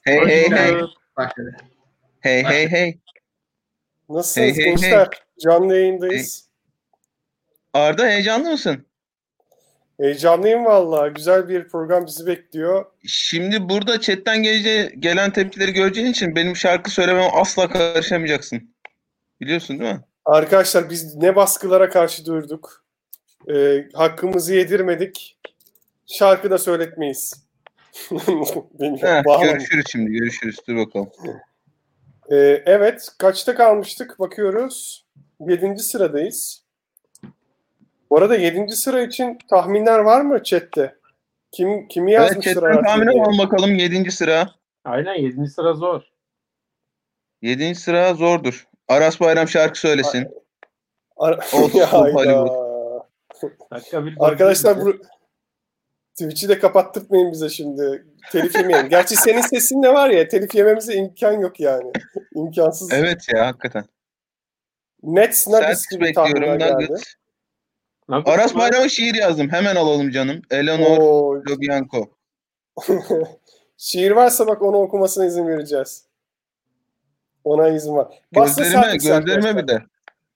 Hey Hoş hey hey. bulduk. Başladı. Hey hey hey. Nasılsınız Hey hey gençler? hey. Canlı yayındayız. Arda heyecanlı mısın? Heyecanlıyım vallahi. Güzel bir program bizi bekliyor. Şimdi burada chatten gelen tepkileri göreceğin için benim şarkı söylememe asla karışamayacaksın. Biliyorsun değil mi? Arkadaşlar biz ne baskılara karşı durduk. Hakkımızı yedirmedik. Şarkı da söyletmeyiz. Bilmiyorum, Görüşürüz şimdi. Görüşürüz. Dur bakalım. Evet. Kaçta kalmıştık? Bakıyoruz. 7. sıradayız. Bu arada 7. sıra için tahminler var mı chatte? Kimi Evet, yazmıştır chatten hayatım tahmin diye? alalım bakalım 7. sıra. Aynen 7. sıra zor. 7. sıra zordur. Aras Bayram şarkı söylesin. Old Ya School hayda. Hollywood. Dakika bir Arkadaşlar bu Twitch'i de kapattırtmayın bize şimdi. Telif yemeyelim. Gerçi senin sesin de var ya, telif yememize imkan yok yani. İmkansız. Evet ya hakikaten. Nets Nuggets Celtics gibi tahminler bekliyorum. geldi. Nuggets. Aras Bayram'a şiir yazdım. Hemen alalım canım. Eleanor Lobianco. Şiir varsa bak onu okumasına izin vereceğiz. Ona izin var. Gözlerime bir de.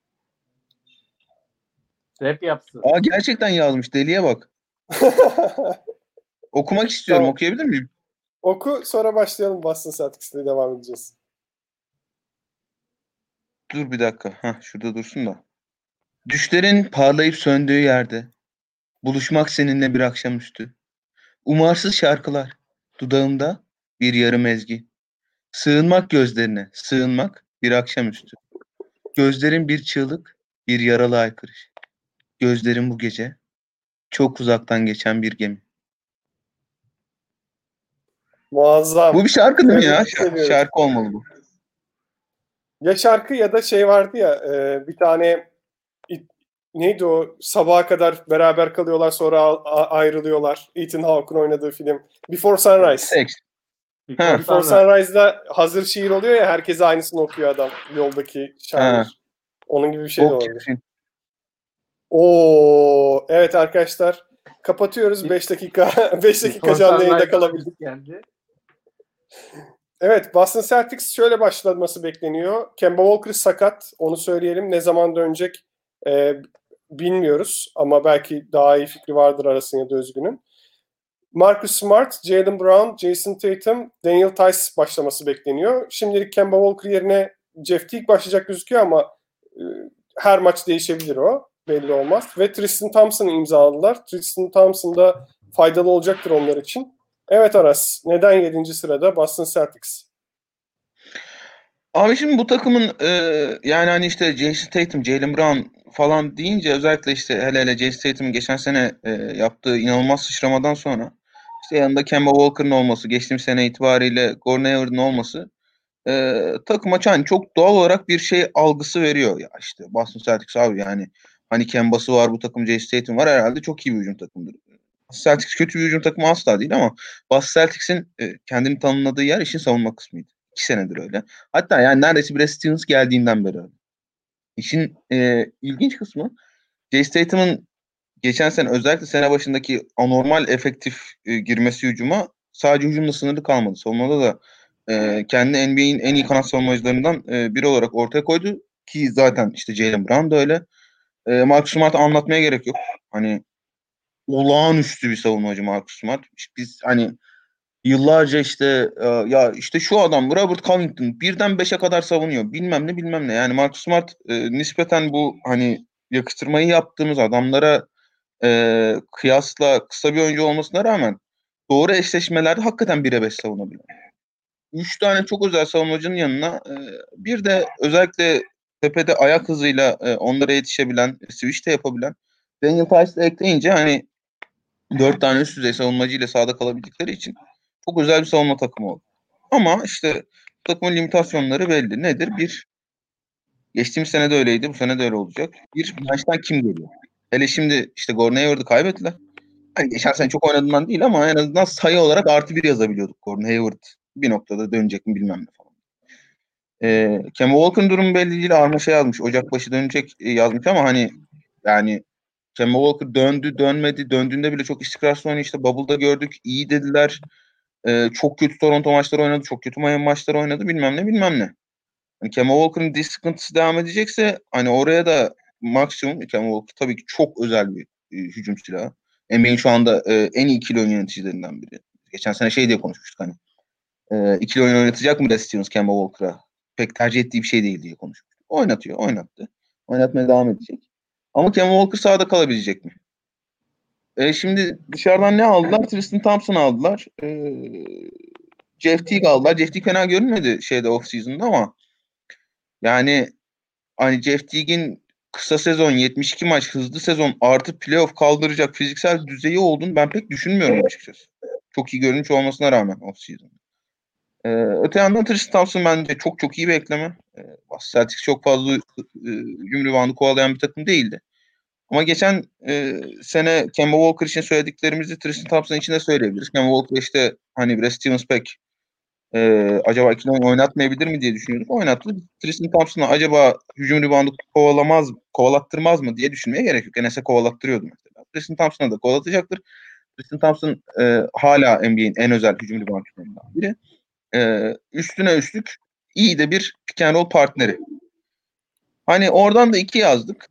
Rap yapsın. Gerçekten yazmış. Deliye bak. Okumak istiyorum. Tamam. Okuyabilir miyim? Oku sonra başlayalım. Boston Celtics'le devam edeceğiz. Dur bir dakika. Şurada dursun da. Düşlerin parlayıp söndüğü yerde. Buluşmak seninle bir akşamüstü. Umarsız şarkılar. Dudağımda bir yarım ezgi. Sığınmak gözlerine. Sığınmak bir akşamüstü. Gözlerin bir çığlık. Bir yaralı haykırış. Gözlerin bu gece. Çok uzaktan geçen bir gemi. Muazzam. Bu bir şarkı değil mi ya? Seviyorum. Şarkı olmalı bu. Ya şarkı ya da şey vardı ya bir tane neydi o? Sabaha kadar beraber kalıyorlar sonra ayrılıyorlar. Ethan Hawke'un oynadığı film. Before Sunrise. Sex. Before Sunrise'da hazır şiir oluyor ya, herkese aynısını okuyor adam. Yoldaki şair. Onun gibi bir şey de olabilir. Evet arkadaşlar. Kapatıyoruz 5 dakika. 5 dakika canlı yayında kalabildik. Evet, Boston Celtics şöyle başlaması bekleniyor. Kemba Walker sakat. Onu söyleyelim. Ne zaman dönecek bilmiyoruz. Ama belki daha iyi fikri vardır Aras'ın ya da Özgün'ün. Marcus Smart, Jaylen Brown, Jason Tatum, Daniel Tice başlaması bekleniyor. Şimdilik Kemba Walker yerine Jeff Teague başlayacak gözüküyor ama her maç değişebilir o. Belli olmaz. Ve Tristan Thompson'ı imzaladılar. Tristan Thompson da faydalı olacaktır onlar için. Evet Aras, neden 7. sırada Boston Celtics? Abi şimdi bu takımın yani hani işte Jason Tatum, Jaylen Brown falan deyince özellikle işte hele Jason Tatum'un geçen sene yaptığı inanılmaz sıçramadan sonra işte yanında Kemba Walker'ın olması, geçtiğimiz sene itibariyle Gordon Hayward'ın olması takıma hani çok doğal olarak bir şey algısı veriyor ya işte Boston Celtics abi yani hani Kemba'sı var bu takım, Jason Tatum var herhalde çok iyi bir hücum takımıdır. Celtics kötü bir hücum takımı asla değil ama Boston Celtics'in kendini tanımladığı yer işin savunma kısmıydı. 2 senedir öyle. Hatta yani neredeyse Brad Stevens geldiğinden beri öyle. İşin ilginç kısmı Jason Tatum'un geçen sene özellikle sene başındaki anormal efektif girmesi hücuma sadece hücumla sınırlı kalmadı. Savunmada da kendini NBA'in en iyi kanat savunmacılarından biri olarak ortaya koydu. Ki zaten işte Jaylen Brown da öyle. Marcus Smart'ı anlatmaya gerek yok. Hani olağanüstü bir savunmacı Marcus Smart. Biz hani yıllarca işte ya işte şu adam Robert Covington birden 5'e kadar savunuyor. Bilmem ne bilmem ne. Yani Marcus Smart nispeten bu hani yakıştırmayı yaptığımız adamlara kıyasla kısa bir oyuncu olmasına rağmen doğru eşleşmelerde hakikaten 1'e 5 savunabiliyor. 3 tane çok özel savunmacının yanına bir de özellikle tepede ayak hızıyla onlara yetişebilen, switch de yapabilen Daniel Tice'ı ekleyince hani 4 tane üst düzey savunmacıyla sahada kalabildikleri için çok özel bir savunma takımı oldu. Ama işte takımın limitasyonları belli. Nedir? Bir, geçtiğimiz sene de öyleydi, bu sene de öyle olacak. Bir, bench'ten kim geliyor? Hele şimdi işte Gordon Hayward'ı kaybettiler. Hani geçen sene çok oynadığından değil ama en azından sayı olarak +1 yazabiliyorduk. Gordon Hayward bir noktada dönecek mi bilmem ne falan. Kemba Walker'ın durumu belli değil. Arma şey yazmış. Ocak başı dönecek yazmış ama hani yani Kemba Walker döndü, dönmedi. Döndüğünde bile çok istikrarsız oynuyor. İşte Bubble'da gördük. İyi dediler. çok kötü Toronto maçları oynadı, çok kötü Miami maçları oynadı, bilmem ne. Hani Kemba Walker'ın diz sıkıntısı devam edecekse hani oraya da maksimum Kemba Walker tabii ki çok özel bir hücum silahı. NBA'in şu anda en iyi ikili oyun yöneticilerinden biri. Geçen sene şey diye konuşmuştuk hani. İkili oyun oynatacak mı Brad Stevens Kemba Walker'a? Pek tercih ettiği bir şey değil diye konuşmuştuk. Oynatıyor, oynattı. Oynatmaya devam edecek. Ama Kemba Walker sahada kalabilecek mi? Şimdi dışarıdan ne aldılar? Tristan Thompson aldılar. Jeff Teague aldılar. Jeff Teague fena görünmedi off-season'da ama yani hani Jeff Teague'in kısa sezon, 72 maç, hızlı sezon artı playoff kaldıracak fiziksel düzeyi olduğunu ben pek düşünmüyorum açıkçası. Çok iyi görünüş olmasına rağmen off-season. Öte yandan Tristan Thompson bence çok iyi bir ekleme. Celtics çok fazla hücum reboundu kovalayan bir takım değildi. Ama geçen sene Kemba Walker için söylediklerimizi Tristan Thompson için de söyleyebiliriz. Kemba Walker işte hani Brad Stevens pek acaba ikili oyun oynatmayabilir mi diye düşünüyorduk. Oynattı. Tristan Thompson'a acaba hücum reboundu kovalattırmaz mı diye düşünmeye gerek yok. Enes'e kovalattırıyordu mesela. Tristan Thompson'a da kovalatacaktır. Tristan Thompson hala NBA'in en özel hücum reboundçılarından biri. Üstüne üstlük iyi de bir pick and roll partneri. Hani oradan da 2 yazdık.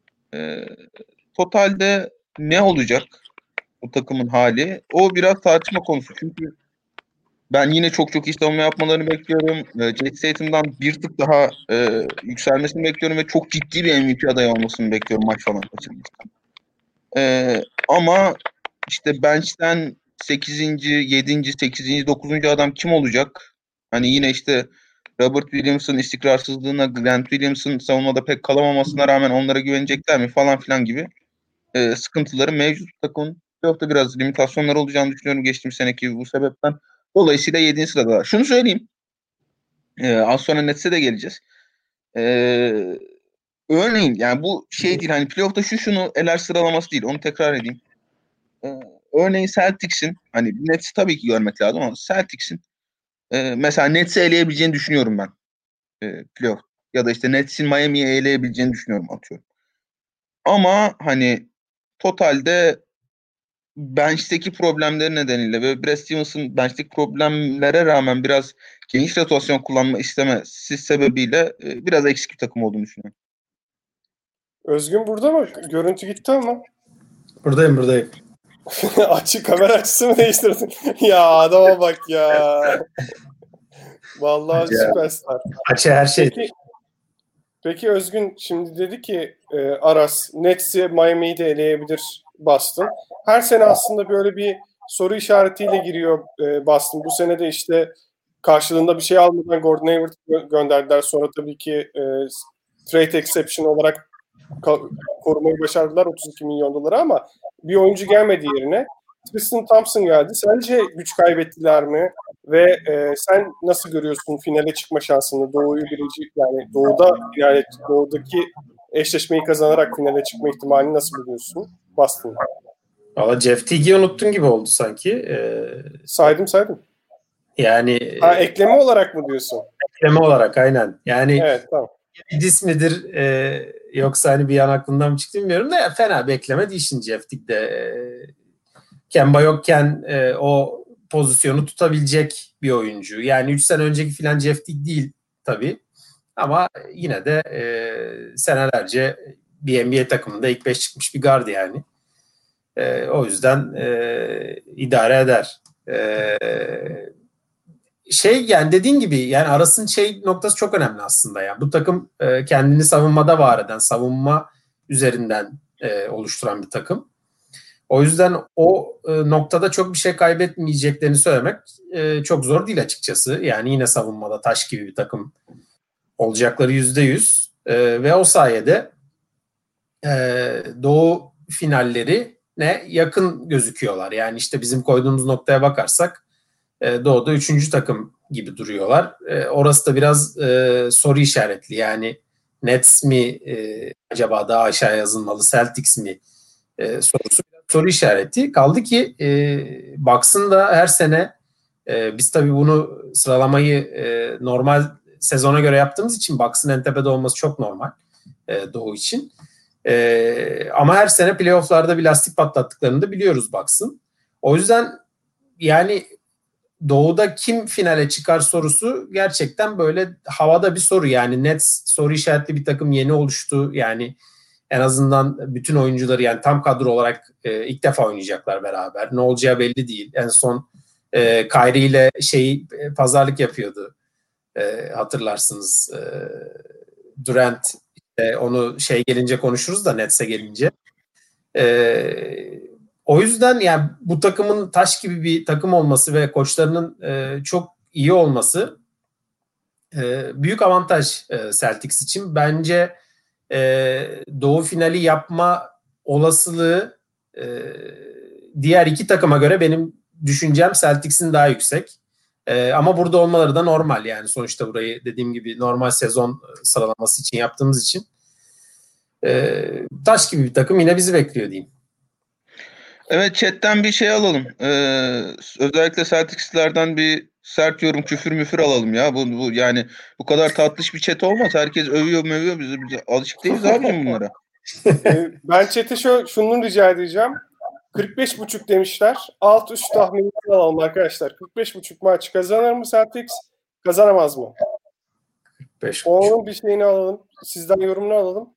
Totalde ne olacak bu takımın hali? O biraz tartışma konusu. Çünkü ben yine çok iyi savunma yapmalarını bekliyorum. Jason Tatum'dan bir tık daha yükselmesini bekliyorum ve çok ciddi bir MVP adayı olmasını bekliyorum maç falan kaçırmasından. Ama işte bench'ten 8. 7. 8. 9. adam kim olacak? Hani yine işte Robert Williams'ın istikrarsızlığına, Grant Williams'ın savunmada pek kalamamasına rağmen onlara güvenecekler mi falan filan gibi sıkıntıları mevcut takımın. Playoff'ta biraz limitasyonlar olacağını düşünüyorum geçtiğimiz seneki bu sebepten. Dolayısıyla 7. sırada. Şunu söyleyeyim. Az sonra Nets'e de geleceğiz. Örneğin yani bu şey değil hani playoff'ta şunu eler sıralaması değil. Onu tekrar edeyim. Örneğin Celtics'in hani Nets'i tabii ki görmek lazım ama Celtics'in mesela Nets'i eleyebileceğini düşünüyorum ben. Playoff. Ya da işte Nets'in Miami'yi eleyebileceğini düşünüyorum atıyorum. Ama hani totalde bench'teki problemleri nedeniyle ve Brad Stevens'ın bench'teki problemlere rağmen biraz geniş rotasyon kullanma istemesi sebebiyle biraz eksik bir takım olduğunu düşünüyorum. Özgün burada mı? Görüntü gitti ama. Buradayım. Kamera açısı mı değiştirdin? Ya adama bak ya. Vallahi süperstar. Açı her şey. Peki Özgün şimdi dedi ki Aras Nets'i Miami'yi de eleyebilir Boston. Her sene aslında böyle bir soru işaretiyle giriyor Boston. Bu sene de işte karşılığında bir şey almadan Gordon Hayward gönderdiler. Sonra tabii ki trade exception olarak korumayı başardılar 32 milyon dolara ama bir oyuncu gelmedi yerine. Tristan Thompson geldi. Sence güç kaybettiler mi? Ve sen nasıl görüyorsun finale çıkma şansını? Yani doğudaki eşleşmeyi kazanarak finale çıkma ihtimalini nasıl buluyorsun? Boston. Valla Jeff Teague'i unuttun gibi oldu sanki. Saydım. Yani ekleme olarak mı diyorsun? Ekleme olarak aynen. Yani evet, tamam. Edis midir yoksa hani bir an aklından mı çıktı bilmiyorum da fena bir ekleme değil şimdi Jeff Teague'de. Kemba yokken o pozisyonu tutabilecek bir oyuncu. Yani 3 sene önceki filan Jeff Teague değil tabii. Ama yine de senelerce bir NBA takımında ilk 5 çıkmış bir guard yani. O yüzden idare eder. Yani dediğin gibi yani Aras'ın noktası çok önemli aslında. Yani bu takım kendini savunmada var eden, savunma üzerinden oluşturan bir takım. O yüzden o noktada çok bir şey kaybetmeyeceklerini söylemek çok zor değil açıkçası. Yani yine savunmada taş gibi bir takım olacakları %100 ve o sayede Doğu finallerine yakın gözüküyorlar. Yani işte bizim koyduğumuz noktaya bakarsak Doğu'da 3. takım gibi duruyorlar. Orası da biraz soru işaretli. Yani Nets mi acaba daha aşağı yazılmalı, Celtics mi sorusu soru işareti. Kaldı ki Bucks'ın da her sene biz tabii bunu sıralamayı normal sezona göre yaptığımız için Bucks'ın en tepede olması çok normal Doğu için. Ama her sene playoff'larda bir lastik patlattıklarını da biliyoruz Bucks'ın. O yüzden yani Doğu'da kim finale çıkar sorusu gerçekten böyle havada bir soru. Yani Nets soru işaretli bir takım yeni oluştu. Yani en azından bütün oyuncuları yani tam kadro olarak ilk defa oynayacaklar beraber. Ne olacağı belli değil. En son Kyrie ile pazarlık yapıyordu. Hatırlarsınız. Durant onu gelince konuşuruz da Nets'e gelince. O yüzden yani bu takımın taş gibi bir takım olması ve koçlarının çok iyi olması büyük avantaj Celtics için. Bence Doğu finali yapma olasılığı diğer iki takıma göre benim düşüncem Celtics'in daha yüksek. Ama burada olmaları da normal yani sonuçta burayı dediğim gibi normal sezon sıralaması için yaptığımız için taş gibi bir takım yine bizi bekliyor diyeyim. Evet, chatten bir şey alalım. Özellikle Celtics'lerden bir sert yorum, küfür müfür alalım ya. Bu yani bu kadar tatlış bir chat olmaz. Herkes övüyor bizi. Biz alışık değiliz abicim bunlara. Ben chat'e şunu rica edeceğim. 45.5 demişler. Alt üst tahminini alalım arkadaşlar. 45.5 maç kazanır mı Celtics? Kazanamaz mı? 45. Onun bir şeyini alalım. Sizden yorumunu alalım.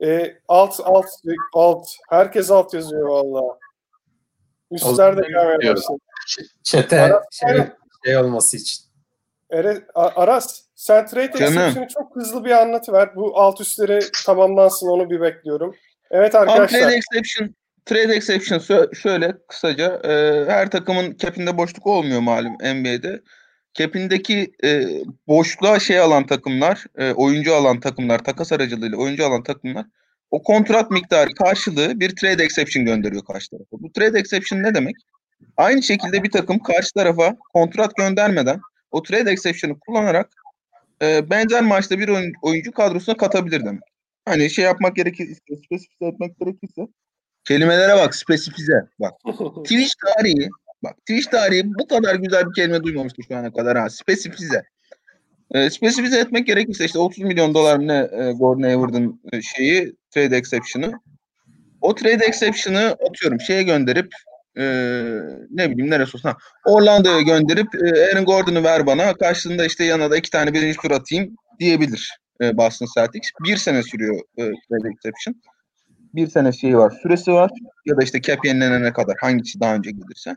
Alt. Herkes alt yazıyor vallahi. Üstler de gelmeye başladı. Chat'e olması için. Aras, sen trade exception'ı çok hızlı bir anlatıver. Bu alt üstleri tamamlansın, onu bir bekliyorum. Evet arkadaşlar. Trade exception şöyle kısaca her takımın cap'inde boşluk olmuyor malum NBA'de. Cap'indeki boşluğa alan takımlar, oyuncu alan takımlar, takas aracılığıyla oyuncu alan takımlar o kontrat miktarı karşılığı bir trade exception gönderiyor karşı tarafa. Bu trade exception ne demek? Aynı şekilde bir takım karşı tarafa kontrat göndermeden o trade exception'ı kullanarak benzer maçta bir oyuncu kadrosuna katabilir demek. Hani yapmak gerekirse, spesifize etmek gerekirse kelimelere bak, spesifize. Bak. Twitch tarihi bu kadar güzel bir kelime duymamıştı şu ana kadar ha. Spesifize. Spesifize etmek gerekirse $30 milyon ne Gordon Hayward'ın trade exception'ı. O trade exception'ı atıyorum gönderip ne bileyim neresi olsun. Orlando'ya gönderip Aaron Gordon'u ver bana. Karşılığında yanına da 2 tane birinci tur atayım diyebilir Boston Celtics. 1 sene sürüyor trade exception. 1 sene var, süresi var. Ya da cap yenilenene kadar hangisi daha önce gelirse.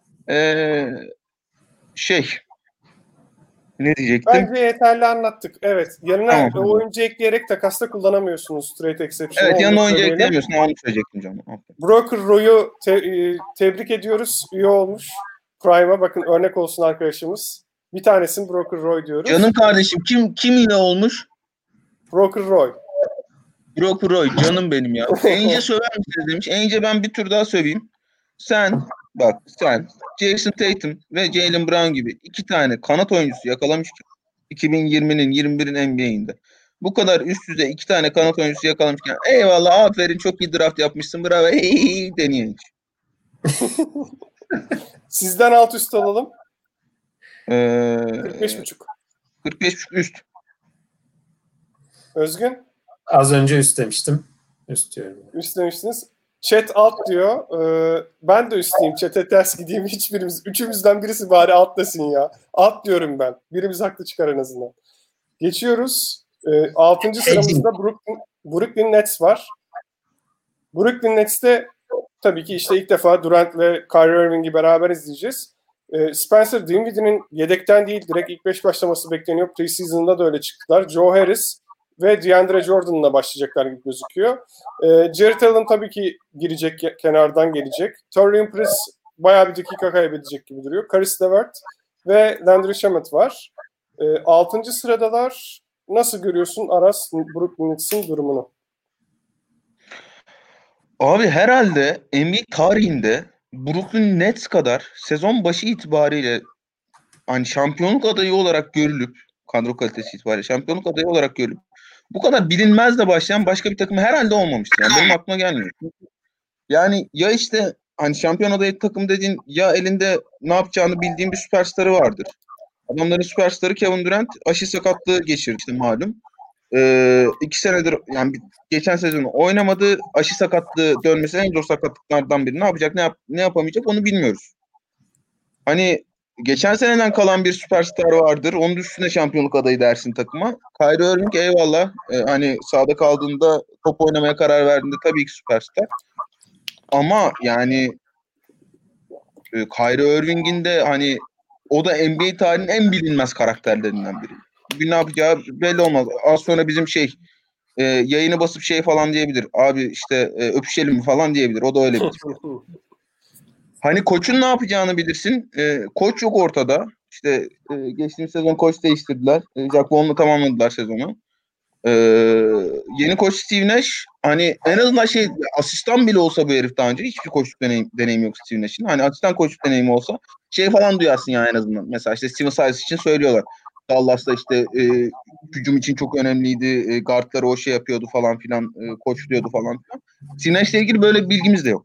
Ne diyecektim? Bence yeterli anlattık. Evet. Yanına tamam. oyuncu ekleyerek takasta kullanamıyorsunuz trade exception'ı. Evet, yanına oyuncu eklemiyorsun. Onu söyleyecektim canım. Broker Roy'u tebrik ediyoruz. Üye olmuş. Prime'a bakın örnek olsun arkadaşımız. Bir tanesini Broker Roy diyoruz. Canım kardeşim kim üye olmuş? Broker Roy. Broker Roy canım benim ya. Ence söver misiniz demiş. Ence ben bir tur daha söveyim. Sen Jason Tatum ve Jaylen Brown gibi 2 tane kanat oyuncusu yakalamışken 2020'nin 21'in NBA'inde bu kadar üst düzey 2 tane kanat oyuncusu yakalamışken eyvallah aferin çok iyi draft yapmışsın bravo deniyor. Sizden alt üst alalım. 45.5 üst. Özgün? Az önce üst demiştim. Üst diyorum. Üst demiştiniz. Chat alt diyor. Ben de üstleyeyim. Chat'e ters gideyim. Üçümüzden birisi bari alt desin ya. Alt diyorum ben. Birimiz haklı çıkar en azından. Geçiyoruz. 6. sıramızda Brooklyn Nets var. Brooklyn Nets'te tabii ki ilk defa Durant ve Kyrie Irving'i beraber izleyeceğiz. Spencer Dinwiddie'nin yedekten değil direkt ilk 5 başlaması bekleniyor. Preseason'da da öyle çıktılar. Joe Harris ve DeAndre Jordan'la başlayacaklar gibi gözüküyor. Jarrett Allen tabii ki girecek, kenardan gelecek. Taurean Prince bayağı bir dakika kaybedecek gibi duruyor. Caris LeVert ve Landry Shamet var. 6. sıradalar. Nasıl görüyorsun Aras Brooklyn Nets'in durumunu? Abi herhalde NBA tarihinde Brooklyn Nets kadar sezon başı itibariyle hani şampiyonluk adayı olarak görülüp kadro kalitesi itibariyle şampiyonluk adayı olarak görülüp bu kadar bilinmezle başlayan başka bir takım herhalde olmamıştı. Yani benim aklıma gelmiyor. Yani ya hani şampiyon adayı takım dediğin ya elinde ne yapacağını bildiğin bir süperstarı vardır. Adamların süperstarı Kevin Durant aşı sakatlığı geçirdi malum. 2 senedir yani geçen sezonu oynamadı. Aşı sakatlığı dönmesi en zor sakatlıklardan biri. Ne yapacak ne yapamayacak onu bilmiyoruz. Hani geçen seneden kalan bir süperstar vardır. Onun üstüne şampiyonluk adayı dersin takıma. Kyrie Irving eyvallah. Hani sahada kaldığında top oynamaya karar verdiğinde tabii ki süperstar. Ama yani Kyrie Irving'in de hani o da NBA tarihinin en bilinmez karakterlerinden biri. Bugün ne yapacağı belli olmaz. Az sonra bizim yayını basıp falan diyebilir. Abi işte öpüşelim mi falan diyebilir. O da öyle bir tip. Hani koçun ne yapacağını bilirsin. Koç yok ortada. İşte geçtiğimiz sezon koç değiştirdiler. Jack Vaughn'la tamamladılar sezonu. Yeni koç Steve Nash hani en azından asistan bile olsa bu herif daha önce hiçbir koçluk deneyimi yok Steve Nash'in. Hani asistan koçluk deneyimi olsa falan duyarsın yani en azından. Mesela işte Steven Silas için söylüyorlar. Dallas'ta işte hücum için çok önemliydi. Guardları o yapıyordu falan filan. Koçluyordu falan filan. Steve Nash'le ilgili böyle bir bilgimiz de yok.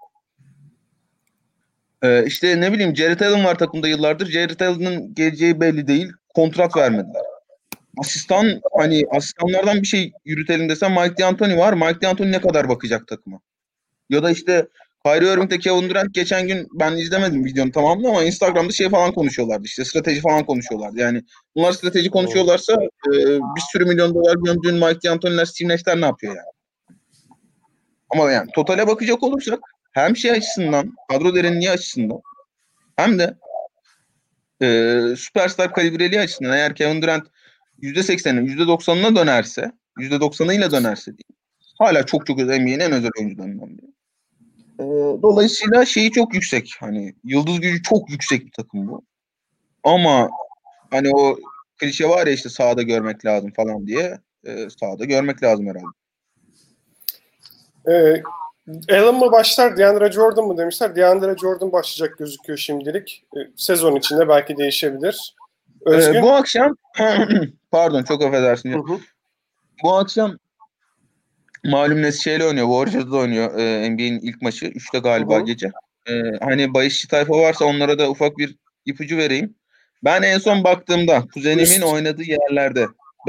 İşte ne bileyim Jared Allen var takımda yıllardır. Jared Allen'ın geleceği belli değil. Kontrat vermediler. Asistanlardan bir şey yürütelim desem Mike D'Antoni var. Mike D'Antoni ne kadar bakacak takıma? Ya da işte Kyrie Irving'de Kevin Durant geçen gün ben izlemedim videonun tamamını ama Instagram'da falan konuşuyorlardı. İşte strateji falan konuşuyorlardı. Yani bunlar strateji konuşuyorlarsa bir sürü milyon dolar gömdüğün Mike D'Antoni'ler, Steve Nash'ler ne yapıyor yani? Ama yani totale bakacak olursak hem açısından, kadro derinliği açısından hem de süperstar kalibreliği açısından eğer Kevin Durant %80'in %90'ına dönerse, %90'ıyla dönerse diyeyim. Hala çok NBA'nin en özel oyuncularından biri. Dolayısıyla çok yüksek. Hani yıldız gücü çok yüksek bir takım bu. Ama hani o klişe var ya işte sahada görmek lazım falan diye. Sahada görmek lazım herhalde. Allen mı başlar, DeAndre Jordan mı demişler. DeAndre Jordan başlayacak gözüküyor şimdilik. Sezon içinde belki değişebilir. Özgün? Bu akşam pardon çok affedersin. Bu akşam malum Nesli'yle oynuyor. Warriors'da oynuyor NBA'nin ilk maçı. 3'te galiba gece. Hani bahisçi tayfa varsa onlara da ufak bir ipucu vereyim. Ben en son baktığımda kuzenimin oynadığı yerlerde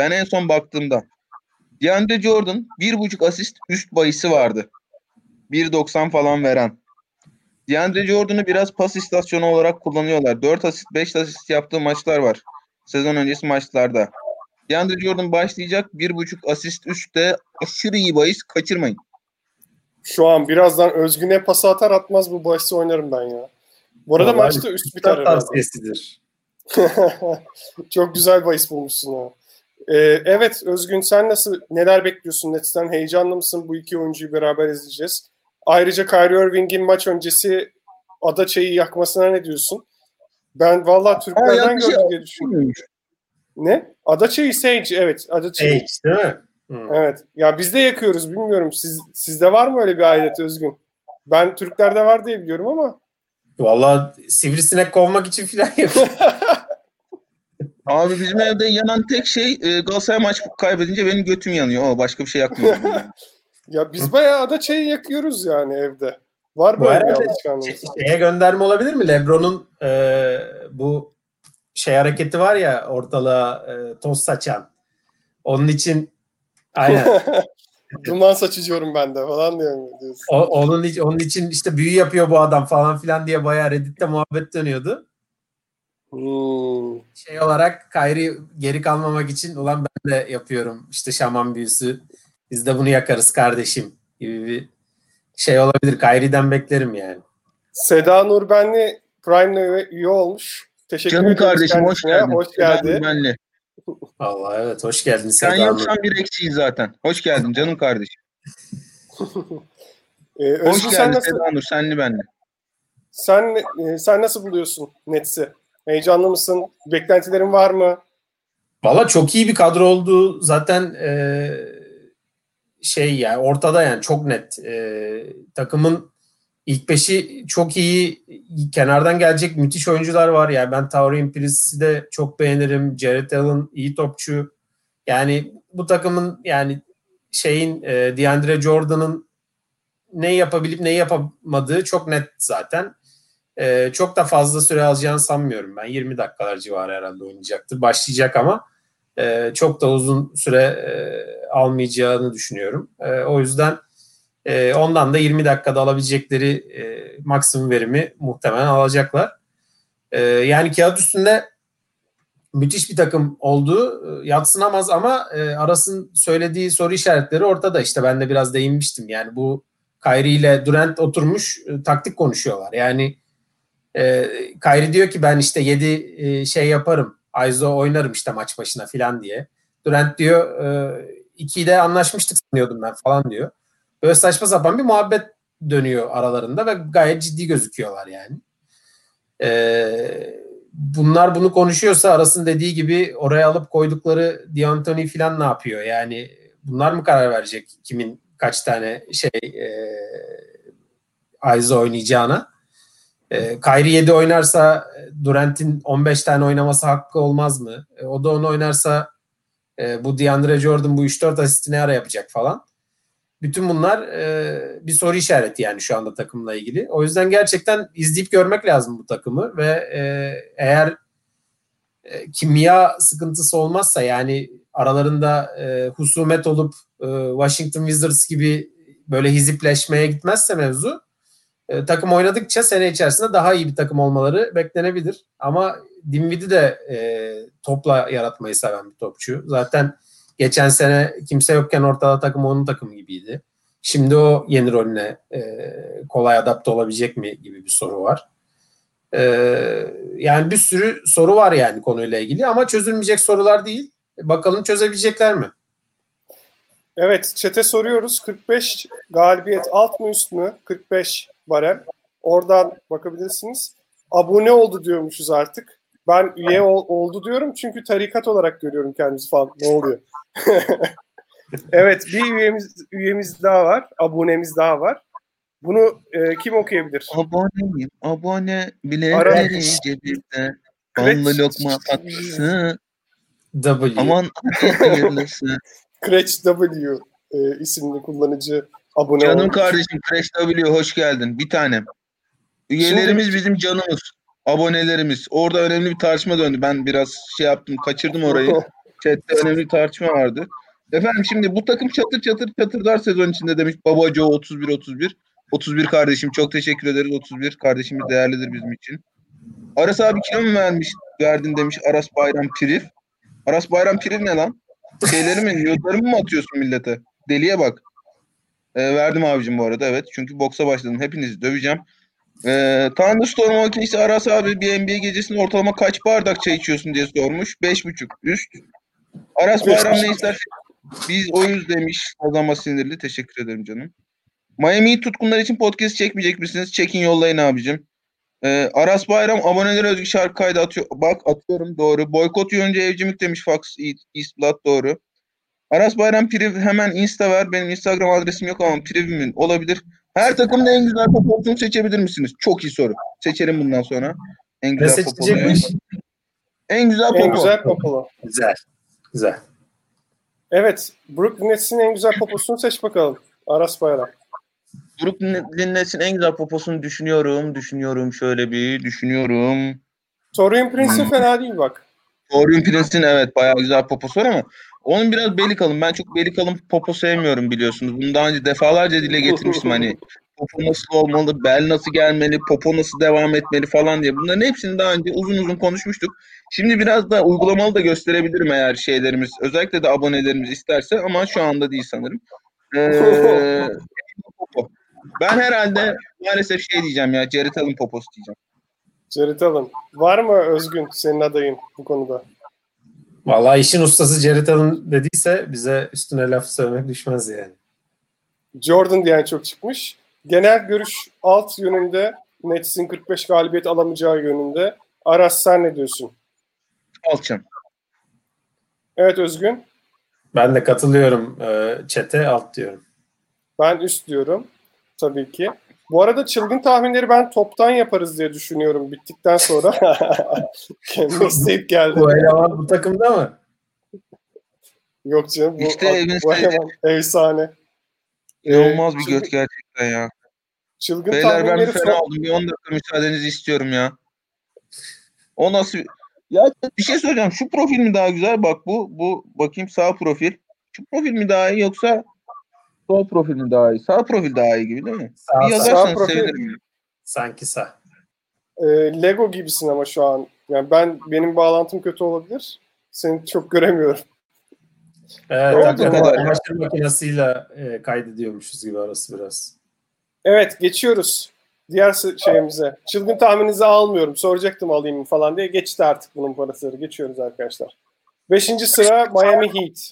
DeAndre Jordan 1.5 asist üst bahisi vardı. 1.90 falan veren. DeAndre Jordan'ı biraz pas istasyonu olarak kullanıyorlar. 4 asist 5 asist yaptığı maçlar var. Sezon öncesi maçlarda. DeAndre Jordan başlayacak 1.5 asist üstte aşırı iyi bahis kaçırmayın. Şu an birazdan Özgün'e pas atar atmaz bu bahisi oynarım ben ya. Bu arada maçta üst biter herhalde. Tavsiyesidir. Çok güzel bahis bulmuşsun ha. Evet Özgün sen neler bekliyorsun Nets'ten? Heyecanlı mısın? Bu iki oyuncuyu beraber izleyeceğiz. Ayrıca Kyrie Irving'in maç öncesi Adaçay'ı yakmasına ne diyorsun? Ben vallahi Türklerden gördüm diye düşünüyorum. Ne? Adaçay'ı Sage, evet. Sage değil mi? Evet. Ya biz de yakıyoruz bilmiyorum. Sizde var mı öyle bir alet Özgün? Ben Türklerde var diye biliyorum ama. Vallahi sivrisinek kovmak için filan yapıyor. Abi bizim evde yanan tek Galatasaray maç kaybedince benim götüm yanıyor. Başka bir şey yakmıyor. Ya biz bayağı Adaçay'ı yakıyoruz yani evde. Var böyle bir alışkanlığımız. Şeye gönderme olabilir mi? LeBron'un bu hareketi var ya ortalığa toz saçan. Onun için aynen. Duman saçıyorum ben de falan diyorsun. Onun için işte büyü yapıyor bu adam falan filan diye bayağı Reddit'te muhabbet dönüyordu. Olarak Kyrie geri kalmamak için ulan ben de yapıyorum işte şaman büyüsü. Biz de bunu yakarız kardeşim gibi bir olabilir. Kyrie'den beklerim yani. Seda Nurbenli Prime'le üye olmuş. Teşekkür ederim. Canım kardeşim hoş geldin. Hoş geldi. Allah evet hoş geldin Seda Nur. Sen yoksan bir eksiğin zaten. Hoş geldin canım kardeşim. Hoş geldin Seda Nur senli benli. Sen nasıl buluyorsun Nets'i? Heyecanlı mısın? Beklentilerin var mı? Valla çok iyi bir kadro oldu. Zaten yani ortada yani çok net. Takımın ilk beşi çok iyi. Kenardan gelecek müthiş oyuncular var. Yani ben Taurean Prince'i de çok beğenirim. Jared Allen iyi topçu. Yani bu takımın yani DeAndre Jordan'ın ne yapabilip ne yapamadığı çok net zaten. Çok da fazla süre alacağını sanmıyorum ben. 20 dakikalar civarı herhalde oynayacaktır. Başlayacak ama çok da uzun süre almayacağını düşünüyorum. O yüzden ondan da 20 dakikada alabilecekleri maksimum verimi muhtemelen alacaklar. Yani kağıt üstünde müthiş bir takım olduğu yadsınamaz ama Aras'ın söylediği soru işaretleri ortada. İşte ben de biraz değinmiştim. Yani bu Kyrie ile Durant oturmuş taktik konuşuyorlar. Yani Kyrie diyor ki ben işte 7 şey yaparım. ISO oynarım işte maç başına falan diye. Durant diyor 2'de de anlaşmıştık sanıyordum ben falan diyor. Böyle saçma sapan bir muhabbet dönüyor aralarında ve gayet ciddi gözüküyorlar yani. Bunlar bunu konuşuyorsa Aras'ın dediği gibi oraya alıp koydukları D'Antoni falan ne yapıyor? Yani bunlar mı karar verecek kimin kaç tane ISO oynayacağına? Kyrie 7 oynarsa Durant'in 15 tane oynaması hakkı olmaz mı? O da onu oynarsa bu DeAndre Jordan bu 3-4 asisti ne ara yapacak falan. Bütün bunlar bir soru işareti yani şu anda takımla ilgili. O yüzden gerçekten izleyip görmek lazım bu takımı ve eğer kimya sıkıntısı olmazsa yani aralarında husumet olup Washington Wizards gibi böyle hizipleşmeye gitmezse mevzu takım oynadıkça sene içerisinde daha iyi bir takım olmaları beklenebilir. Ama Dinwiddie de topla yaratmayı seven bir topçu. Zaten geçen sene kimse yokken ortada takım onun takımı gibiydi. Şimdi o yeni rolüne kolay adapte olabilecek mi gibi bir soru var. Yani bir sürü soru var yani konuyla ilgili ama çözülmeyecek sorular değil. Bakalım çözebilecekler mi? Evet, chat'e soruyoruz. 45 galibiyet alt mı üst mü? 45 barem. Oradan bakabilirsiniz. Abone oldu diyormuşuz artık. Ben üye oldu diyorum çünkü tarikat olarak görüyorum kendimizi falan. Ne oluyor? Evet, bir üyemiz daha var. Abonemiz daha var. Bunu kim okuyabilir? Aboneyim, abone Ara- biletleri cebimde. Ballı lokma tatlısı. W. Aman hayırlısı. Crash W isimli kullanıcı abone Canım olmuş. kardeşim Crash W hoş geldin. Bir tanem. Üyelerimiz Şimdi- bizim canımız. Abonelerimiz. Orada önemli bir tartışma döndü. Ben biraz şey yaptım, kaçırdım orayı. Chat'te önemli bir tartışma vardı. Efendim şimdi bu takım çatır çatır çatırdar sezon içinde demiş Babaco 31-31. 31 kardeşim çok teşekkür ederiz. 31 kardeşimiz değerlidir bizim için. Aras abi kilo mu verdin demiş Aras Bayram Piriv. Aras Bayram Piriv ne lan? Şeyleri mi, yodlarımı mı atıyorsun millete? Deliye bak. Verdim abicim bu arada evet. Çünkü boksa başladım. Hepinizi döveceğim. Thunderstorm Okey'si Aras abi bir NBA gecesinde ortalama kaç bardak çay içiyorsun diye sormuş. 5,5 üst. Aras Bayram ne ister? Biz oyuz demiş. Adama sinirli. Teşekkür ederim canım. Miami tutkunlar için podcast çekmeyecek misiniz? Çekin yollayın abicim. Aras Bayram abonelere özgü şarkı kaydı atıyor. Bak atıyorum doğru. Boykot yönünce evcimik demiş Fox Eastblood doğru. Aras Bayram Priv hemen Insta ver. Benim Instagram adresim yok ama Priv'imin olabilir. Her takımda en güzel poposunu seçebilir misiniz? Çok iyi soru. Seçerim bundan sonra. En Ne güzel poposu. seçilecekmiş? En güzel popo. En güzel popolu. Güzel. Güzel. Evet, Brooklyn Nets'in en güzel poposunu seç bakalım. Aras Bayram. Brooklyn Nets'in en güzel poposunu düşünüyorum. Şöyle bir düşünüyorum. Torian Prince'in fena değil bak. Torian Prince'in evet bayağı güzel poposu var ama onun biraz beli kalın. Ben çok beli kalın popo sevmiyorum biliyorsunuz. Bunu daha önce defalarca dile getirmiştim hani popo nasıl olmalı, bel nasıl gelmeli, popo nasıl devam etmeli falan diye. Bunların hepsini daha önce uzun uzun konuşmuştuk. Şimdi biraz da uygulamalı da gösterebilirim eğer şeylerimiz, özellikle de abonelerimiz isterse ama şu anda değil sanırım. Popo. Ben herhalde maalesef şey diyeceğim ya, Jared Allen poposu diyeceğim. Jared Allen. Var mı Özgün senin adayın bu konuda? Vallahi işin ustası Jared Allen dediyse bize üstüne laf söylemek düşmez yani. Jordan diyen çok çıkmış. Genel görüş alt yönünde Nets'in 45 galibiyet alamayacağı yönünde. Aras sen ne diyorsun? Alçın. Evet Özgün. Ben de katılıyorum chat'e alt diyorum. Ben üst diyorum. Tabii ki. Bu arada çılgın tahminleri ben toptan yaparız diye düşünüyorum bittikten sonra. Kendi isteyip geldi. Bu eleman bu takımda mı? Yok canım. Bu, İşte bu eleman efsane. İnanılmaz bir göt gerçekten ya. Çılgın Beyler ben tahminleri bir fena oldum. Bir 10 dakika müsaadenizi istiyorum ya. O nasıl... Ya bir şey söyleyeceğim. Şu profil mi daha güzel? Bak bu bakayım sağ profil. Şu profil mi daha iyi yoksa sol profil mi daha iyi? Sağ profil daha iyi gibi değil mi? Sağ bir yazarsanız profil. sevinirim. Sanki sağ. Lego gibisin ama şu an. Yani benim bağlantım kötü olabilir. Seni çok göremiyorum. Evet, Olduğu hakikaten kadar. çamaşır makinesiyle kaydediyormuşuz gibi arası biraz. Evet, geçiyoruz diğer şeyimize. Çılgın tahmininizi almıyorum. Soracaktım alayım mı falan diye. Geçti artık bunun parası. Geçiyoruz arkadaşlar. 5. sıra Miami Heat.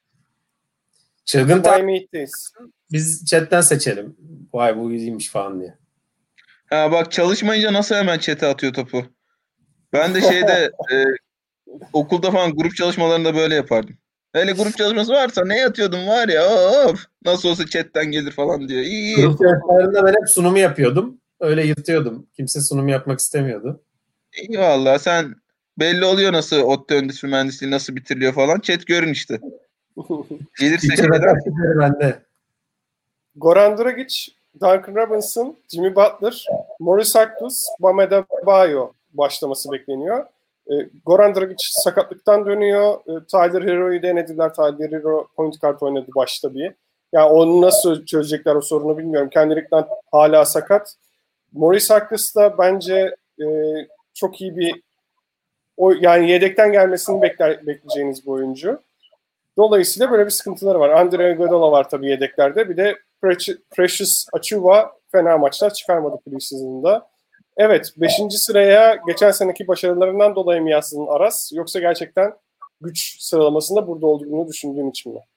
Çılgın Miami Heat'teyiz. biz chatten seçelim. Vay bu iyiymiş falan diye. Ha bak, çalışmayınca nasıl hemen chat'e atıyor topu. Ben de şeyde okulda falan grup çalışmalarında böyle yapardım. Hele grup çalışması varsa ne yatıyordum var ya, of, nasıl olsa chatten gelir falan diyor. İyi. Grup çalışmalarında ben hep sunumu yapıyordum. Öyle yırtıyordum. Kimse sunum yapmak istemiyordu. İyi valla, sen belli oluyor nasıl ODTÜ Endüstri Mühendisliği nasıl bitiriliyor falan. Chat görün işte. Gelirse Bitirme şeyden. taktikleri bende. Goran Dragic, Duncan Robinson, Jimmy Butler, Morris Harkless, Bam Adebayo başlaması bekleniyor. Goran Dragic sakatlıktan dönüyor. Tyler Hero'yu denediler. Tyler Hero point guard oynadı başta bir. Yani onu nasıl çözecekler o sorunu bilmiyorum. Kendrick'ten hala sakat. Morris Harkless da bence çok iyi bir yani yedekten gelmesini bekleyeceğiniz bir oyuncu. Dolayısıyla böyle bir sıkıntıları var. Andre Iguodala var tabii yedeklerde. Bir de Precious Achiuwa fena maçlar çıkarmadı preseason'da. Evet, 5. sıraya geçen seneki başarılarından dolayı mı yazdın Aras? Yoksa gerçekten güç sıralamasında burada olduğunu düşündüğün için mi?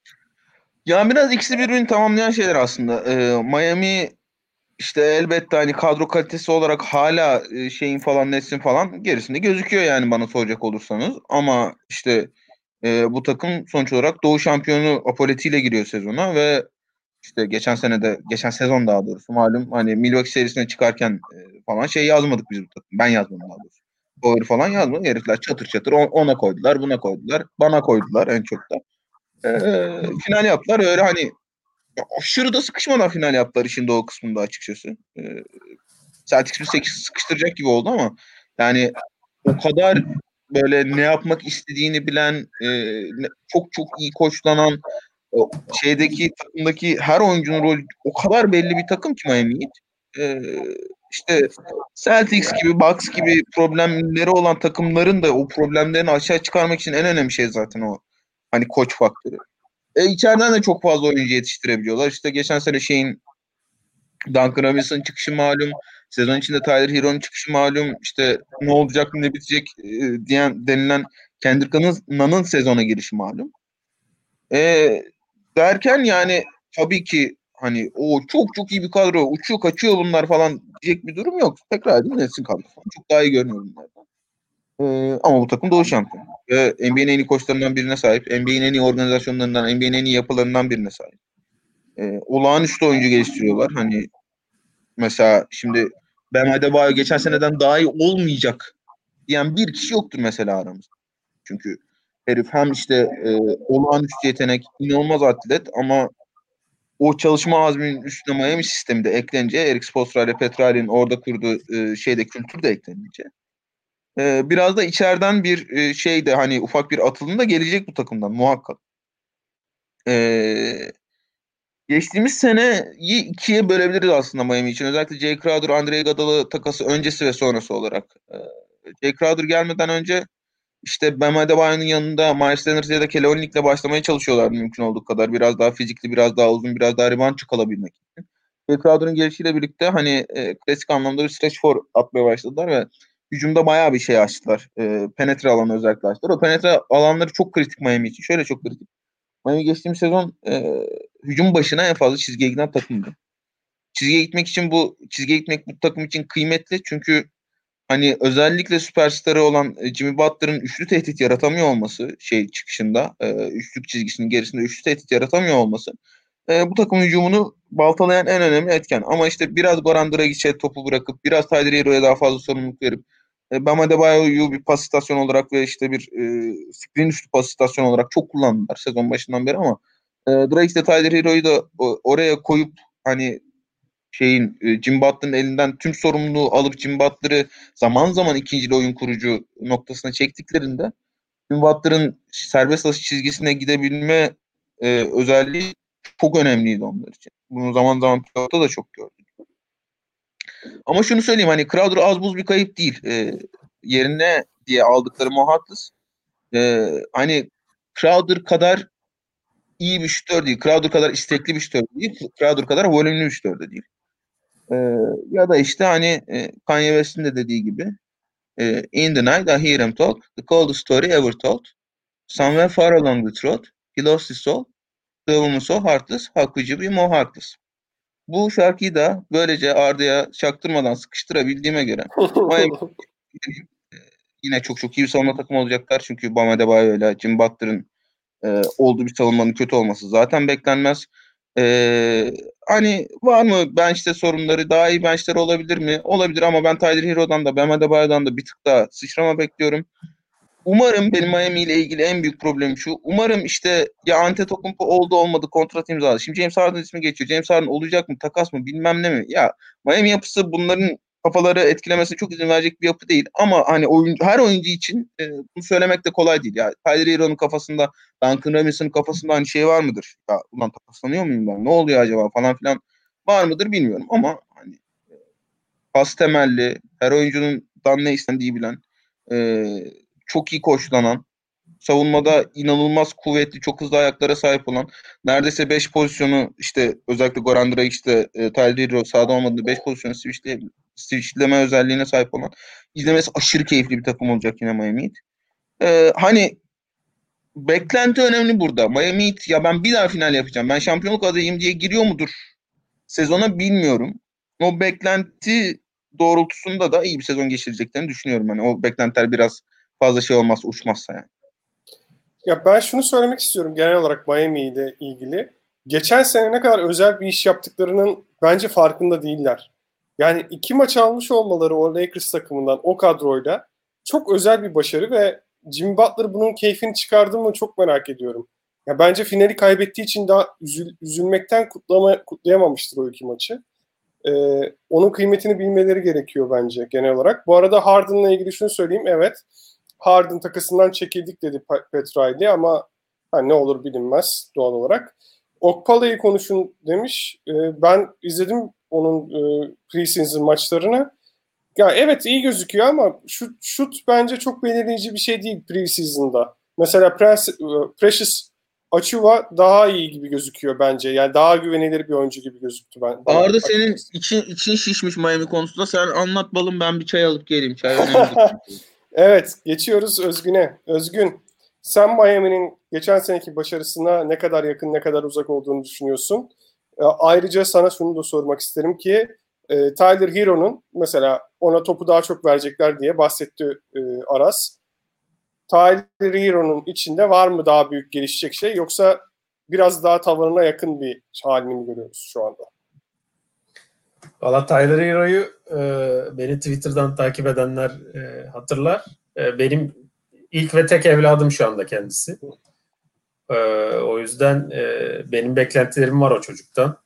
Ya biraz ikisi birbirini tamamlayan şeyler aslında. Miami işte elbette hani kadro kalitesi olarak hala şeyin falan Nets'in falan gerisinde gözüküyor yani, bana soracak olursanız. Ama işte bu takım sonuç olarak Doğu şampiyonu apolitiyle giriyor sezona ve işte geçen sezon daha doğrusu malum hani Milwaukee serisine çıkarken falan şey yazmadık biz bu takım. Ben yazmadım daha doğrusu. Power falan yazmadım. Herifler çatır çatır ona koydular, buna koydular, bana koydular en çok da. Final yaptılar. Öyle hani aşırı da sıkışmadan final yaptılar işin doğu kısmında açıkçası. Celtics bir 8 sıkıştıracak gibi oldu ama yani o kadar böyle ne yapmak istediğini bilen, çok çok iyi koçlanan, o şeydeki takımdaki her oyuncunun rolü o kadar belli bir takım ki Miami Heat. İşte Celtics gibi, Bucks gibi problemleri olan takımların da o problemlerini aşağı çıkarmak için en önemli şey zaten o. Hani koç faktörü. İçeriden de çok fazla oyuncu yetiştirebiliyorlar. İşte geçen sene Duncan Robinson'ın çıkışı malum. Sezon içinde Tyler Hero'nun çıkışı malum. İşte ne olacak ne bitecek denilen Kendrick Nunn'ın sezona girişi malum. Derken yani tabii ki hani o çok çok iyi bir kadro, uçuyor kaçıyor bunlar falan diyecek bir durum yok. Tekrar edeyim, Nets'in kadrosu çok daha iyi görünüyor bunlardan. Ama bu takım Doğu şampiyonu. Ve NBA'nin en iyi koçlarından birine sahip. NBA'nin en iyi organizasyonlarından, NBA'nin en iyi yapılarından birine sahip. Olağanüstü oyuncu geliştiriyorlar. Hani mesela şimdi Bam Adebayo geçen seneden daha iyi olmayacak diyen bir kişi yoktur mesela aramızda. Çünkü herif hem işte olağanüstü yetenek, inanılmaz atlet ama o çalışma azminin üstüne Miami sistemi de eklenince, Erik Spoelstra ile Petrali'nin orada kurduğu şeyde kültür de eklenince biraz da içeriden bir şey de hani ufak bir atılım da gelecek bu takımdan muhakkak. Geçtiğimiz seneyi ikiye bölebiliriz aslında Miami için. Özellikle Jay Crowder, Andre Iguodala takası öncesi ve sonrası olarak. Jay Crowder gelmeden önce işte Bam Adebayo'nun yanında Myles Leonard ya da Kelly Olynyk'le başlamaya çalışıyorlar mümkün olduğu kadar. Biraz daha fizikli, biraz daha uzun, biraz daha rebound çıkalabilmek için. Jay Crowder'ın gelişiyle birlikte hani klasik anlamda bir stretch four atmaya başladılar ve hücumda bayağı bir şey açtılar. Penetre alanı özellikle açtılar. O penetre alanları çok kritik Miami için. Şöyle çok kritik. Miami geçtiğimiz sezon hücum başına en fazla çizgiye giden takımdı. Çizgiye gitmek bu takım için kıymetli çünkü hani özellikle süperstarı olan Jimmy Butler'ın üçlü tehdit yaratamıyor olması çıkışında, üçlük çizgisinin gerisinde üçlü tehdit yaratamıyor olması bu takım hücumunu baltalayan en önemli etken. Ama işte biraz Goran Dragic'e topu bırakıp biraz Tyler Hero'ya daha fazla sorumluluk verip Bam Adebayo'yu bir pas istasyonu olarak ve işte bir screen üstü pas istasyonu olarak çok kullandılar sezon başından beri ama Dragic de Tyler Hero'yu da oraya koyup hani Jim Butler'ın elinden tüm sorumluluğu alıp Jim Butler'ı zaman zaman ikincili oyun kurucu noktasına çektiklerinde Jim Butler'ın serbest atış çizgisine gidebilme özelliği çok önemliydi onlar için. Bunu zaman zaman playoff'ta da çok gördük. Ama şunu söyleyeyim, hani Crowder az buz bir kayıp değil. Yerine diye aldıkları Mo Harkless. Hani Crowder kadar iyi bir şütör değil. Crowder kadar istekli bir şütör değil. Crowder kadar volümlü bir şütör de değil. Ya da işte hani Kanye West'in de dediği gibi in the night I hear him talk, the coldest story ever told. Somewhere far along the road, he lost his soul. The woman so heartless, how could you be more heartless? Bu şarkıyı da böylece Arda'ya çaktırmadan sıkıştırabildiğime göre Miami yine çok çok iyi bir savunma takımı olacaklar. Çünkü Bam Adebayo ile Jimmy Butler'ın olduğu bir savunmanın kötü olması zaten beklenmez. Hani var mı bench'te sorunları, daha iyi bench'ler olabilir mi? Olabilir ama ben Tyler Hero'dan da Bam Adebayo'dan da bir tık daha sıçrama bekliyorum. Umarım, benim Miami ile ilgili en büyük problemim şu. Umarım işte ya Antetokounmpo oldu olmadı kontrat imzaladı. Şimdi James Harden ismi geçiyor. James Harden olacak mı, takas mı, bilmem ne mi? Ya Miami yapısı bunların kafaları etkilemesine çok izin verecek bir yapı değil. Ama hani her oyuncu için bunu söylemek de kolay değil. Ya Tyler Hero'nun kafasında, Duncan Robinson'ın kafasında hani şey var mıdır? Ya ulan takaslanıyor muyum ben? Ne oluyor acaba falan filan var mıdır bilmiyorum. Ama hani pas temelli, her oyuncunun ne istendiği bilen, çok iyi koşlanan, savunmada inanılmaz kuvvetli, çok hızlı ayaklara sahip olan, neredeyse 5 pozisyonu, işte özellikle Goran Dragic'te Tyler Hero sahada olmadığı 5 pozisyonu switchleme özelliğine sahip olan, izlemesi aşırı keyifli bir takım olacak yine Miami Heat. Hani beklenti önemli burada. Miami Heat ya ben bir daha final yapacağım, ben şampiyonluk adayım diye giriyor mudur sezona bilmiyorum. O beklenti doğrultusunda da iyi bir sezon geçireceklerini düşünüyorum. Hani o beklentiler biraz fazla şey olmazsa, uçmazsa yani. Ya ben şunu söylemek istiyorum genel olarak Miami ile ilgili. Geçen sene ne kadar özel bir iş yaptıklarının bence farkında değiller. Yani 2 maç almış olmaları o Lakers takımından o kadroyla çok özel bir başarı ve Jimmy Butler bunun keyfini çıkardı mı çok merak ediyorum. Ya bence finali kaybettiği için daha üzülmekten kutlayamamıştır o 2 maçı. Onun kıymetini bilmeleri gerekiyor bence genel olarak. Bu arada Harden'la ilgili şunu söyleyeyim. Evet, Harden takasından çekildik dedi Pat Riley ama hani ne olur bilinmez doğal olarak. Okpala'yı konuşun demiş. Ben izledim onun preseason maçlarını. Ya evet iyi gözüküyor ama şut bence çok belirleyici bir şey değil preseason'da. Mesela Precious Achiuwa daha iyi gibi gözüküyor bence. Yani daha güvenilir bir oyuncu gibi gözüktü ben. Arda senin için şişmiş Miami konusunda. Sen anlat balım, ben bir çay alıp geleyim. Çay önemli. Evet, geçiyoruz Özgün'e. Özgün, sen Miami'nin geçen seneki başarısına ne kadar yakın, ne kadar uzak olduğunu düşünüyorsun? Ayrıca sana şunu da sormak isterim ki Tyler Hero'nun mesela ona topu daha çok verecekler diye bahsetti Aras. Tyler Hero'nun içinde var mı daha büyük gelişecek şey yoksa biraz daha tavanına yakın bir halini mi görüyoruz şu anda? Valla Tyler Hero'yu beni Twitter'dan takip edenler hatırlar. Benim ilk ve tek evladım şu anda kendisi. O yüzden benim beklentilerim var o çocuktan.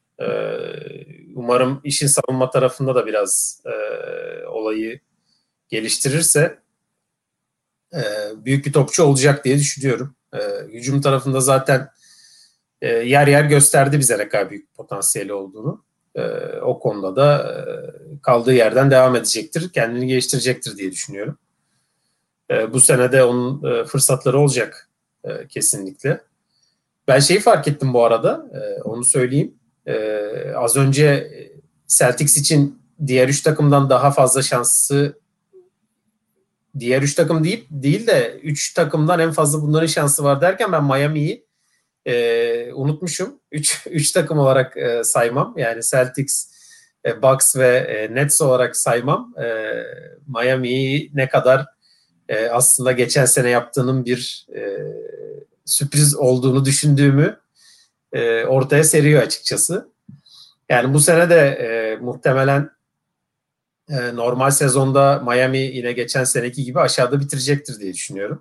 Umarım işin savunma tarafında da biraz olayı geliştirirse büyük bir topçu olacak diye düşünüyorum. Hücum tarafında zaten yer yer gösterdi bize ne kadar büyük potansiyeli olduğunu. O konuda da kaldığı yerden devam edecektir. Kendini geliştirecektir diye düşünüyorum. Bu sene de onun fırsatları olacak kesinlikle. Ben şeyi fark ettim bu arada. Onu söyleyeyim. Az önce Celtics için diğer 3 takımdan daha fazla şansı, diğer 3 takım değil de 3 takımdan en fazla bunların şansı var derken ben Miami'yi unutmuşum. 3 takım olarak saymam. Yani Celtics, Bucks ve Nets olarak saymam. Miami'yi ne kadar aslında geçen sene yaptığının bir sürpriz olduğunu düşündüğümü ortaya seriyor açıkçası. Yani bu sene de muhtemelen normal sezonda Miami yine geçen seneki gibi aşağıda bitirecektir diye düşünüyorum.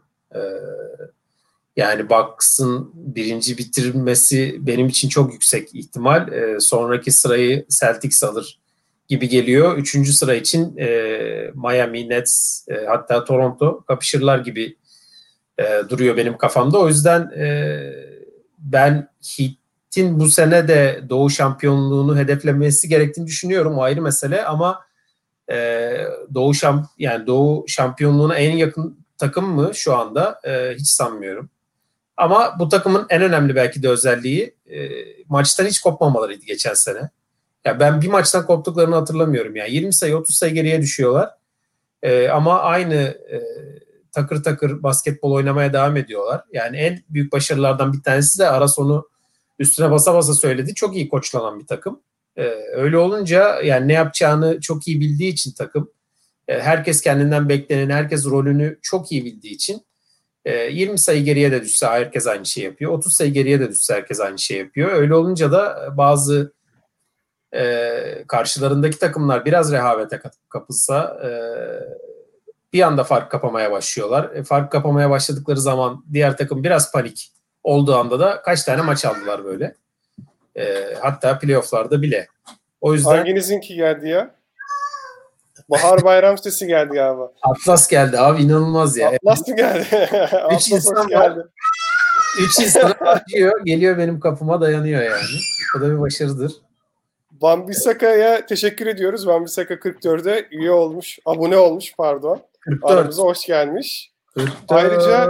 Yani Bucks'ın birinci bitirmesi benim için çok yüksek ihtimal. Sonraki sırayı Celtics alır gibi geliyor. 3. sıra için Miami, Nets hatta Toronto kapışırlar gibi duruyor benim kafamda. O yüzden ben Heat'in bu sene de Doğu şampiyonluğunu hedeflemesi gerektiğini düşünüyorum. O ayrı mesele ama Doğu şampiyonluğuna en yakın takım mı şu anda? Hiç sanmıyorum. Ama bu takımın en önemli belki de özelliği maçtan hiç kopmamalarıydı geçen sene. Ya ben bir maçtan koptuklarını hatırlamıyorum. Yani 20 sayı 30 sayı geriye düşüyorlar. Ama aynı takır takır basketbol oynamaya devam ediyorlar. Yani en büyük başarılardan bir tanesi de Aras onu üstüne basa basa söyledi. Çok iyi koçlanan bir takım. Öyle olunca yani ne yapacağını çok iyi bildiği için takım, herkes kendinden beklenen, herkes rolünü çok iyi bildiği için 20 sayı geriye de düşse herkes aynı şey yapıyor. 30 sayı geriye de düşse herkes aynı şey yapıyor. Öyle olunca da bazı karşılarındaki takımlar biraz rehavete kapılsa bir anda fark kapamaya başlıyorlar. Fark kapamaya başladıkları zaman diğer takım biraz panik olduğu anda da kaç tane maç aldılar böyle. Hatta playofflarda bile. O yüzden Hanginizinki geldi ya? Bahar Bayram sesi geldi galiba. Atlas geldi abi, inanılmaz ya. Atlas mı geldi? Atlas insan hoş geldi. 3 insan harcıyor, geliyor benim kapıma dayanıyor yani. O da bir başarıdır. Bambisaka'ya teşekkür ediyoruz. Bambisaka 44'e üye olmuş, abone olmuş pardon. 44. Aramıza hoş gelmiş. 44. Ayrıca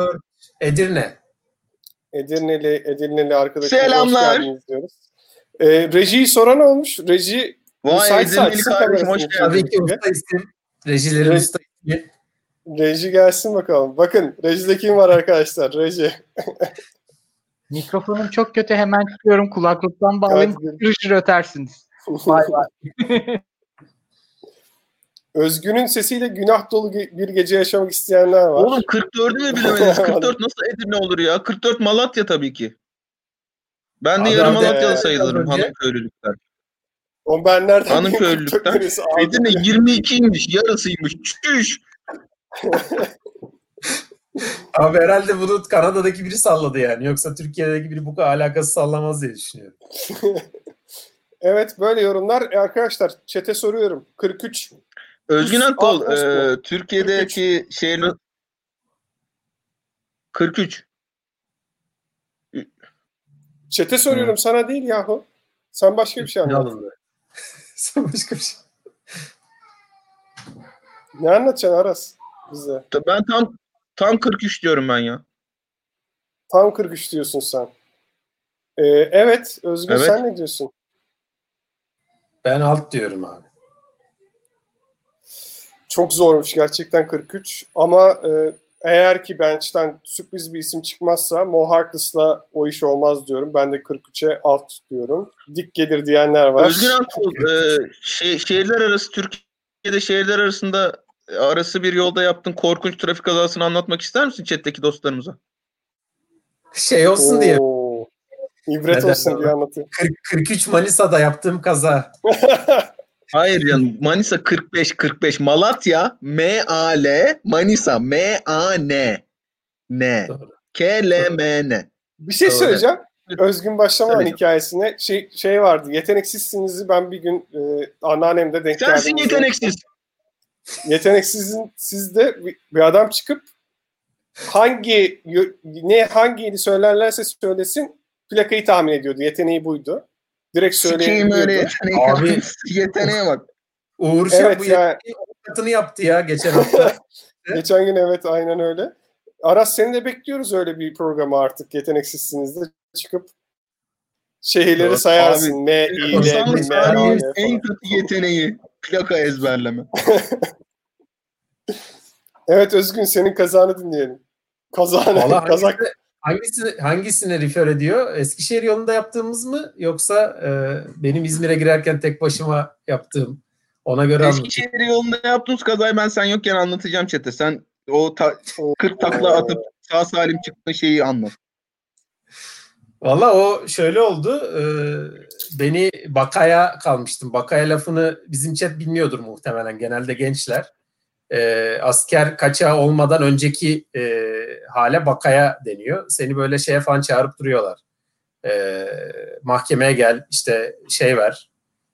Edirne. Edirneli arkadaşımıza hoş Selamlar. geldiniz diyoruz. Rejiyi soran olmuş. Reji Vay müsaitse Edirneli açsın kardeşim, hoş kamerasını. Tabii ki usta isim. Rejilerin Re- usta ismi. Reji gelsin bakalım. Bakın Reji'de kim var arkadaşlar? Reji. Mikrofonum çok kötü, hemen çıkıyorum, kulaklıktan bağlayayım, Hadi. hırışır ötersiniz. Vay vay. Özgün'ün sesiyle günah dolu bir gece yaşamak isteyenler var. Oğlum 44'ü mü bilemediniz? 44 nasıl Edirne olur ya? 44 Malatya tabii ki. Ben de Abi, yarı abi, Malatyalı sayılırım az önce- Hanımköylülükten. O ben nereden Hanımköylülükten. bileyim? Edirne 22'ymiş, yarısıymış. Çüş. Abi herhalde bunu Kanada'daki biri salladı yani. Yoksa Türkiye'deki biri bu kadar alakası sallamaz diye düşünüyorum. Evet, böyle yorumlar. Arkadaşlar chat'e soruyorum. 43. Özgün Üst, Akkol, alt, üst mü? Türkiye'deki şehir 43. Chat'e soruyorum, sana değil yahu. Sen başka bir şey Ne anlat. alındı? Sen başka bir şey. Ne anlatacaksın Aras bize? Ben tam 43 diyorum ben ya. Tam 43 diyorsun sen. Evet, Özgür Evet. sen ne diyorsun? Ben alt diyorum abi. Çok zormuş gerçekten 43. Ama eğer ki bench'ten sürpriz bir isim çıkmazsa Mo Harkless'la o iş olmaz diyorum. Ben de 43'e alt diyorum. Dik gelir diyenler var. Özgün Akkol, şehirler arası, Türkiye'de şehirler arasında arası bir yolda yaptığın korkunç trafik kazasını anlatmak ister misin chat'teki dostlarımıza? Şey olsun diye Oo, İbret Neden olsun ama? diye anlatayım. 43 Manisa'da yaptığım kaza. Hayır canım, Manisa 45 Malatya M-A-L Manisa M-A-N Doğru. K-L-M-N. Bir şey Doğru. söyleyeceğim. Özgün başlamadan Tabii. hikayesine şey vardı. Yeteneksizsinizi ben bir gün anneannemde denk geldim. Sensin yeteneksiz. Yeteneksizin sizde bir adam çıkıp hangi ili söylerlerse söylesin plakayı tahmin ediyordu. Yeteneği buydu. Direkt Sikeyim öyle söyleyebiliyordu. yeteneği. Abi. Yeteneğe bak. Uğur Şah Evet bu ya. katını yaptı ya geçen hafta. Geçen gün evet aynen öyle. Aras seni de bekliyoruz öyle bir programa artık. Yeteneksizsiniz de çıkıp şehirleri Doğru. sayarsın. Abi, M, İ, L, İnsanlık M, A, tarihinin L en falan. kötü yeteneği plaka ezberleme. Evet Özgün senin kazanı dinleyelim. Valla Kazak. hangisine refer ediyor? Eskişehir yolunda yaptığımız mı? Yoksa benim İzmir'e girerken tek başıma yaptığım? Ona göre anlatayım. Eskişehir yolunda yaptığımız kazayı ben sen yokken anlatacağım chat'e. Sen o 40 takla atıp sağ salim çıktığın şeyi anlat. Valla o şöyle oldu. Beni Bakaya kalmıştım. Bakaya lafını bizim chat bilmiyordur muhtemelen. Genelde gençler. Asker kaçağı olmadan önceki hale Bakaya deniyor. Seni böyle şeye falan çağırıp duruyorlar. Mahkemeye gel, işte şey ver,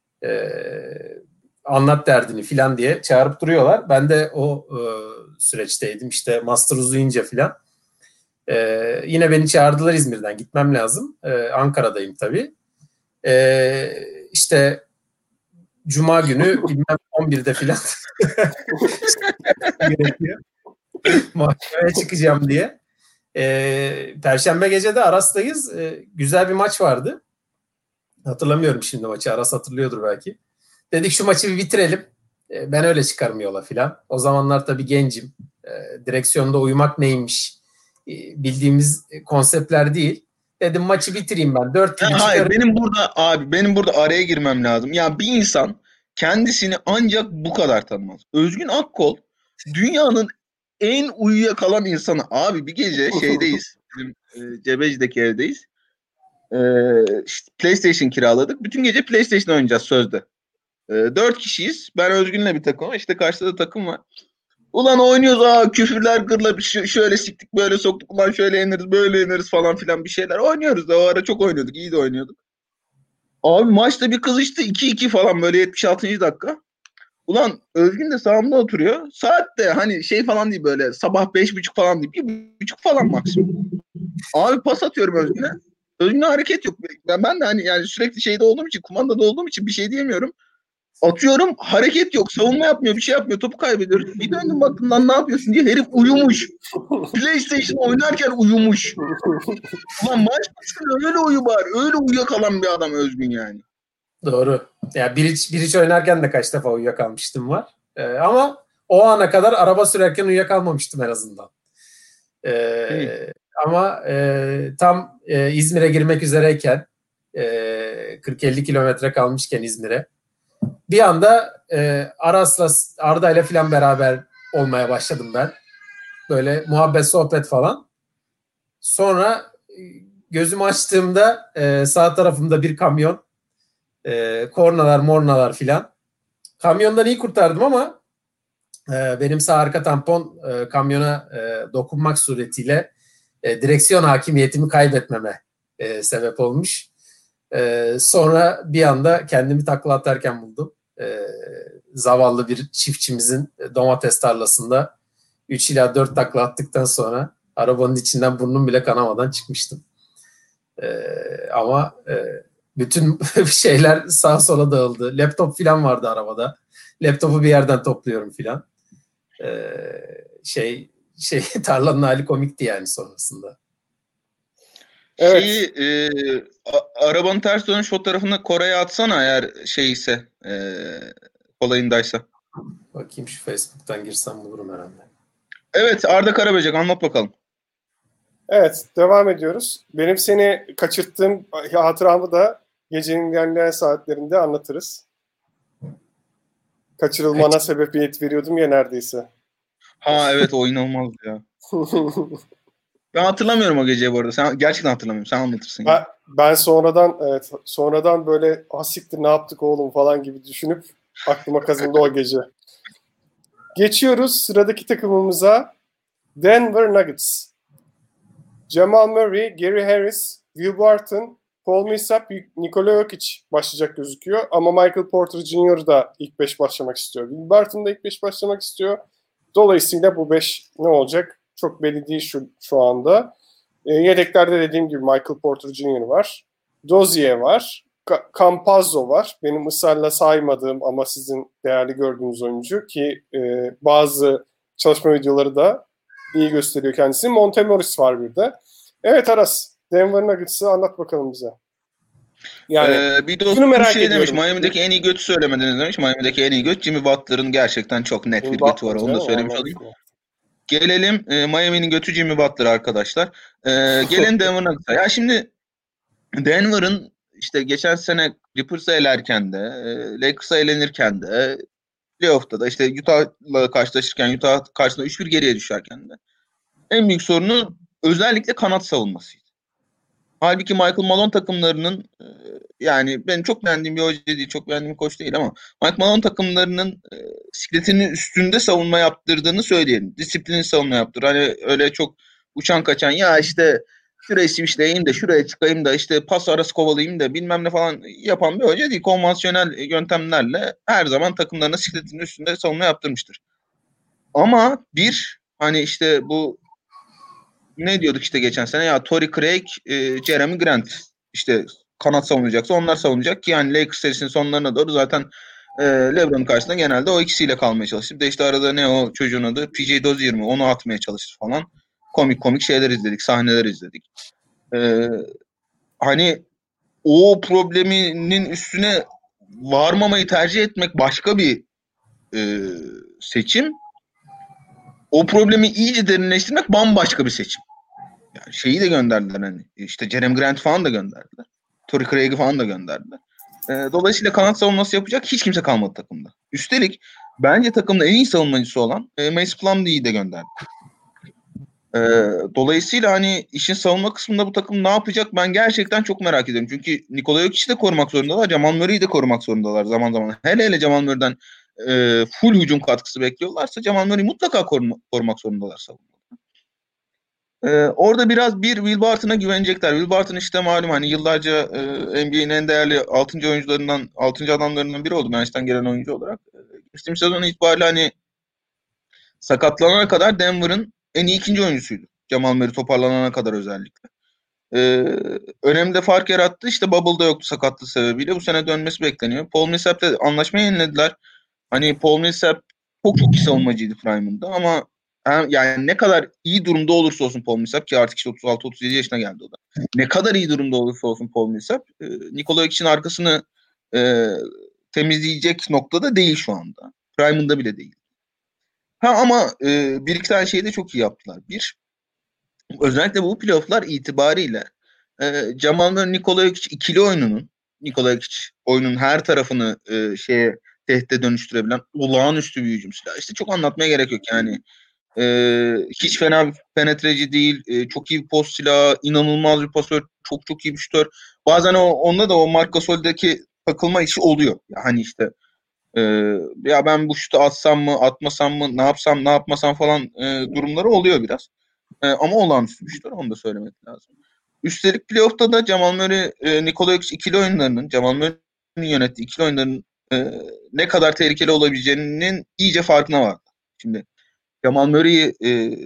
anlat derdini filan diye çağırıp duruyorlar. Ben de o süreçteydim. İşte master uzayınca filan. Yine beni çağırdılar İzmir'den. Gitmem lazım. Ankara'dayım tabii. İşte Cuma günü bilmem 11'de filan gerekiyor. Mahkemeye çıkacağım diye. Perşembe gece de Aras'tayız. Güzel bir maç vardı. Hatırlamıyorum şimdi maçı. Aras hatırlıyordur belki. Dedik şu maçı bir bitirelim. Ben öyle çıkarım yola filan. O zamanlar tabii gencim. Direksiyonda uyumak neymiş bildiğimiz konseptler değil. Dedim maçı bitireyim ben. 4 gibi Hayır, çıkarım. benim burada araya girmem lazım. Ya bir insan kendisini ancak bu kadar tanımaz. Özgün Akkol dünyanın en uyuyakalan insanı. Abi bir gece şeydeyiz. Bizim Cebeci'deki evdeyiz. İşte PlayStation kiraladık. Bütün gece PlayStation oynayacağız sözde. 4 kişiyiz. Ben Özgün'le bir takım. İşte karşıda da takım var. Ulan oynuyoruz, küfürler gırla şöyle siktik böyle soktuk, ulan şöyle yeniriz böyle yeniriz falan filan bir şeyler oynuyoruz da o ara çok oynuyorduk, iyi de oynuyorduk. Abi maçta bir kızıştı 2-2 falan böyle 76. dakika. Ulan Özgün de sağımda oturuyor. Saat de hani şey falan değil, böyle sabah 5.30 falan değil, 1.30 falan maksimum. Abi pas atıyorum Özgün'e. Özgün'e hareket yok. Ben de hani yani sürekli şeyde olduğum için, kumandada olduğum için bir şey diyemiyorum. Atıyorum, hareket yok, savunma yapmıyor, bir şey yapmıyor, topu kaybediyoruz. Bir döndüm baktım lan ne yapıyorsun diye, herif uyumuş. PlayStation oynarken uyumuş. Ulan maç başında öyle uyu bari, öyle uyuyakalan bir adam Özgün yani. Doğru. Ya bir oynarken de kaç defa uyuyakalmıştım var. Ama o ana kadar araba sürerken uyuyakalmamıştım en azından. Ama tam İzmir'e girmek üzereyken 40-50 kilometre kalmışken İzmir'e bir anda Aras'la Arda'yla falan beraber olmaya başladım ben. Böyle muhabbet sohbet falan. Sonra gözümü açtığımda sağ tarafımda bir kamyon, kornalar mornalar filan. Kamyondan iyi kurtardım ama benim sağ arka tampon kamyona dokunmak suretiyle direksiyon hakimiyetimi kaybetmeme sebep olmuş. Sonra bir anda kendimi takla atarken buldum. Zavallı bir çiftçimizin domates tarlasında 3 ila 4 takla attıktan sonra arabanın içinden burnum bile kanamadan çıkmıştım. Ama bütün şeyler sağa sola dağıldı. Laptop filan vardı arabada. Laptopu bir yerden topluyorum filan. Tarlanın hali komikti yani sonrasında. Evet. Arabanın ters dönüş fotoğrafını Kore'ye atsana eğer şeyse, kolayındaysa. Bakayım şu Facebook'tan girsem bulurum herhalde. Evet, Arda Karaböcek, anlat bakalım. Evet, devam ediyoruz. Benim seni kaçırttığım hatıramı da gecenin ilerleyen saatlerinde anlatırız. Kaçırılmana sebebiyet veriyordum ya neredeyse. Ha evet, o inanılmaz ya. Ben hatırlamıyorum o geceyi bu arada. Sen gerçekten hatırlamıyorum. Sen anlatırsın. Ben sonradan böyle asiktir ne yaptık oğlum falan gibi düşünüp aklıma kazındı o gece. Geçiyoruz sıradaki takımımıza. Denver Nuggets. Jamal Murray, Gary Harris, Will Barton, Paul Millsap, Nikola Jokic başlayacak gözüküyor. Ama Michael Porter Jr. da ilk 5 başlamak istiyor. Will Barton da ilk 5 başlamak istiyor. Dolayısıyla bu 5 ne olacak? Çok belli değil şu anda. Yedeklerde dediğim gibi Michael Porter Jr. var. Dozier var. Campazzo var. Benim ısrarla saymadığım ama sizin değerli gördüğünüz oyuncu ki bazı çalışma videoları da iyi gösteriyor kendisini. Montemoris var bir de. Evet Aras, Denver Nuggets'ı anlat bakalım bize. Yani bir dostum şey demiş, Miami'deki en iyi götü söylemediniz demiş. Miami'deki en iyi göt Jimmy Butler'ın gerçekten çok net bir götü var. Onu da söylemiş olayım. Gelelim Miami'nin götü Jimmy Butler arkadaşlar. Gelelim Denver Nuggets'a. Ya şimdi Denver'ın işte geçen sene Clippers'a elerken de, Lakers'a elenirken de, playoff'ta da işte Utah'la karşılaşırken, Utah karşısında 3-1 geriye düşerken de en büyük sorunu özellikle kanat savunmasıydı. Halbuki Michael Malone takımlarının, yani ben çok beğendiğim bir hoca değil, çok beğendiğim bir koç değil ama Michael Malone takımlarının sikletinin üstünde savunma yaptırdığını söyleyelim. Disiplinli savunma yaptır. Hani öyle çok uçan kaçan ya işte şurayı switchleyeyim de şuraya çıkayım da işte pas arası kovalayayım da bilmem ne falan yapan bir hoca değil. Konvansiyonel yöntemlerle her zaman takımlarına sikletinin üstünde savunma yaptırmıştır. Ama hani işte bu ne diyorduk işte geçen sene ya, Torrey Craig, Jeremy Grant işte kanat savunacaksa onlar savunacak ki yani Lakers serisinin sonlarına doğru zaten LeBron'un karşısında genelde o ikisiyle kalmaya çalıştı. Bir de işte arada ne o çocuğun adı? PJ Dozier mi? Onu atmaya çalıştı falan. Komik şeyler izledik, sahneler izledik. Hani o probleminin üstüne varmamayı tercih etmek başka bir seçim. O problemi iyice derinleştirmek bambaşka bir seçim. Yani şeyi de gönderdiler hani. İşte Jeremy Grant falan da gönderdiler. Torrey Craig'i falan da gönderdiler. Dolayısıyla kanat savunması yapacak hiç kimse kalmadı takımda. Üstelik bence takımda en iyi savunmacısı olan Mason Plumlee'yi de gönderdi. Dolayısıyla hani işin savunma kısmında bu takım ne yapacak ben gerçekten çok merak ediyorum. Çünkü Nikola Jokic'i de korumak zorundalar. Jamal Murray'i de korumak zorundalar zaman zaman. Hele Jamal Murray'den full hücum katkısı bekliyorlarsa Jamal Murray'i mutlaka korumak zorundalar savunmada. Orada biraz Will Barton'a güvenecekler. Will Barton işte malum hani yıllarca NBA'nin en değerli 6. oyuncularından, 6. adamlarından biri oldu Bench'ten gelen oyuncu olarak. Geçtiğimiz sezon itibariyle hani sakatlanana kadar Denver'ın en iyi ikinci oyuncusuydu. Jamal Murray toparlanana kadar özellikle. Önemli de fark yarattı. İşte Bubble'da yoktu sakatlığı sebebiyle. Bu sene dönmesi bekleniyor. Paul Millsap'le anlaşmayı yenilediler. Hani Paul Millsap çok iyi savunmacıydı Prime'ında ama yani ne kadar iyi durumda olursa olsun Paul Millsap ki artık işte 36-37 yaşına geldi o da. Ne kadar iyi durumda olursa olsun Paul Millsap Nikola Jokic'in arkasını temizleyecek noktada değil şu anda. Prime'ında bile değil. Ama bir iki tane şeyi de çok iyi yaptılar. Bir, özellikle bu playofflar itibariyle Jamal Murray, Nikola Jokic ikili oyununun Nikola Jokic oyunun her tarafını tehdide dönüştürebilen olağanüstü bir hücum silahı. İşte çok anlatmaya gerek yok yani. Hiç fena bir penetreci değil. Çok iyi bir post silahı. İnanılmaz bir pasör. Çok iyi bir şutör. Bazen onda da o Marc Gasol'deki takılma işi oluyor. Yani işte ya ben bu şutu atsam mı atmasam mı ne yapsam ne yapmasam falan durumları oluyor biraz. Ama olağanüstü bir şutör. Onu da söylemek lazım. Üstelik playoff'ta da Jamal Murray, Nikola Jokic ikili oyunlarının Jamal Murray'nin yönettiği ikili oyunların ne kadar tehlikeli olabileceğinin iyice farkına vardı. Şimdi Jamal Murray'i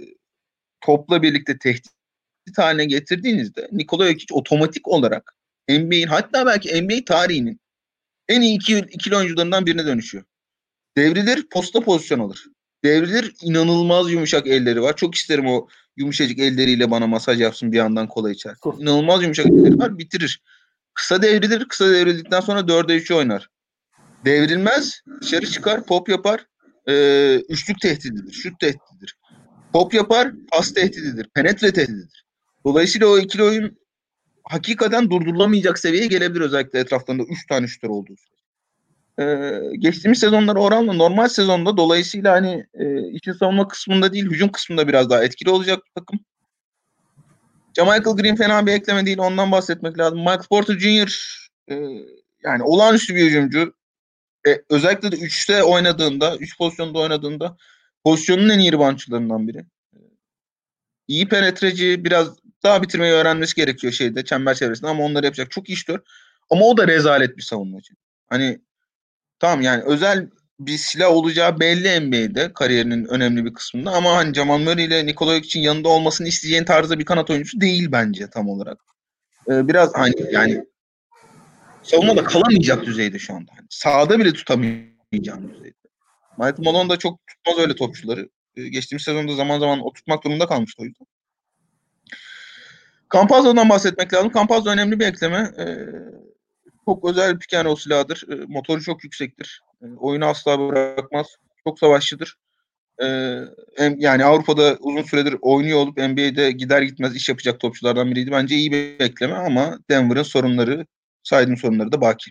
topla birlikte tehdit haline getirdiğinizde Nikola Jokic otomatik olarak NBA'in hatta belki NBA tarihinin en iyi ikili oyuncularından birine dönüşüyor. Devrilir, posta pozisyon alır. Devrilir, inanılmaz yumuşak elleri var. Çok isterim o yumuşacık elleriyle bana masaj yapsın bir yandan kola içer. İnanılmaz yumuşak elleri var, bitirir. Kısa devrilir, kısa devrildikten sonra 4'e 3'ü oynar. Devrilmez, dışarı çıkar, pop yapar. Üçlük tehdididir, şut tehdididir. Pop yapar, pas tehdididir, penetre tehdididir. Dolayısıyla o ikili oyun hakikaten durdurulamayacak seviyeye gelebilir özellikle etraflarında 3 tane şutör olduğu sürece. Geçtiğimiz sezonlara oranla normal sezonda dolayısıyla hani için savunma kısmında değil hücum kısmında biraz daha etkili olacak bu takım. Jamichael Green fena bir ekleme değil ondan bahsetmek lazım. Michael Porter Jr. Yani olağanüstü bir hücumcu. Özellikle de 3'te oynadığında 3 pozisyonda oynadığında pozisyonun en iyi reboundçılarından biri. İyi penetreci biraz daha bitirmeyi öğrenmesi gerekiyor çember çevresinde ama onları yapacak çok iyi şutör. Ama o da rezalet bir savunmacı. Hani tamam yani özel bir silah olacağı belli NBA'de kariyerinin önemli bir kısmında ama hani Jamal Murray ile Nikola Jokic'in yanında olmasını isteyeceğin tarzda bir kanat oyuncusu değil bence tam olarak. Biraz hani yani savunmada kalamayacak düzeyde şu anda. Hani sahada bile tutamayacağım düzeyde. Michael Malone da çok tutmaz öyle topçuları. Geçtiğimiz sezonda zaman zaman o tutmak durumunda kalmıştı o yüzden. Campazzo'dan bahsetmek lazım. Campazzo önemli bir ekleme. Çok özel bir pick and roll silahıdır. Motoru çok yüksektir. Oyunu asla bırakmaz. Çok savaşçıdır. Yani Avrupa'da uzun süredir oynuyor olup NBA'de gider gitmez iş yapacak topçulardan biriydi. Bence iyi bir ekleme ama Denver'ın saydığım sorunları da baki.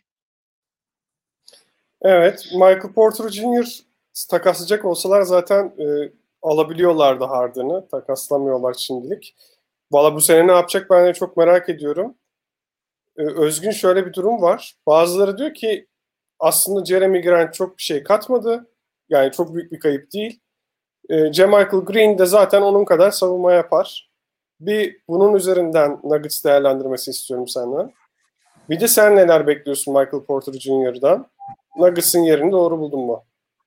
Evet, Michael Porter Jr. takaslayacak olsalar zaten alabiliyorlardı Harden'ı. Takaslamıyorlar şimdilik. Valla bu sene ne yapacak ben de çok merak ediyorum. Özgün şöyle bir durum var. Bazıları diyor ki aslında Jeremy Grant çok bir şey katmadı. Yani çok büyük bir kayıp değil. Jamichael Green de zaten onun kadar savunma yapar. Bir bunun üzerinden Nuggets değerlendirmesi istiyorum senden. Bir de sen neler bekliyorsun Michael Porter Jr.'dan? Nuggets'ın yerini doğru buldun mu?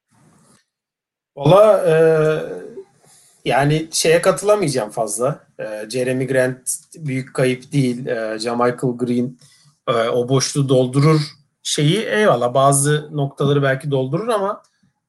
Valla yani şeye katılamayacağım fazla. Jeremy Grant büyük kayıp değil. Jamichael Green o boşluğu doldurur şeyi eyvallah bazı noktaları belki doldurur ama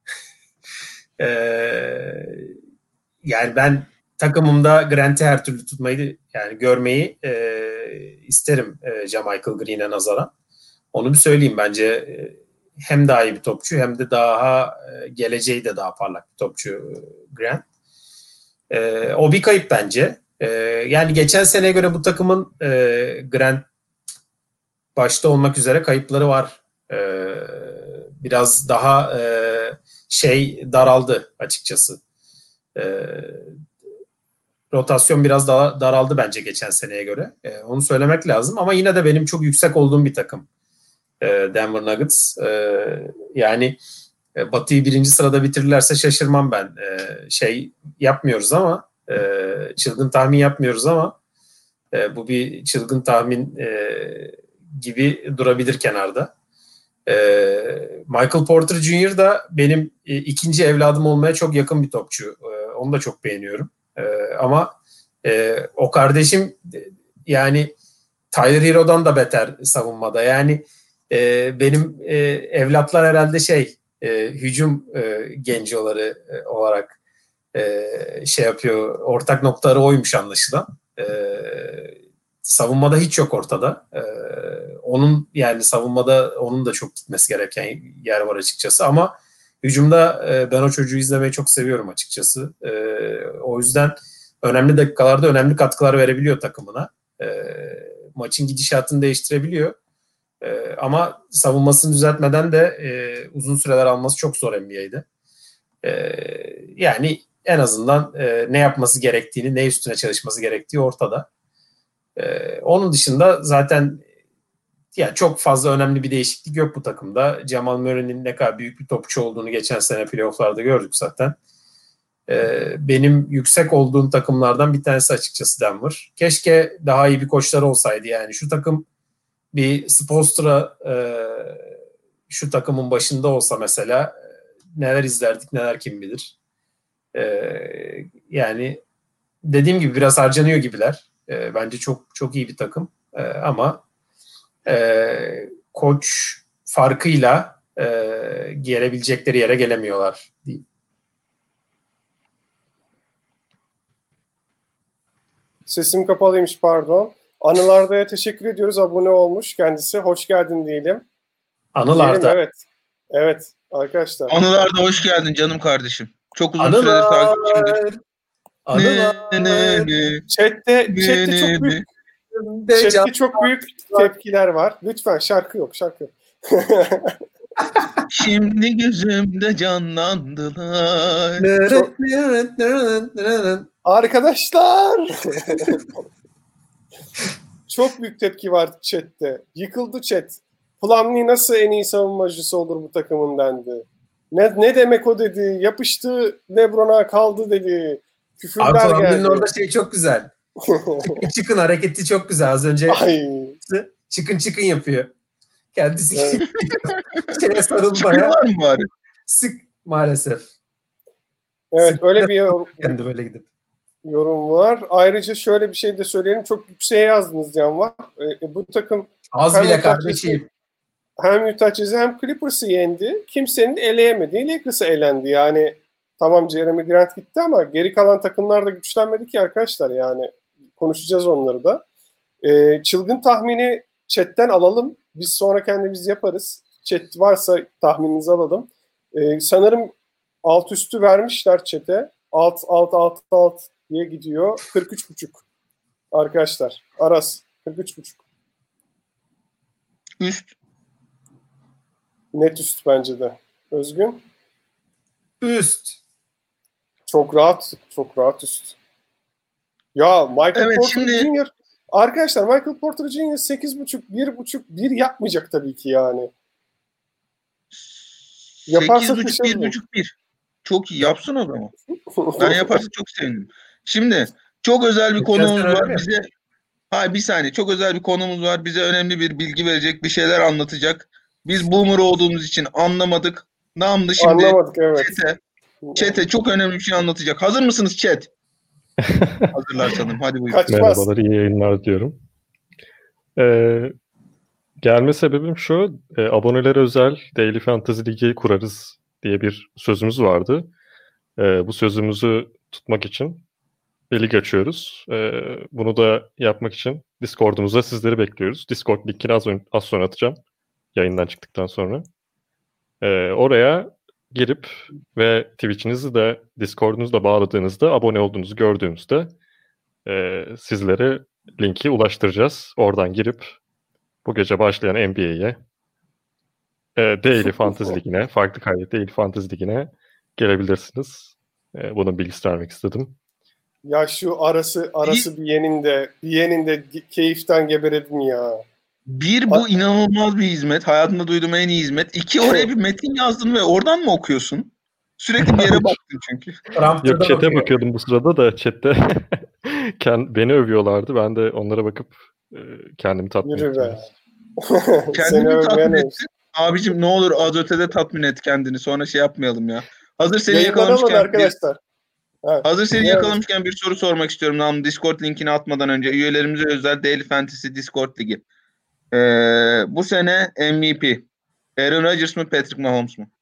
yani ben takımımda Grant'i her türlü tutmayı yani görmeyi isterim Jamichael Green'e nazaran. Onu bir söyleyeyim bence hem daha iyi bir topçu hem de daha geleceği de daha parlak bir topçu Grant. O bir kayıp bence. Yani geçen seneye göre bu takımın Grant başta olmak üzere kayıpları var. Biraz daha daraldı açıkçası. Rotasyon biraz daha daraldı bence geçen seneye göre. Onu söylemek lazım ama yine de benim çok yüksek olduğum bir takım Denver Nuggets. Yani Batı'yı 1. sırada bitirirlerse şaşırmam ben. Yapmıyoruz ama çılgın tahmin yapmıyoruz ama bu bir çılgın tahmin gibi durabilir kenarda. Michael Porter Jr. da benim ikinci evladım olmaya çok yakın bir topçu. Onu da çok beğeniyorum. Ama o kardeşim yani Tyler Hero'dan da beter savunmada. Yani benim evlatlar herhalde hücum gencoları olarak yapıyor. Ortak noktaları oymuş anlaşılan. Savunmada hiç yok ortada. Onun yani savunmada onun da çok gitmesi gereken yer var açıkçası ama hücumda ben o çocuğu izlemeyi çok seviyorum açıkçası. O yüzden önemli dakikalarda önemli katkılar verebiliyor takımına. Maçın gidişatını değiştirebiliyor. Ama savunmasını düzeltmeden de uzun süreler alması çok zor NBA'de. Yani en azından ne yapması gerektiğini, ne üstüne çalışması gerektiği ortada. Onun dışında zaten yani çok fazla önemli bir değişiklik yok bu takımda. Jamal Murray'nin ne kadar büyük bir topçu olduğunu geçen sene playoff'larda gördük zaten. Benim yüksek olduğum takımlardan bir tanesi açıkçası Denver. Keşke daha iyi bir koçları olsaydı. Yani şu takım bir Spoelstra şu takımın başında olsa mesela neler izlerdik neler kim bilir. Yani dediğim gibi biraz harcanıyor gibiler. Bence çok çok iyi bir takım. Ama koç farkıyla gelebilecekleri yere gelemiyorlar diyeyim. Sesim kapalıymış pardon. Anıl Arda'ya teşekkür ediyoruz. Abone olmuş kendisi. Hoş geldin diyelim. Anıl Arda. Evet. Evet arkadaşlar. Anıl Arda hoş geldin canım kardeşim. Çok uzun Anıl süredir takipçimdir. Chat'te çok büyük tepkiler var. Lütfen şarkı yok. Şimdi gözümde canlandılar. Arkadaşlar. Çok büyük tepki var chat'te. Yıkıldı chat. Plumlee nasıl en iyi savunmacısı olur bu takımın dendi. Ne demek o dedi. Yapıştı LeBron'a kaldı dedi. Küfürler geldi. Plumlee'nin orada çok güzel. Çıkın hareketi çok güzel. Az önce çıkın yapıyor. Kendisi şeye sarılmaya. Var mı bari? Sık maalesef. Evet sık öyle bir kendi böyle gidip. Yorum var. Ayrıca şöyle bir şey de söyleyelim. Çok yükseğe yazdınız Can var. Bu takım az bile kardeşim. Hem Utah Jazz'i hem Clippers'ı yendi. Kimsenin eleyemediği Lakers'ı elendi. Yani tamam Jeremy Grant gitti ama geri kalan takımlar da güçlenmedi ki arkadaşlar. Yani konuşacağız onları da. Çılgın tahmini chat'ten alalım. Biz sonra kendimiz yaparız. Chat varsa tahmininizi alalım. Sanırım alt üstü vermişler chat'e. Alt diye gidiyor. 43.5 arkadaşlar. Aras 43.5. Üst. Net üst bence de. Özgün? Üst. Çok rahat üst. Ya Michael Porter Jr. Arkadaşlar Michael Porter Jr. 8.5, 1.5, 1 yapmayacak tabii ki yani. 8.5, 1.5, 1. Çok iyi. Yapsın o zaman. Ben yaparsa çok sevinirim. Şimdi çok özel bir konuğumuz var. Bir saniye. Çok özel bir konumuz var. Bize önemli bir bilgi verecek, bir şeyler anlatacak. Biz boomer olduğumuz için anlamadık. Namdı şimdi. Anlamadık evet. Chat'e çok önemli bir şey anlatacak. Hazır mısınız chat? Hazırlar sanırım. Hadi buyurun. Merhabalar, iyi yayınlar diyorum. Gelme sebebim şu, abonelere özel Daily Fantasy Ligi kurarız diye bir sözümüz vardı. Bu sözümüzü tutmak için bir lig açıyoruz. Bunu da yapmak için Discord'umuzda sizleri bekliyoruz. Discord linkini az sonra atacağım yayından çıktıktan sonra. Oraya girip ve Twitch'inizi de Discord'unuzu da bağladığınızda abone olduğunuzu gördüğümüzde sizlere linki ulaştıracağız. Oradan girip bu gece başlayan NBA'ye, Daily Fantasy Ligi'ne, farklı kaydet Daily Fantasy Ligi'ne gelebilirsiniz. Bunun bilgisini vermek istedim. Ya şu arası bir yeninde keyiften geberedim ya. Bir, bu inanılmaz bir hizmet. Hayatımda duyduğum en iyi hizmet. İki, oraya bir metin yazdın ve oradan mı okuyorsun? Sürekli bir yere baktın çünkü. Yok, chat'e bakıyordum bu sırada da chat'te beni övüyorlardı. Ben de onlara bakıp kendimi tatmin Yürü ettim. be. Kendini tatmin ettin. Abicim ne olur az ötede tatmin et kendini. Sonra şey yapmayalım ya. Hazır seni yakalamışken arkadaşlar. yakalamışken bir soru sormak istiyorum. Namı Discord linkini atmadan önce. Üyelerimize özel Daily Fantasy Discord Ligi. Bu sene MVP Aaron Rodgers mı Patrick Mahomes mu?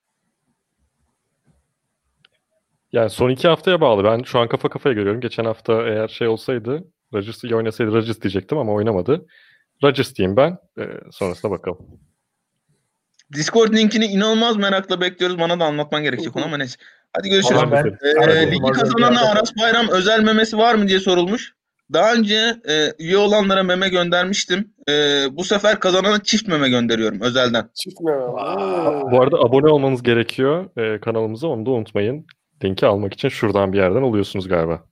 Yani son 2 haftaya bağlı. Ben şu an kafa kafaya görüyorum. Geçen hafta eğer şey olsaydı, Rodgers iyi oynasaydı Rodgers diyecektim ama oynamadı. Rodgers diyeyim ben. Sonrasına bakalım. Discord linkini inanılmaz merakla bekliyoruz. Bana da anlatman gerekecek onu ama neyse. Hadi görüşürüz. Ligi kazanana Aras Bayram özel memesi var mı diye sorulmuş. Daha önce üye olanlara meme göndermiştim. Bu sefer kazanana çift meme gönderiyorum özelden. Çift meme. Bu arada abone olmanız gerekiyor kanalımıza. Onu da unutmayın. Linki almak için şuradan bir yerden oluyorsunuz galiba.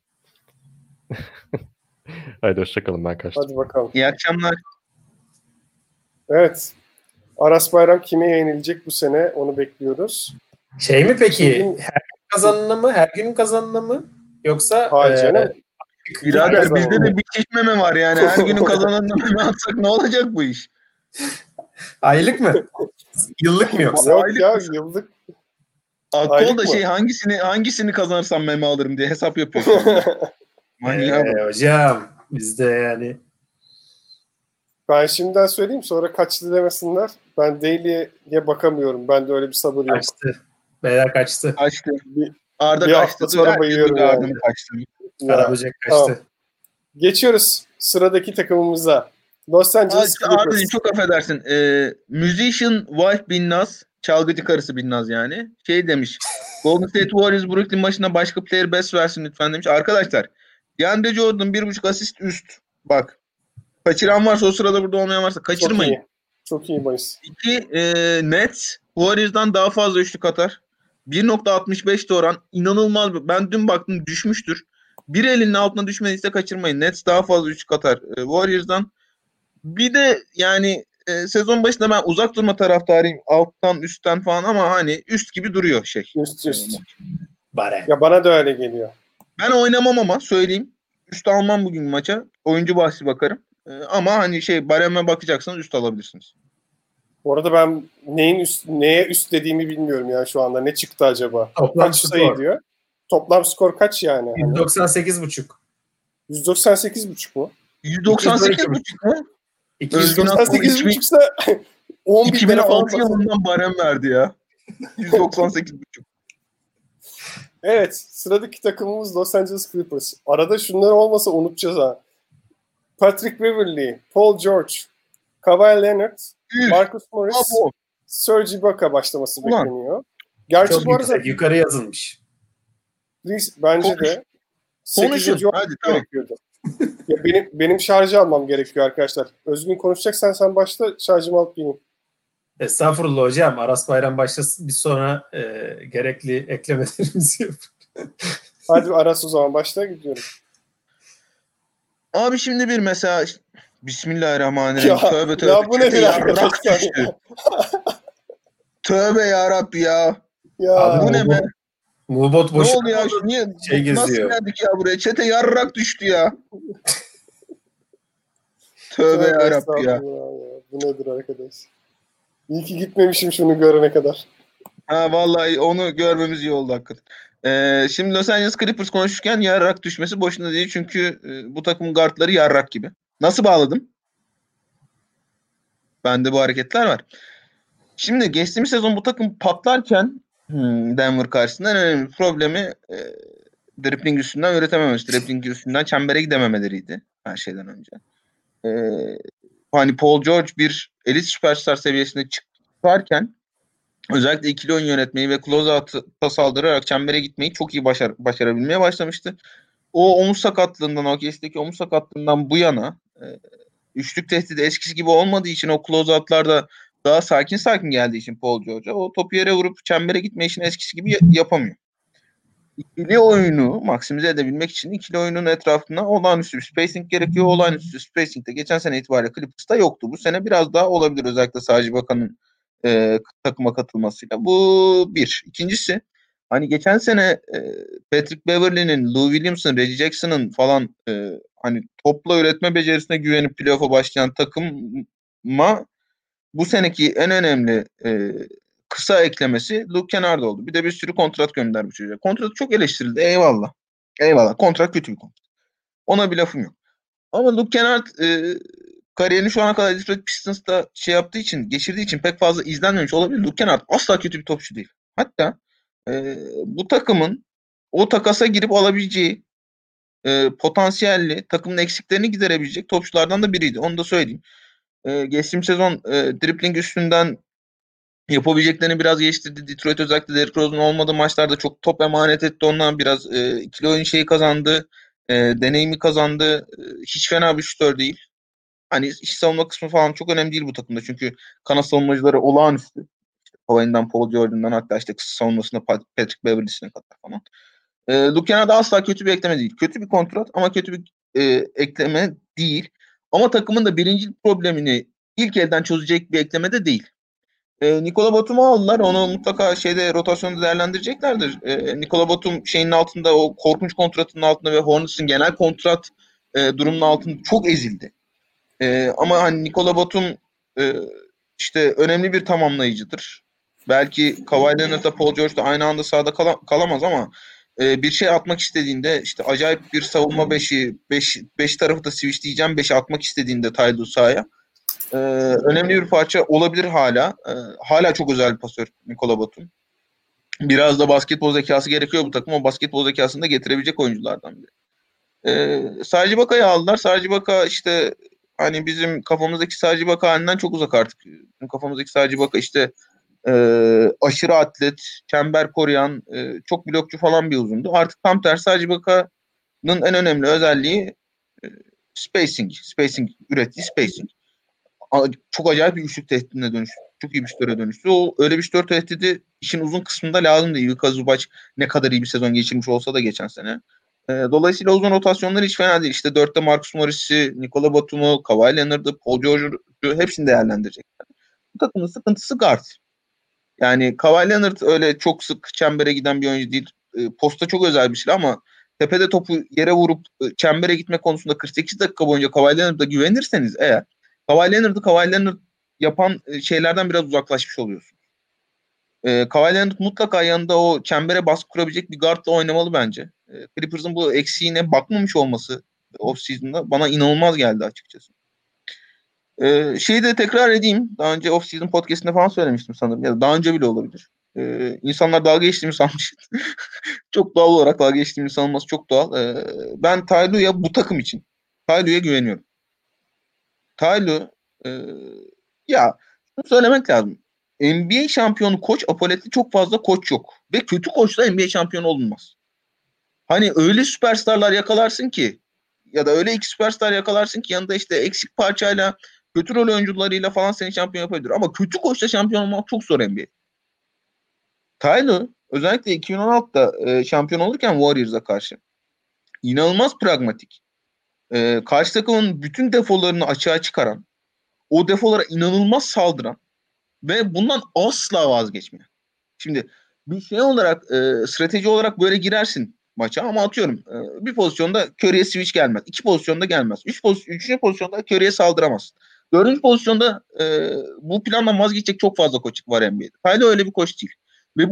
Haydi hoşçakalın, ben kaçtım. Hadi bakalım. İyi akşamlar. Evet. Aras Bayram kime yenilecek bu sene onu bekliyoruz. Şey mi peki? Her gün kazanına mı? Her gün kazanına mı? Yoksa hayır canım. Birader bizde de bir çift meme var yani. Her günün kazananına meme atsak ne olacak bu iş? aylık mı? Yıllık mı yoksa? Yok aylık ya mısın? yıllık. Akol da şey hangisini kazanırsam meme alırım diye hesap yapıyor. Hocam bizde yani. Ben şimdiden söyleyeyim sonra kaçtı demesinler. Ben Daily'ye bakamıyorum. Bende öyle bir sabır yok. Kaçtı. Beyler kaçtı. Kaçtı. Bir Arda hafta kaçtı. sonra bayılıyorum yani. Kaçtı. Karaböcek kaçtı. Tamam. Geçiyoruz sıradaki takımımıza. Los Angeles Clippers. Arda'cığım çok affedersin. Musician wife Binnaz. Çalgıcı karısı Binnaz yani. Şey demiş. Golden State Warriors Brooklyn maçına başka player best versin lütfen demiş. Arkadaşlar DeAndre Jordan 1.5 asist üst. Bak. Kaçıran varsa o sırada burada olmayan varsa kaçırmayın. Çok iyi bahis. 2 Nets Warriors'dan daha fazla üçlük atar. 1.65'ti oran. İnanılmaz. Ben dün baktım düşmüştür. Bir elinin altına düşmediyse kaçırmayın. Nets daha fazla üçlük atar Warriors'dan. Bir de yani sezon başında ben uzak durma taraftarıyım. Alttan üstten falan ama hani üst gibi duruyor şey. Üst. Bare. Ya bana da öyle geliyor. Ben oynamam ama söyleyeyim. Üst almam bugün maça. Oyuncu bahsi bakarım. Ama hani bareme bakacaksanız üst alabilirsiniz. Bu arada ben neye üst dediğimi bilmiyorum ya şu anda. Ne çıktı acaba? Toplam Kaç skor. sayı diyor? Toplam skor kaç yani? 198,5. 198,5 mu? 198,5 mu? 198,5 ise 11 lira falan. 2006 yılından barem verdi ya. 198,5. Evet. Sıradaki takımımız Los Angeles Clippers. Arada şunlar olmasa unutacağız ha. Patrick Beverley, Paul George, Kawhi Leonard, Marcus Morris, Serge Ibaka başlaması bekleniyor. Gerçi Çok bu arada yukarı yazılmış. bence de 8. Hadi tamam. gerekiyordu. Ya benim şarjı almam gerekiyor arkadaşlar. Özgün konuşacaksan sen başla, şarjımı alıp geleyim. Estağfurullah hocam. Aras Bayram başlasın. Biz sonra gerekli eklemelerimizi yapalım. Hadi Aras o zaman başla, gidiyorum. Abi şimdi bir mesela Bismillahirrahmanirrahim. Tövbe. Ya bu nedir arkadaşlar? Tövbe yarabbi ya. Ya Bu ne be? Mubot Ne boşu. oldu ya? Niye? Nasıl geziyor. geldik ya buraya? Çete yarrak düştü ya. Tövbe yarabbi ya. Bu nedir arkadaş? İyi ki gitmemişim şunu görene kadar. Ha vallahi onu görmemiz iyi oldu hakikaten. Şimdi Los Angeles Clippers konuşurken yarrak düşmesi boşuna değil. Çünkü bu takımın guardları yarrak gibi. Nasıl bağladım? bende bu hareketler var. Şimdi geçtiğimiz sezon bu takım patlarken Denver karşısında en önemli problemi dribbling üstünden üretememesi. Dribbling üstünden çembere gidememeleriydi her şeyden önce. Hani Paul George bir elit süperstar seviyesine çıkarken özellikle ikili oyun yönetmeyi ve closeout'a saldırarak çembere gitmeyi çok iyi başarabilmeye başlamıştı. O omuz sakatlığından, OKC'deki omuz sakatlığından bu yana üçlük tehdidi eskisi gibi olmadığı için o closeout'larda daha sakin geldiği için Paul George'a o topu yere vurup çembere gitme işini eskisi gibi yapamıyor. İkili oyunu maksimize edebilmek için ikili oyunun etrafında olağanüstü bir spacing gerekiyor. Olağanüstü spacing de geçen sene itibariyle Clippers'ta yoktu. Bu sene biraz daha olabilir özellikle Sadece Bakan'ın takıma katılmasıyla. Bu bir. İkincisi hani geçen sene Patrick Beverley'nin, Lou Williams'ın, Reggie Jackson'ın falan hani topla üretme becerisine güvenip playoff'a başlayan takıma bu seneki en önemli kısa eklemesi Luke Kennard oldu. Bir de bir sürü kontrat göndermiş çocuğa. Kontrat çok eleştirildi. Eyvallah. Eyvallah. Kontrat kötü bir kontrat. Ona bir lafım yok. Ama Luke Kennard kariyerini şu ana kadar Detroit Pistons'ta yaptığı için, geçirdiği için pek fazla izlenmemiş olabilir. Luke Kennard asla kötü bir topçu değil. Hatta bu takımın o takasa girip alabileceği potansiyelli, takımın eksiklerini giderebilecek topçulardan da biriydi. Onu da söyleyeyim. Geçtiğimiz sezon dribbling üstünden yapabileceklerini biraz geliştirdi. Detroit özellikle Derrick Rose'un olmadığı maçlarda çok top emanet etti ondan. Biraz ikili oyun kazandı. Deneyimi kazandı. Hiç fena bir şutör değil. Hani iş savunma kısmı falan çok önemli değil bu takımda. Çünkü kanat savunmacıları olağanüstü. Hawaii'nden Paul Jordan'dan hatta işte kısa savunmasında Patrick Beverley'sine kadar falan. Luke Kennard asla kötü bir ekleme değil. Kötü bir kontrat ama kötü bir ekleme değil. Ama takımın da birinci problemini ilk elden çözecek bir ekleme de değil. Nikola Batum'u aldılar. Onu mutlaka rotasyonda değerlendireceklerdir. Nikola Batum şeyin altında, o korkunç kontratının altında ve Hornets'in genel kontrat durumunun altında çok ezildi. Ama hani Nikola Batum işte önemli bir tamamlayıcıdır. Belki Kawhi Leonard'la Paul George da aynı anda sahada kalamaz ama bir şey atmak istediğinde işte acayip bir savunma beş tarafı da switchleyeceğim 5'i atmak istediğinde Ty Lue sahaya önemli bir parça olabilir hala. Hala çok özel bir pasör Nikola Batum. Biraz da basketbol zekası gerekiyor bu takım. O basketbol zekasını da getirebilecek oyunculardan biri. Serge Ibaka'yı aldılar. Serge Ibaka işte hani bizim kafamızdaki Serge Ibaka halinden çok uzak artık. Bizim kafamızdaki Serge Ibaka işte aşırı atlet, çember koruyan, çok blokçu falan bir uzundu. Artık tam tersi Serge Ibaka'nın en önemli özelliği spacing. Ürettiği spacing. Çok acayip bir üçlük tehdidine dönüştü. Çok iyi bir şutöre dönüştü. O öyle bir şutör tehdidi işin uzun kısmında lazımdı. Ivica Zubac ne kadar iyi bir sezon geçirmiş olsa da geçen sene. Dolayısıyla uzun rotasyonları hiç fena değil. İşte 4'te Marcus Morris'i, Nikola Batum'u, Kawhi Leonard'ı, Paul George'u hepsini değerlendirecekler. Bu takımın sıkıntısı guard. Yani Kawhi Leonard öyle çok sık çembere giden bir oyuncu değil. Posta çok özel bir şey ama tepede topu yere vurup çembere gitme konusunda 48 dakika boyunca Kawhi Leonard'a güvenirseniz eğer Kawhi Leonard yapan şeylerden biraz uzaklaşmış oluyorsun. Kawhi Leonard mutlaka yanında o çembere baskı kurabilecek bir guardla oynamalı bence. Clippers'ın bu eksiğine bakmamış olması off-season'da bana inanılmaz geldi açıkçası. Şeyi de tekrar edeyim. Daha önce off-season podcast'inde falan söylemiştim sanırım. Ya da daha önce bile olabilir. İnsanlar dalga geçtiğimi sanmış. Çok doğal olarak dalga geçtiğimi sanılması çok doğal. Ben Ty Lue'ya bu takım için Ty Lue'ya güveniyorum. Ty Lue ya şunu söylemek lazım. NBA şampiyonu koç apoletli çok fazla koç yok. Ve kötü koçla NBA şampiyonu olunmaz. Hani öyle süperstarlar yakalarsın ki ya da öyle iki süperstar yakalarsın ki yanında işte eksik parçayla kötü rol oyuncularıyla falan seni şampiyon yapabilir. Ama kötü koçla şampiyon olmak çok zor NBA. Ty Lue özellikle 2016'da şampiyon olurken Warriors'a karşı inanılmaz pragmatik. Karşı takımın bütün defolarını açığa çıkaran, o defolara inanılmaz saldıran ve bundan asla vazgeçmeyen. Şimdi bir şey olarak strateji olarak böyle girersin maça ama atıyorum bir pozisyonda Curry'e switch gelmez. 2 pozisyonda gelmez. 3. pozisyonda Curry'e saldıramaz. 4. pozisyonda bu plandan vazgeçecek çok fazla koç var NBA'de. Tyler öyle bir koç değil. Ve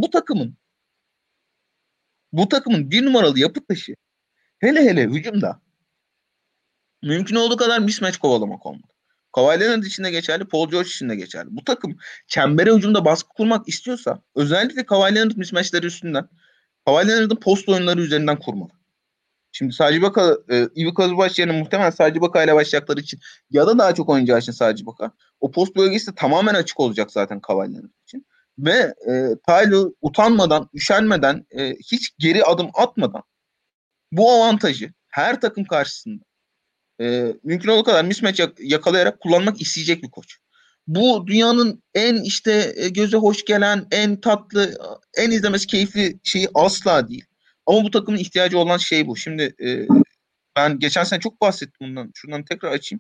bu takımın bir numaralı yapı taşı hele hücumda mümkün olduğu kadar mismatch kovalamak olmalı. Kawhi Leonard için de geçerli, Paul George için de geçerli. Bu takım çembere hücumda baskı kurmak istiyorsa özellikle Kawhi Leonard mismatchleri üstünden, Kawhi Leonard'ın post oyunları üzerinden kurmalı. Şimdi Serge Ibaka, Ivica Zubac yerine muhtemelen Serge Ibaka ile başlayacakları için ya da daha çok oynayacağı için Serge Ibaka. O post bölgesi de tamamen açık olacak zaten Kawhi Leonard için. Ve Tyler utanmadan, üşenmeden, hiç geri adım atmadan bu avantajı her takım karşısında mümkün olduğu kadar mismatch yakalayarak kullanmak isteyecek bir koç. Bu dünyanın en göze hoş gelen, en tatlı, en izlemesi keyifli şeyi asla değil. Ama bu takımın ihtiyacı olan şey bu. Şimdi ben geçen sene çok bahsettim bundan. Şuradan tekrar açayım.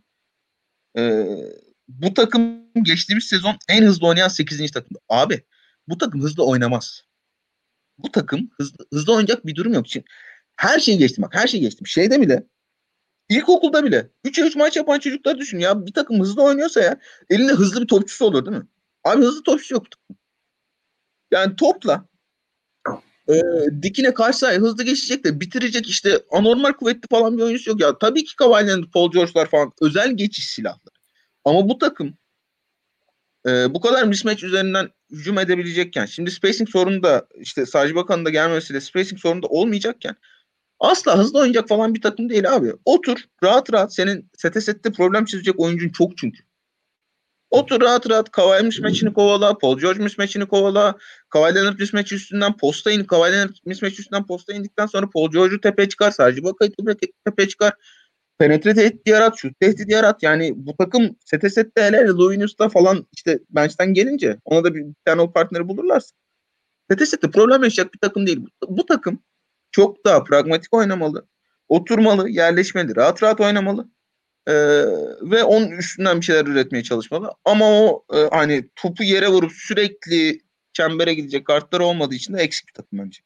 Bu takım geçtiğimiz sezon en hızlı oynayan 8. takımdı. Abi bu takım hızlı oynamaz. Bu takım hızlı oynayacak bir durum yok. Şimdi her şeyi geçtim bak. Her şeyi geçtim. Şeyde bile İlkokulda bile 3'e 3 maç yapan çocuklar düşün ya. Bir takım hızlı oynuyorsa ya elinde hızlı bir topçusu olur değil mi? Abi hızlı topçusu yok. Yani topla dikine karşı sahaya hızlı geçecek de bitirecek anormal kuvvetli falan bir oyuncusu yok ya. Tabii ki Kawhi Leonard, Paul George'lar falan özel geçiş silahları. Ama bu takım bu kadar mismatch üzerinden hücum edebilecekken şimdi spacing sorunu da Serge Ibaka'nın da gelmesiyle spacing sorunu da olmayacakken asla hızlı oynayacak falan bir takım değil abi. Otur rahat rahat senin sette problem çözecek oyuncun çok çünkü. Otur rahat rahat Kawhi mismatch'ini kovala, Paul George mismatch'ini kovala, Kawhi Leonard mismatch üstünden posta in, Kawhi Leonard mismatch üstünden posta indikten sonra Paul George'u tepeye çıkar, Serge Ibaka'yı tepeye çıkar, penetre tehdidi yarat, şut tehdidi yarat. Yani bu takım sette hele Louis falan bench'ten gelince ona da bir tane o partneri bulurlarsa sette problem yaşayacak bir takım değil. Bu takım çok daha pragmatik oynamalı, oturmalı, yerleşmeli, rahat rahat oynamalı ve onun üstünden bir şeyler üretmeye çalışmalı. Ama o hani topu yere vurup sürekli çembere gidecek kartları olmadığı için de eksik bir takım bence.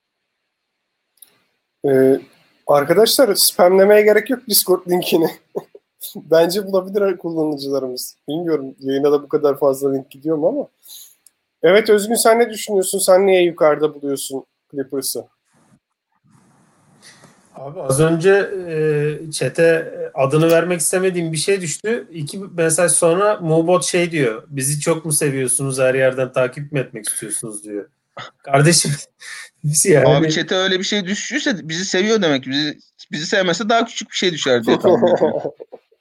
Arkadaşlar spamlemeye gerek yok Discord linkini. Bence bulabilir kullanıcılarımız. Bilmiyorum yayına da bu kadar fazla link gidiyor mu ama. Evet Özgün sen ne düşünüyorsun? Sen niye yukarıda buluyorsun Clippers'ı? Abi az önce chat'e adını vermek istemediğim bir şey düştü. 2 mesaj sonra Mubot şey diyor. Bizi çok mu seviyorsunuz? Her yerden takip mi etmek istiyorsunuz diyor. Kardeşim yani... Abi chat'e öyle bir şey düştüyse bizi seviyor demek. Bizi sevmese daha küçük bir şey düşer diye tahmin ediyorum.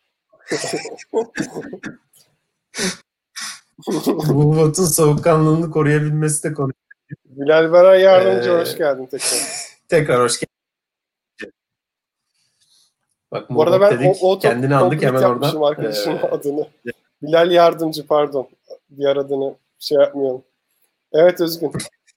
Mubot'un soğukkanlılığını koruyabilmesi de konu. Bilal Beren yardımcı hoş geldin tekrar. Tekrar hoş geldin. Bak, bu arada ben dedik, kendini andık hemen oradan. Arkadaşımın adını. Bilal Yardımcı pardon. Diğer adını şey yapmayalım. Evet Özgün.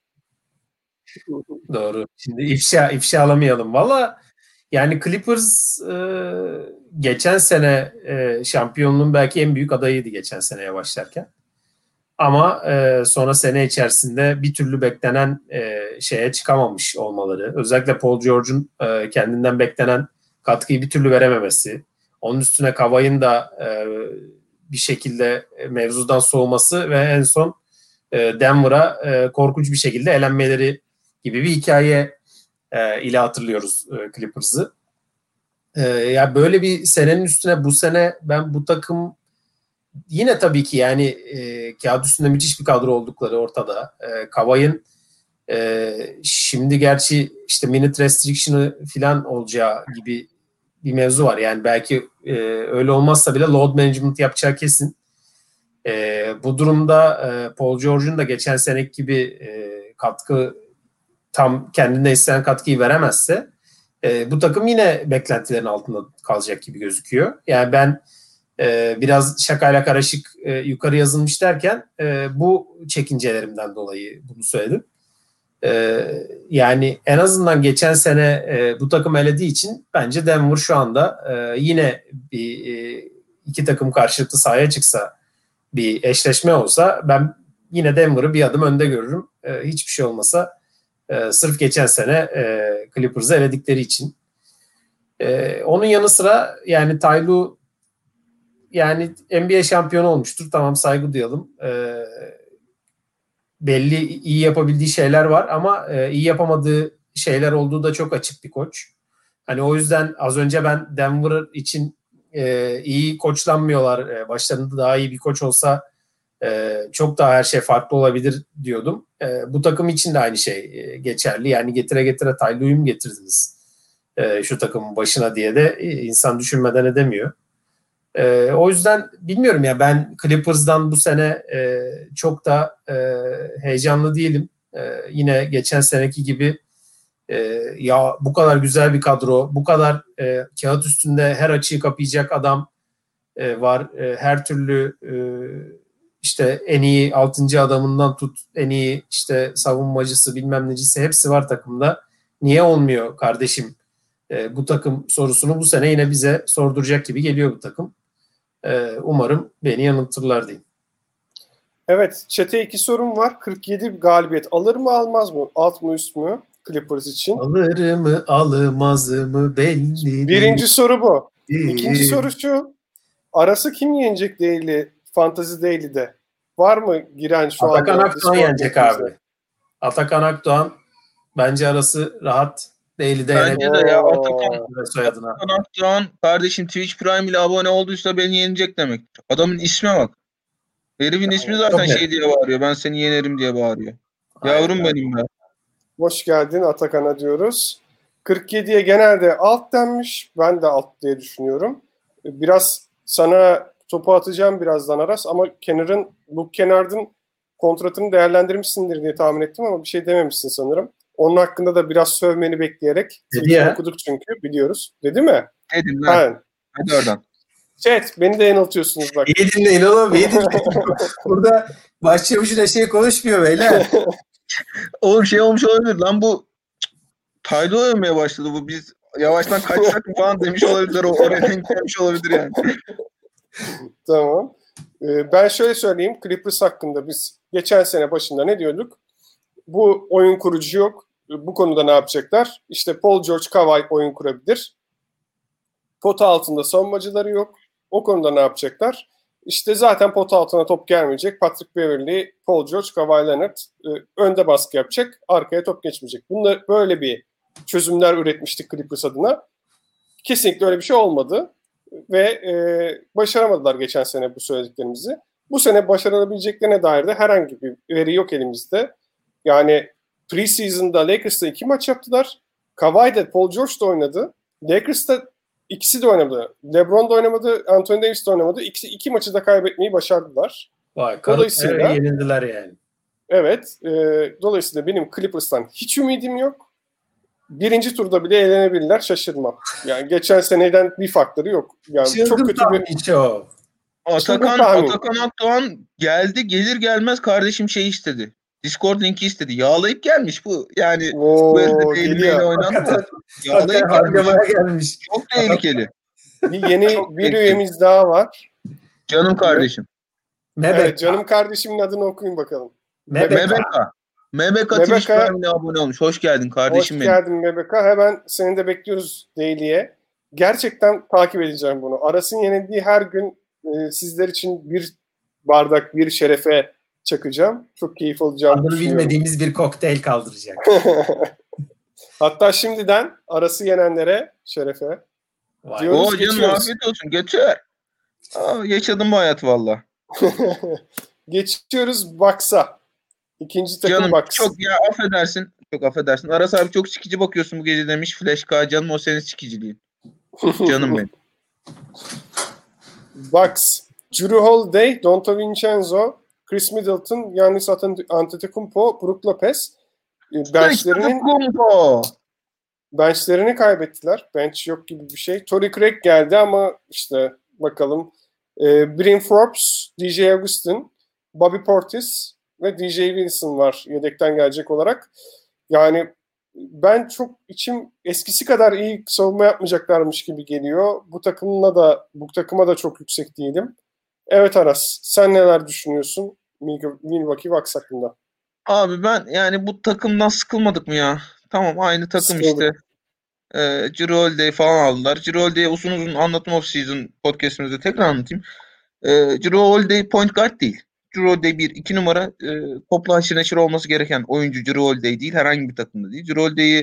Doğru. Şimdi ifşa alamayalım. Valla yani Clippers geçen sene şampiyonluğun belki en büyük adayıydı geçen seneye başlarken. Ama sonra sene içerisinde bir türlü beklenen şeye çıkamamış olmaları. Özellikle Paul George'un kendinden beklenen katkıyı bir türlü verememesi. Onun üstüne Kawhi'nin da bir şekilde mevzudan soğuması ve en son Denver'a korkunç bir şekilde elenmeleri gibi bir hikaye ile hatırlıyoruz Clippers'ı. Ya böyle bir senenin üstüne bu sene ben bu takım yine tabii ki yani kağıt üstünde müthiş bir kadro oldukları ortada. Kawhi'nin şimdi gerçi minute restriction'ı falan olacağı gibi bir mevzu var. Yani belki öyle olmazsa bile load management yapacağı kesin. Bu durumda Paul George'un da geçen seneki gibi katkı tam kendine istenen katkıyı veremezse bu takım yine beklentilerin altında kalacak gibi gözüküyor. Yani ben biraz şakayla karışık yukarı yazılmış derken bu çekincelerimden dolayı bunu söyledim. Yani en azından geçen sene bu takım elediği için bence Denver şu anda yine bir iki takım karşılıklı sahaya çıksa bir eşleşme olsa ben yine Denver'ı bir adım önde görürüm. Hiçbir şey olmasa sırf geçen sene Clippers'ı eledikleri için. Onun yanı sıra yani Ty Lue yani NBA şampiyonu olmuştur. Tamam saygı duyalım. Belli iyi yapabildiği şeyler var ama iyi yapamadığı şeyler olduğu da çok açık bir koç. Hani o yüzden az önce ben Denver için iyi koçlanmıyorlar. Başlarında daha iyi bir koç olsa çok daha her şey farklı olabilir diyordum. Bu takım için de aynı şey geçerli. Yani getire getire Ty Lue'yu mu getirdiniz şu takımın başına diye de insan düşünmeden edemiyor. O yüzden bilmiyorum ya, ben Clippers'dan bu sene çok da heyecanlı değilim. Yine geçen seneki gibi ya bu kadar güzel bir kadro, bu kadar kağıt üstünde her açığı kapayacak adam var. Her türlü işte en iyi 6. adamından tut, en iyi işte savunmacısı bilmem necisi hepsi var takımda. Niye olmuyor kardeşim bu takım sorusunu bu sene yine bize sorduracak gibi geliyor bu takım. Umarım beni yanıltırlar diyeyim. Evet, chat'e 2 sorum var. 47 galibiyet alır mı almaz mı? Alt mı üst mü Clippers için? Alır mı almaz mı belli değil. Birinci soru bu. İkinci soru şu. Arası kim yenecek Daily, Fantasy Daily'de? Var mı giren şu anda? Atakan Akdoğan yenecek abi. Atakan Akdoğan bence arası rahat. Daily'de Bence yenecek. de ya Atakan Soyadına. Akdoğan kardeşim Twitch Prime ile abone olduysa beni yenecek demektir. Adamın isme bak. Herifin ismi zaten çok şey diye bağırıyor. Ben seni yenerim diye bağırıyor. Aynen. Yavrum benim ya. Hoş geldin Atakan'a diyoruz. 47'ye genelde alt denmiş. Ben de alt diye düşünüyorum. Biraz sana topu atacağım birazdan Aras ama Luke Kennard'ın kontratını değerlendirmişsindir diye tahmin ettim ama bir şey dememişsin sanırım. Onun hakkında da biraz sövmeni bekleyerek okuduk çünkü biliyoruz. Dedi mi? Dedim lan. Hadi oradan. Chat beni de yanıltıyorsunuz bak. İyi dinleyin oğlum, iyi dinleyin. Burada başçavuşuyla şey konuşmuyor beyler. Oğlum şey olmuş olabilir lan, bu Taylo övmeye başladı bu. Biz yavaştan kaçsak mı falan demiş olabilirler. Oraya denk gelmiş olabilir yani. Tamam. Ben şöyle söyleyeyim. Clippers hakkında biz geçen sene başında ne diyorduk? Bu oyun kurucu yok. Bu konuda ne yapacaklar? İşte Paul George, Kawhi oyun kurabilir. Pota altında savunmacıları yok. O konuda ne yapacaklar? İşte zaten pota altına top gelmeyecek. Patrick Beverley, Paul George, Kawhi Leonard önde baskı yapacak. Arkaya top geçmeyecek. Bunlar böyle bir çözümler üretmiştik Clippers adına. Kesinlikle öyle bir şey olmadı. Ve başaramadılar geçen sene bu söylediklerimizi. Bu sene başarabileceklerine dair de herhangi bir veri yok elimizde. Yani preseason'da Lakers'ta 2 maç yaptılar. Kawhi de Paul George da oynadı. Lakers'ta ikisi de oynamadı. LeBron da oynamadı, Anthony Davis de oynamadı. İki maçı da kaybetmeyi başardılar. Vay, Dolayısıyla yenildiler yani. Evet. Dolayısıyla benim Clippers'tan hiç ümidim yok. Birinci turda bile eğlenebilirler, şaşırmam. Yani geçen seneden bir farkları yok. Yani Çılgın çok kötü bir hiç o. Atakan Akdoğan gelir gelmez kardeşim şey istedi. Discord linki istedi. Yağlayıp gelmiş bu. Yani bu herifle geliyor. oynandı. Yağlayıp gelmiş. Çok tehlikeli. Yeni bir üyemiz daha var. Canım kardeşim. Evet, canım kardeşimin adını okuyun bakalım. Mebeka Twitch Prime'le abone olmuş. Hoş geldin kardeşim benim. Hoş geldin Mebeka. Hemen seni de bekliyoruz Daily'ye. Gerçekten takip edeceğim bunu. Aras'ın yenildiği her gün sizler için bir bardak, bir şerefe çakacağım. Çok keyif alacağım. Adını bilmediğimiz bir kokteyl kaldıracak. Hatta şimdiden Aras'ı yenenlere şerefe. Oo canım afiyet olsun. Götür. Yaşadım bu hayat valla. Geçiyoruz Bucks'a. İkinci takım canım, Bucks. Çok affedersin. Çok affedersin. Aras abi çok sikici bakıyorsun bu gece demiş. Flash K canım o senin sikiciliğin. Canım benim. Bucks. Jrue Holiday, Donta Vincenzo, Chris Middleton, Giannis Antetokounmpo, Brook Lopez. Benchlerini kaybettiler. Bench yok gibi bir şey. Torrey Craig geldi ama işte bakalım. Bryn Forbes, DJ Augustin, Bobby Portis ve DJ Wilson var yedekten gelecek olarak. Yani ben çok içim eskisi kadar iyi savunma yapmayacaklarmış gibi geliyor. Bu takıma da çok yüksek değilim. Evet Aras, sen neler düşünüyorsun Milwaukee Bucks hakkında? Abi ben yani bu takımdan sıkılmadık mı ya? Tamam aynı takım sıkıldık. İşte. Jrue Holiday falan aldılar. Jrue Holiday'e uzun anlatım off-season podcastimizde tekrar anlatayım. Jrue Holiday point guard değil. Jrue Holiday 1-2 numara topla haşır neşir olması gereken oyuncu Jrue Holiday değil. Herhangi bir takımda değil. Jrue Holiday'i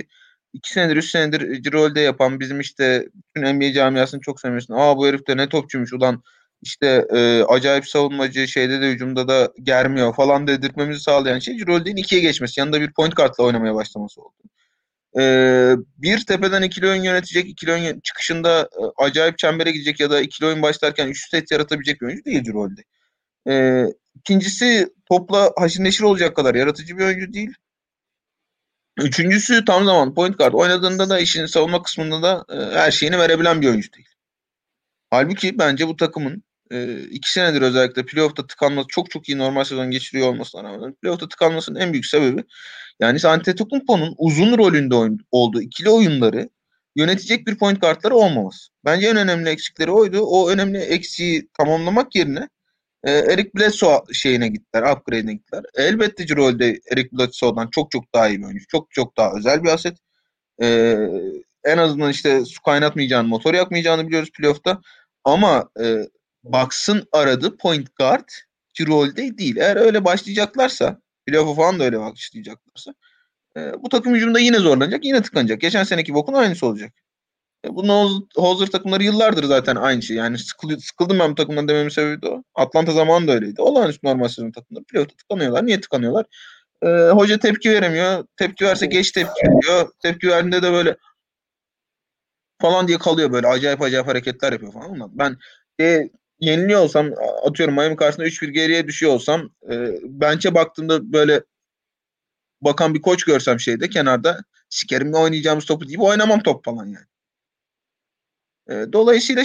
2 senedir 3 senedir Cirolde yapan bizim işte bütün NBA camiasını çok sevmiyorsun. Bu herif de ne topçuymuş ulan işte acayip savunmacı şeyde de hücumda da germiyor falan dedirtmemizi sağlayan şey Cirolde'nin 2'ye geçmesi. Yanında bir point guard'la oynamaya başlaması oldu. Bir tepeden ikili oyun yönetecek, ikili oyun çıkışında acayip çembere gidecek ya da ikili oyun başlarken üçlü set yaratabilecek bir oyuncu değil Cirolde. İkincisi topla haşır neşir olacak kadar yaratıcı bir oyuncu değil. Üçüncüsü tam zaman point guard oynadığında da işin savunma kısmında da her şeyini verebilen bir oyuncu değil. Halbuki bence bu takımın 2 senedir özellikle playoff'ta tıkanması çok çok iyi normal sezon geçiriyor olmasına rağmen playoff'ta tıkanmasının en büyük sebebi yani Antetokounmpo'nun uzun rolünde olduğu ikili oyunları yönetecek bir point guardları olmaması. Bence en önemli eksikleri oydu. O önemli eksiği tamamlamak yerine Eric Bledsoe şeyine gittiler, upgrade'ine gittiler. Elbette Cirolde Eric Bledsoe'dan çok çok daha iyi bir oyuncu. Çok çok daha özel bir aset. En azından işte su kaynatmayacağını, motor yakmayacağını biliyoruz playoff'ta. Ama Bucks'ın aradığı point guard Cirolde değil. Eğer öyle başlayacaklarsa, playoff'a falan da öyle başlayacaklarsa bu takım hücumda yine zorlanacak, yine tıkanacak. Geçen seneki bokun aynısı olacak. Bu Hoser takımları yıllardır zaten aynı şey. Yani sıkıldım ben bu takımdan dememin sebebi de o. Atlanta zamanı da öyleydi. Olağanüstü normal sezon takımları. Playoff'ta tıkanıyorlar. Niye tıkanıyorlar? Hoca tepki veremiyor. Tepki verse geç tepki veriyor. Tepki verdiğinde de böyle falan diye kalıyor böyle. Acayip acayip hareketler yapıyor falan. Ben yeniliyor olsam atıyorum Miami karşısında 3-1 geriye düşüyor olsam bench'e baktığımda böyle bakan bir koç görsem şeyde kenarda sikerim oynayacağımız topu deyip oynamam top falan yani. Dolayısıyla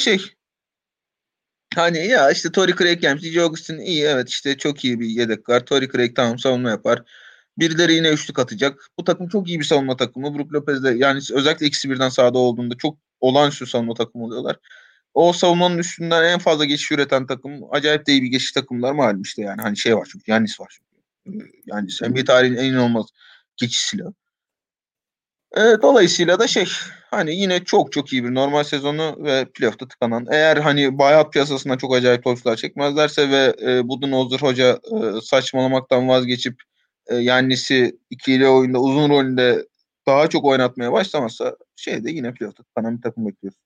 hani ya işte Torrey Craig gelmiş. DJ Augustin iyi evet işte çok iyi bir yedek var. Torrey Craig tamam savunma yapar. Birileri yine üçlük atacak. Bu takım çok iyi bir savunma takımı. Brook Lopez de yani özellikle ikisi birden sahada olduğunda çok olağanüstü savunma takımı oluyorlar. O savunmanın üstünden en fazla geçiş üreten takım. Acayip de iyi bir geçiş takımlar malum işte yani. Hani var çünkü. Giannis var çünkü. Yani NBA tarihinin en inanılmaz geçiş silahı. Dolayısıyla da hani yine çok çok iyi bir normal sezonu ve playoff'ta tıkanan. Eğer hani buyout piyasasından çok acayip topçular çekmezlerse ve Budenholzer hoca saçmalamaktan vazgeçip Yannis'i ikili oyunda uzun rolünde daha çok oynatmaya başlamazsa yine playoff'ta tıkanan bir takım bekliyoruz.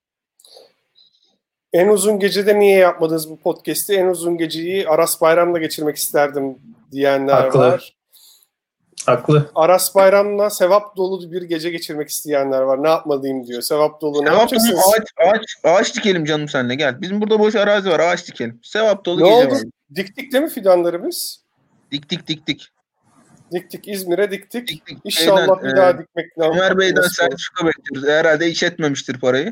En uzun gecede niye yapmadınız bu podcast'i? En uzun geceyi Aras Bayram'la geçirmek isterdim diyenler Haklı. var. Haklı. Aras Bayram'la sevap dolu bir gece geçirmek isteyenler var. Ne yapmalıyım diyor. Sevap dolu ne yapacaksınız? Ağaç dikelim canım seninle gel. Bizim burada boş arazi var. Ağaç dikelim. Sevap dolu ne gece oldu? var. Diktik değil mi fidanları biz? Diktik. Diktik. İzmir'e diktik. İnşallah bir daha dikmek lazım. Ömer Bey'den sertifika bekliyoruz. Herhalde hiç etmemiştir parayı.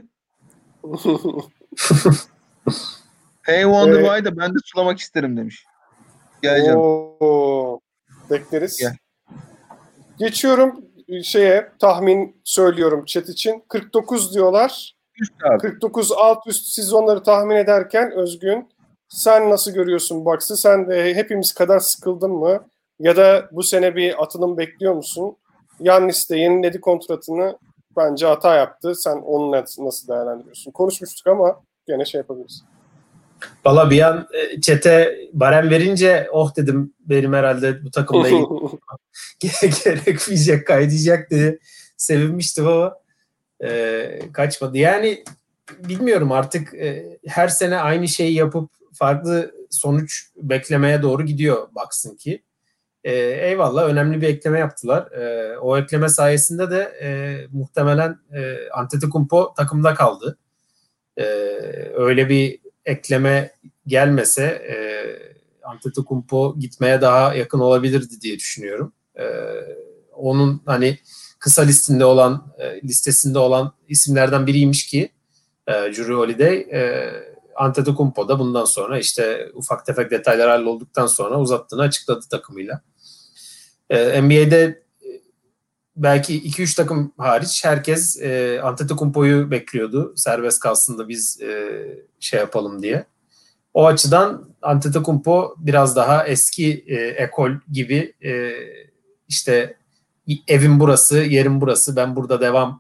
Hey Wonder Why'da ben de sulamak isterim demiş. Gel canım. Bekleriz. Gel. Geçiyorum tahmin söylüyorum chat için. 49 diyorlar. 49 alt üst siz onları tahmin ederken Özgün sen nasıl görüyorsun Bucks'ı? Sen de hepimiz kadar sıkıldın mı? Ya da bu sene bir atılım bekliyor musun? Yannis de yeniledi kontratını. Bence hata yaptı. Sen onu nasıl değerlendiriyorsun? Konuşmuştuk ama gene yapabiliriz. Valla bir an chat'e barem verince dedim benim herhalde bu takımla ilgili gerekmeyecek, kaydayacak diye sevinmiştim ama kaçmadı. Yani bilmiyorum artık her sene aynı şeyi yapıp farklı sonuç beklemeye doğru gidiyor Bucks'ın ki. Eyvallah önemli bir ekleme yaptılar. O ekleme sayesinde de muhtemelen Antetokounmpo takımda kaldı. Öyle bir ekleme gelmese Antetokounmpo gitmeye daha yakın olabilirdi diye düşünüyorum. Onun hani kısa listesinde olan isimlerden biriymiş ki Jrue Holiday. Antetokounmpo da bundan sonra işte ufak tefek detaylar hallolduktan sonra uzattığını açıkladı takımıyla. NBA'de belki 2-3 takım hariç herkes Antetokounmpo'yu bekliyordu. Serbest kalsın da biz yapalım diye. O açıdan Antetokounmpo biraz daha eski ekol gibi işte evim burası, yerim burası, ben burada devam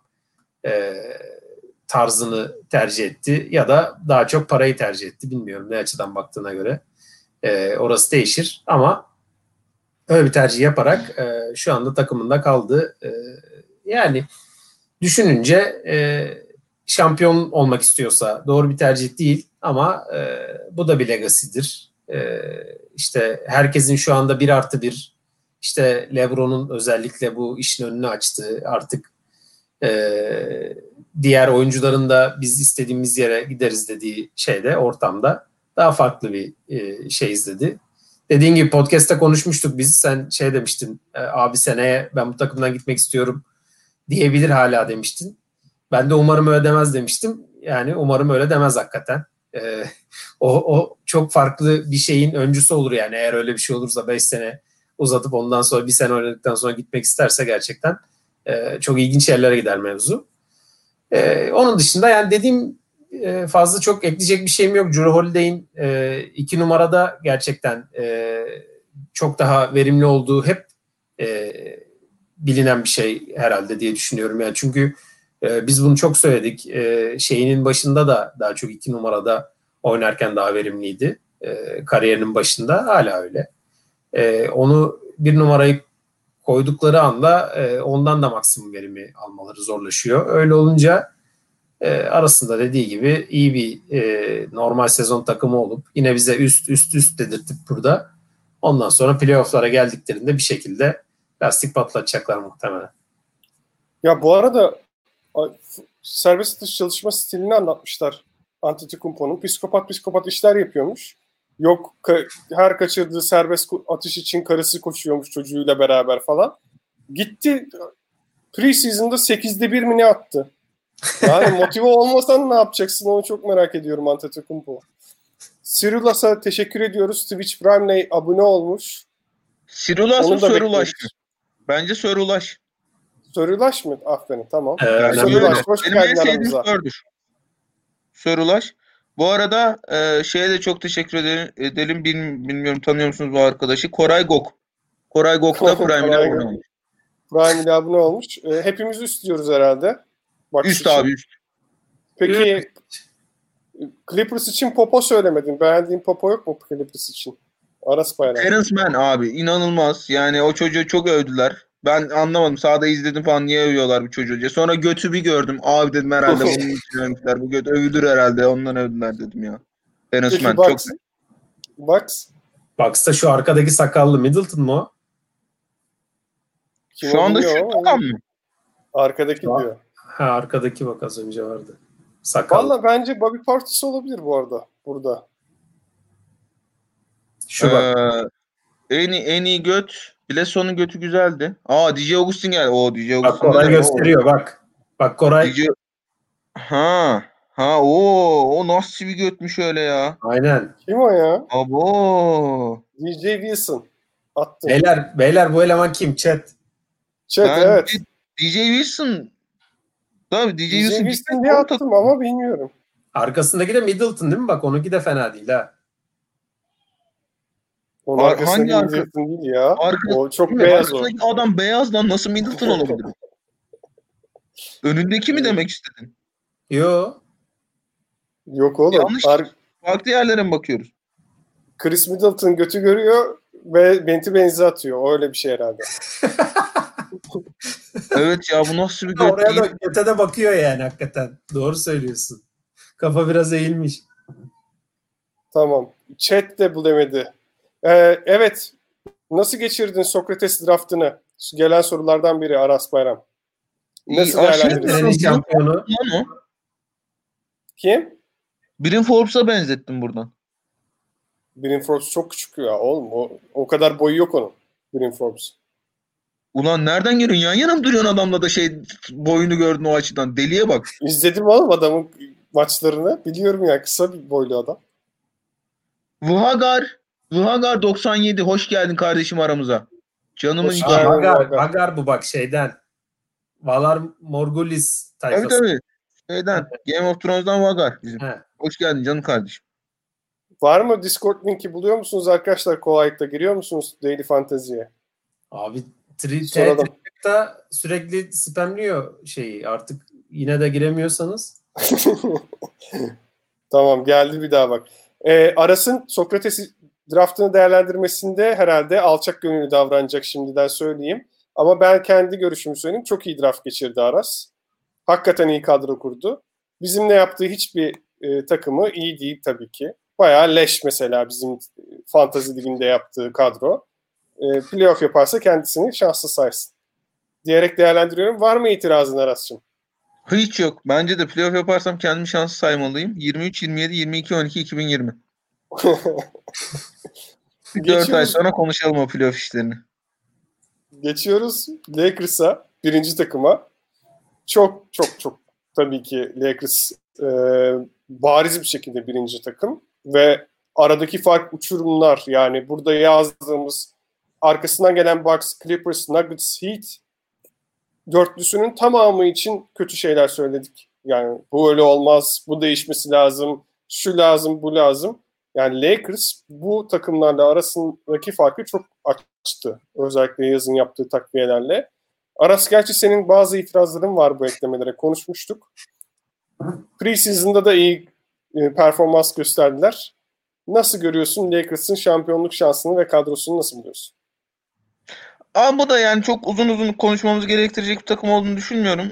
tarzını tercih etti ya da daha çok parayı tercih etti. Bilmiyorum ne açıdan baktığına göre. Orası değişir ama öyle bir tercih yaparak şu anda takımında kaldı. Yani düşününce şampiyon olmak istiyorsa doğru bir tercih değil ama bu da bir legacy'dir. İşte herkesin şu anda 1+1, işte LeBron'un özellikle bu işin önünü açtığı, artık diğer oyuncuların da biz istediğimiz yere gideriz dediği şeyde, ortamda daha farklı bir şey izledi. Dediğin gibi podcast'ta konuşmuştuk biz. Sen şey demiştin, abi seneye ben bu takımdan gitmek istiyorum diyebilir hala demiştin. Ben de umarım öyle demez demiştim. Yani umarım öyle demez hakikaten. O çok farklı bir şeyin öncüsü olur yani. Eğer öyle bir şey olursa 5 sene uzatıp ondan sonra 1 sene oynadıktan sonra gitmek isterse gerçekten çok ilginç yerlere gider mevzu. Onun dışında yani dediğim fazla çok ekleyecek bir şeyim yok. Jrue Holiday'in 2 numarada gerçekten çok daha verimli olduğu hep bilinen bir şey herhalde diye düşünüyorum. Yani çünkü biz bunu çok söyledik. Şeyinin başında da daha çok 2 numarada oynarken daha verimliydi. Kariyerinin başında hala öyle. Onu 1 numarayı koydukları anda ondan da maksimum verimi almaları zorlaşıyor. Öyle olunca arasında dediği gibi iyi bir normal sezon takımı olup yine bize üst dedirtip burada ondan sonra playoff'lara geldiklerinde bir şekilde lastik patlatacaklar muhtemelen. Ya bu arada serbest atış çalışma stilini anlatmışlar Antetokounmpo'nun. Psikopat işler yapıyormuş. Yok her kaçırdığı serbest atış için karısı koşuyormuş çocuğuyla beraber falan. Gitti preseason'da 8'de 1 mi ne attı? Yani motive olmasan ne yapacaksın onu çok merak ediyorum Antetokounmpo. Sirulas'a teşekkür ediyoruz. Twitch Prime'le abone olmuş. Sirulas mı Sörulaş mı? Bence Sörulaş. Sörulaş mı? Aferin tamam. Yani Sörulaş hoş benim en geldin sevdiğim aramıza. Sör'dür. Sörulaş. Bu arada şeye de çok teşekkür edelim. Bilmiyorum tanıyor musunuz bu arkadaşı? Koray Gok. Koray Gok da Prime'le abone olmuş. Prime'le abone olmuş. Hepimiz üst diyoruz herhalde. Üst için. abi üst. Peki Clippers için Popo söylemedin. Beğendiğin Popo yok mu Clippers için? Aras Bayram. Terence Mann abi inanılmaz. Yani o çocuğu çok övdüler. Ben anlamadım. Sahada izledim falan niye övüyorlar bu çocuğu diye. Sonra götü bir gördüm. Abi dedim herhalde bunun için övmüşler. Bu göt övülür herhalde. Ondan övdüler dedim ya. Terence Mann çok. Bucks'ta şu arkadaki sakallı Middleton mu o? Şu anda şu takan mı? Arkadaki diyor. Ha arkadaki bak az önce vardı. Sakallı. Valla bence Bobby Portis olabilir bu arada. Burada. Şu bak. En iyi göt. Bledsoe'nun götü güzeldi. DJ Augustin geldi. DJ Augustin. Bak Koray gösteriyor bak. Bak Koray. O nasıl bir götmüş öyle ya. Aynen. Kim o ya? Abo. DJ Wilson. Attım. Beyler bu eleman kim? Chat evet. DJ Wilson. Tabii DJ Wilson diye attım ama bilmiyorum. Arkasındaki de Middleton değil mi? Bak onunki de fena değil ha. Onun arkasındaki Middleton değil ya. O çok beyaz o. Arkasındaki adam beyazdan nasıl Middleton olabilir? Önündeki mi demek istedin? Yok oğlum. Yanlış. Farklı yerlere mi bakıyoruz? Chris Middleton götü görüyor ve Bent'i benzi atıyor. Öyle bir şey herhalde. Evet ya bu nasıl bir göt? Oraya da göte de bakıyor yani hakikaten. Doğru söylüyorsun. Kafa biraz eğilmiş. Tamam. Chat de bulemedi. Evet. Nasıl geçirdin Sokrates draftını? Gelen sorulardan biri Aras Bayram. Nasıl değerlendirdin? Şampiyonu. Kim? Bryn Forbes'a benzettim buradan. Bryn Forbes çok küçük ya oğlum. O kadar boyu yok onun. Bryn Forbes. Ulan nereden görüyorsun? Yan yana mı duruyorsun adamla da boyunu gördün o açıdan. Deliye bak. İzledim oğlum adamın maçlarını. Biliyorum ya kısa bir boylu adam. Vhagar 97. Hoş geldin kardeşim aramıza. Canımın içi. Vhagar bu bak şeyden. Valar Morghulis tayfası. Tabii. Game of Thrones'dan Vhagar bizim. Hoş geldin canım kardeşim. Var mı Discord linki buluyor musunuz arkadaşlar kolaylıkla? Giriyor musunuz Daily Fantasy'ye? Abi Twitter'da sürekli spamliyor şeyi. Artık yine de giremiyorsanız. Tamam geldi bir daha bak. Aras'ın Sokrates draftını değerlendirmesinde herhalde alçak gönüllü davranacak şimdiden söyleyeyim. Ama ben kendi görüşümü söyleyeyim. Çok iyi draft geçirdi Aras. Hakikaten iyi kadro kurdu. Bizimle yaptığı hiçbir takımı iyi değil tabii ki. Bayağı leş mesela bizim Fantasy Ligi'nde yaptığı kadro. Playoff yaparsa kendisini şanslı saysın diyerek değerlendiriyorum. Var mı itirazın Aras'cığım? Hiç yok. Bence de playoff yaparsam kendimi şanslı saymalıyım. 23, 27, 22, 12, 2020. 4 ay sonra konuşalım o playoff işlerini. Geçiyoruz Lakers'a, birinci takıma. Çok tabii ki Lakers bariz bir şekilde birinci takım ve aradaki fark uçurumlar. Yani burada yazdığımız arkasından gelen Bucks, Clippers, Nuggets, Heat dörtlüsünün tamamı için kötü şeyler söyledik. Yani bu öyle olmaz, bu değişmesi lazım, şu lazım, bu lazım. Yani Lakers bu takımlarla arasındaki farkı çok açtı. Özellikle yazın yaptığı takviyelerle. Aras, gerçi senin bazı itirazların var bu eklemelere, konuşmuştuk. Preseason'da da iyi performans gösterdiler. Nasıl görüyorsun Lakers'ın şampiyonluk şansını ve kadrosunu nasıl buluyorsun? Ama bu da yani çok uzun konuşmamız gerektirecek bir takım olduğunu düşünmüyorum.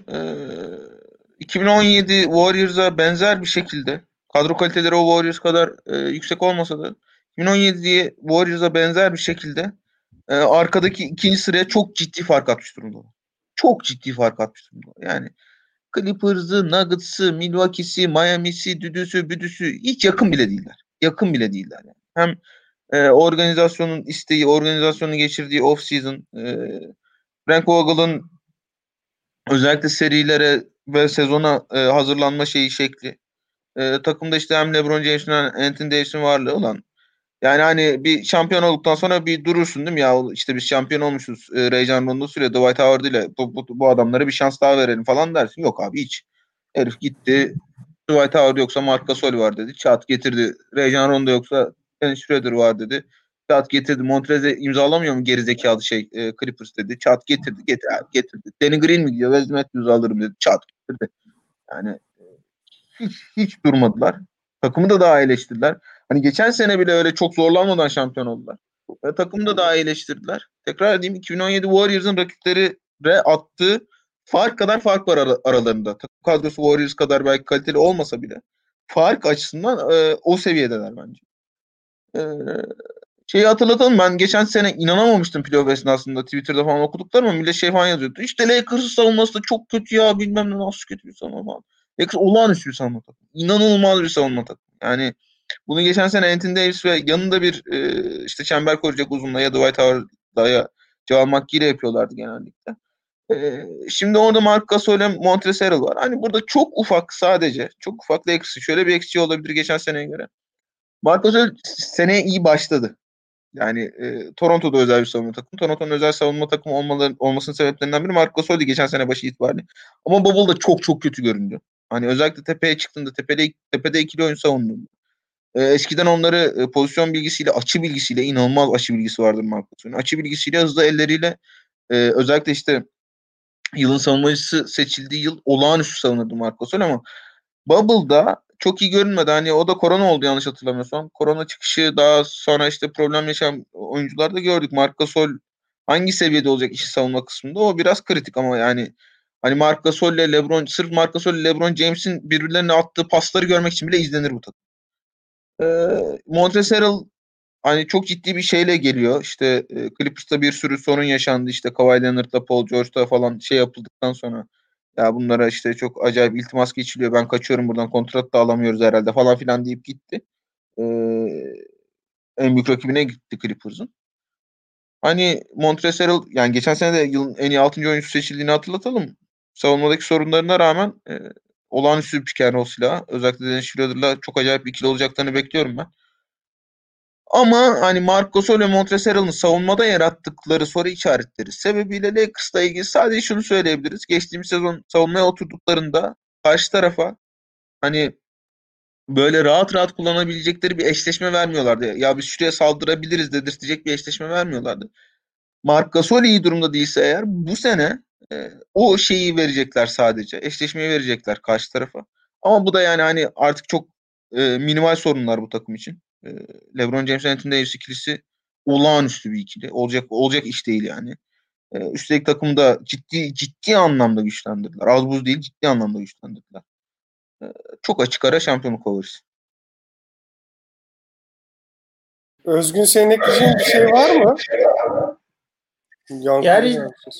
2017 Warriors'a benzer bir şekilde, kadro kaliteleri o Warriors kadar yüksek olmasa da 2017'ye Warriors'a benzer bir şekilde arkadaki ikinci sıraya çok ciddi fark atmış durumda. Çok ciddi fark atmış durumda. Yani Clippers'ı, Nuggets'ı, Milwaukee'si, Miami'si, Düdüsü, Büdüsü hiç yakın bile değiller. Yakın bile değiller yani. Hem organizasyonun isteği, organizasyonun geçirdiği off-season, Frank Vogel'ın özellikle serilere ve sezona hazırlanma şekli. Takımda işte hem LeBron James'in hem Anthony Davis'in varlığı olan. Yani hani bir şampiyon olduktan sonra bir durursun değil mi ya, işte biz şampiyon olmuşuz. Rajon Rondo süre Dwight Howard ile bu adamlara bir şans daha verelim falan dersin. Yok abi hiç. Herif gitti. Dwight Howard yoksa Marc Gasol var dedi. Çat getirdi. Rajon Rondo yoksa Dennis Schroeder var dedi. Çat getirdi. Montrez'e imzalamıyor mu gerizekalı Clippers dedi. Çat getirdi. Getirdi. Danny Green mi gidiyor? Wes Matthews alırım dedi. Çat getirdi. Yani hiç durmadılar. Takımı da daha iyileştirdiler. Hani geçen sene bile öyle çok zorlanmadan şampiyon oldular. Takımı da daha iyileştirdiler. Tekrar edeyim, 2017 Warriors'ın rakiplere attığı fark kadar fark var aralarında. Takım kadrosu Warriors kadar belki kaliteli olmasa bile fark açısından o seviyedeler bence. Şeyi hatırlatalım, ben geçen sene inanamamıştım playoff esnasında Twitter'da falan okuduklarım ama millet şey falan yazıyordu. İşte Lakers'ın savunması da çok kötü ya, bilmem ne, nasıl kötü bir savunma falan. Lakers olağanüstü bir savunma takımı. İnanılmaz bir savunma takımı. Yani bunu geçen sene Anthony Davis ve yanında bir işte çember koruyacak uzunla ya Dwight Howard'la ya Jamal McGee ile yapıyorlardı genellikle. Şimdi orada Marc Gasol ile Montrezl Harrell var. Hani burada çok ufak, sadece çok ufak Lakers'ın şöyle bir eksiği olabilir geçen seneye göre. Marc Gasol seneye iyi başladı. Yani Toronto'da özel bir savunma takımı. Toronto'nun özel savunma takımı olmasının sebeplerinden biri Marc Gasol'di geçen sene başı itibariyle. Ama Bubble'da çok kötü göründü. Hani özellikle tepeye çıktığında tepede ikili oyun savunduğunda. Eskiden onları pozisyon bilgisiyle, açı bilgisiyle, inanılmaz açı bilgisi vardır Marc Gasol'ün. Açı bilgisiyle, hızlı elleriyle özellikle işte yılın savunmacısı seçildiği yıl olağanüstü savunurdu Marc Gasol ama Bubble'da çok iyi görünmedi. Hani o da korona oldu yanlış hatırlamıyorsam. Korona çıkışı daha sonra işte problem yaşayan oyuncularda gördük. Marc Gasol hangi seviyede olacak işi savunma kısmında, o biraz kritik ama yani hani Marc Gasol ile LeBron, sırf Marc Gasol ile LeBron James'in birbirlerine attığı pasları görmek için bile izlenir bu takım. Montrezl Harrell hani çok ciddi bir şeyle geliyor. İşte Clippers'ta bir sürü sorun yaşandı. İşte Kawhi Leonard'la Paul George'la falan şey yapıldıktan sonra ya bunlara işte çok acayip iltimas geçiliyor. Ben kaçıyorum buradan, kontrat da alamıyoruz herhalde falan filan deyip gitti. En büyük rakibine gitti Clippers'ın. Hani Montrezl Harrell yani geçen sene de yılın en iyi 6. oyuncusu seçildiğini hatırlatalım. Savunmadaki sorunlarına rağmen olağanüstü bir pick and roll silahı. Özellikle Dennis Schroeder'la çok acayip bir ikili olacaklarını bekliyorum ben. Ama hani Marc Gasol ve Montrezl Harrell'ın savunmada yarattıkları soru işaretleri sebebiyle Lakers'la ilgili sadece şunu söyleyebiliriz. Geçtiğimiz sezon savunmaya oturduklarında karşı tarafa hani böyle rahat kullanabilecekleri bir eşleşme vermiyorlardı. Ya biz şuraya saldırabiliriz dedirtecek bir eşleşme vermiyorlardı. Marc Gasol iyi durumda değilse eğer bu sene o şeyi verecekler sadece. Eşleşmeyi verecekler karşı tarafa. Ama bu da yani hani artık çok minimal sorunlar bu takım için. LeBron James, Anthony Davis ikilisi olağanüstü bir ikili. Olacak iş değil yani. Üstelik takımı da ciddi anlamda güçlendirdiler. Az buz değil, ciddi anlamda güçlendirdiler. Çok açık ara şampiyonluk favorisi. Özgün, senin ekleyeceğin bir şey var mı? Yani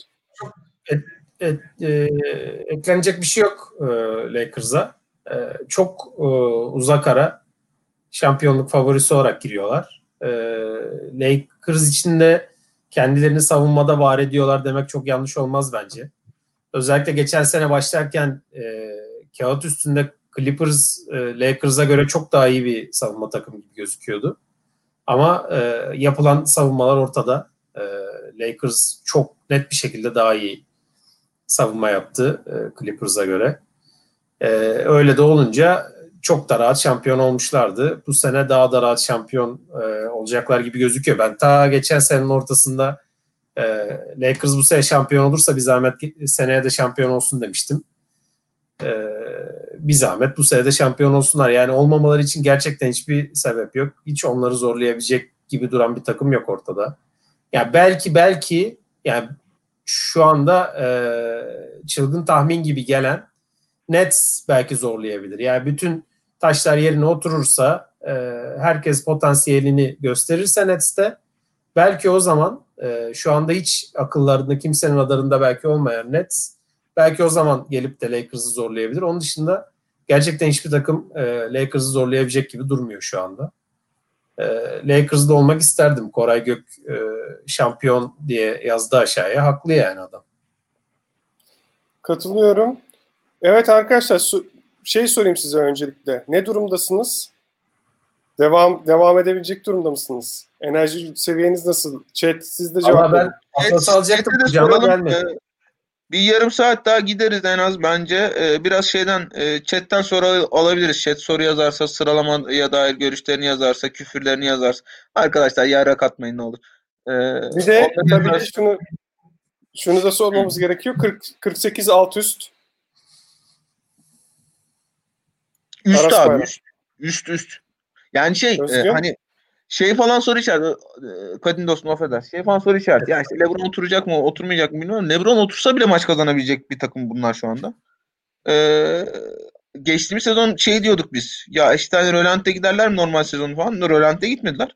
eklenecek bir şey yok Lakers'a. Çok uzak ara şampiyonluk favorisi olarak giriyorlar. Lakers için de kendilerini savunmada var ediyorlar demek çok yanlış olmaz bence. Özellikle geçen sene başlarken kağıt üstünde Clippers Lakers'a göre çok daha iyi bir savunma takımı gibi gözüküyordu. Ama yapılan savunmalar ortada. Lakers çok net bir şekilde daha iyi savunma yaptı Clippers'a göre. Öyle de olunca çok da rahat şampiyon olmuşlardı. Bu sene daha da rahat şampiyon olacaklar gibi gözüküyor. Ben ta geçen senenin ortasında Lakers bu sene şampiyon olursa bir zahmet seneye de şampiyon olsun demiştim. Bir zahmet bu sene de şampiyon olsunlar. Yani olmamaları için gerçekten hiçbir sebep yok. Hiç onları zorlayabilecek gibi duran bir takım yok ortada. Yani belki yani şu anda çılgın tahmin gibi gelen Nets belki zorlayabilir. Yani bütün taşlar yerine oturursa, herkes potansiyelini gösterirse Nets'te belki o zaman şu anda hiç akıllarında kimsenin radarında belki olmayan Nets belki o zaman gelip de Lakers'ı zorlayabilir. Onun dışında gerçekten hiçbir takım Lakers'ı zorlayabilecek gibi durmuyor şu anda. Lakers'da olmak isterdim. Koray Gök şampiyon diye yazdı aşağıya. Haklı yani adam. Katılıyorum. Evet arkadaşlar, şey sorayım size öncelikle. Ne durumdasınız? Devam edebilecek durumda mısınız? Enerji seviyeniz nasıl? Chat, siz de cevap verin. Ben atlası alacaktım. Kucağıma gelmedi. Bir yarım saat daha gideriz en az bence. Biraz chatten soru alabiliriz. Chat soru yazarsa, sıralamaya dair görüşlerini yazarsa, küfürlerini yazarsa. Arkadaşlar yara katmayın ne olur. Bir de tabii ki şunu da sormamız gerekiyor. 48 alt üst. Üst abi. Üst. Yani hani falan soru işareti. Kadim dostum affeder. Falan soru işareti. Ya işte LeBron oturacak mı, oturmayacak mı bilmiyorum. LeBron otursa bile maç kazanabilecek bir takım bunlar şu anda. Geçtiğimiz sezon diyorduk biz. Ya işte rölante giderler mi normal sezonu falan. Rölante gitmediler.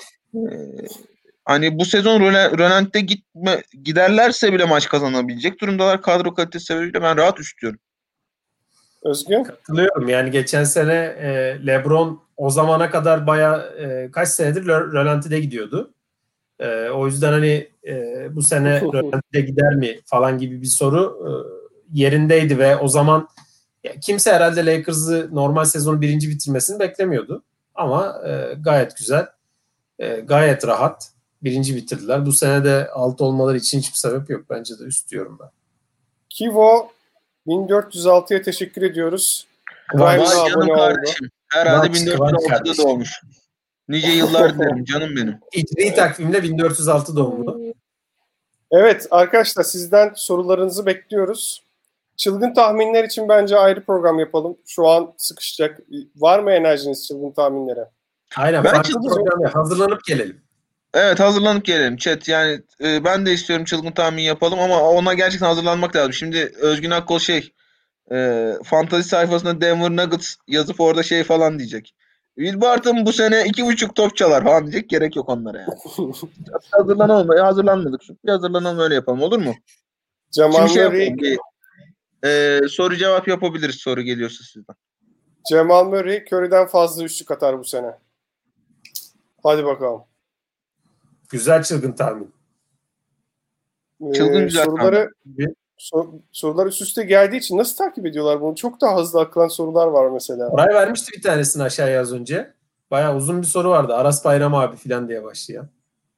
Hani bu sezon rölante giderlerse bile maç kazanabilecek durumdalar. Kadro kalitesi sebebiyle ben rahat üst diyorum. Özgün? Katılıyorum. Yani geçen sene LeBron o zamana kadar kaç senedir rölantide gidiyordu. O yüzden hani bu sene rölantide gider mi falan gibi bir soru yerindeydi ve o zaman kimse herhalde Lakers'ı normal sezonu birinci bitirmesini beklemiyordu. Ama gayet güzel, gayet rahat birinci bitirdiler. Bu sene de alt olmaları için hiçbir sebep yok. Bence de üst diyorum ben. Kivo 1406'ya teşekkür ediyoruz. Canım kardeşim. Herhalde 1406'da doğmuş. Nice yıllar dilerim canım benim. Hicri takvimle 1406 doğumlu. Evet arkadaşlar, sizden sorularınızı bekliyoruz. Çılgın tahminler için bence ayrı program yapalım. Şu an sıkışacak. Var mı enerjiniz çılgın tahminlere? Aynen. Hazırlanıp gelelim. Evet, hazırlanıp gelelim chat. Yani ben de istiyorum çılgın tahmin yapalım ama ona gerçekten hazırlanmak lazım. Şimdi Özgün Akkol fantasy sayfasında Denver Nuggets yazıp orada falan diyecek. Will Barton bu sene 2.5 top çalar falan diyecek. Gerek yok onlara yani. Hazırlanmadık. Bir hazırlanalım, öyle yapalım, olur mu? Cemal Murray soru cevap yapabiliriz, soru geliyorsa sizden. Cemal Murray Curry'den fazla üçlük atar bu sene. Hadi bakalım. Güzel çılgın tahmin. Çılgın güzel sorular üst üste geldiği için nasıl takip ediyorlar bunu? Çok daha hızlı akılan sorular var mesela. Koray vermişti bir tanesini aşağıya az önce. Bayağı uzun bir soru vardı. Aras Bayram abi falan diye başlayan.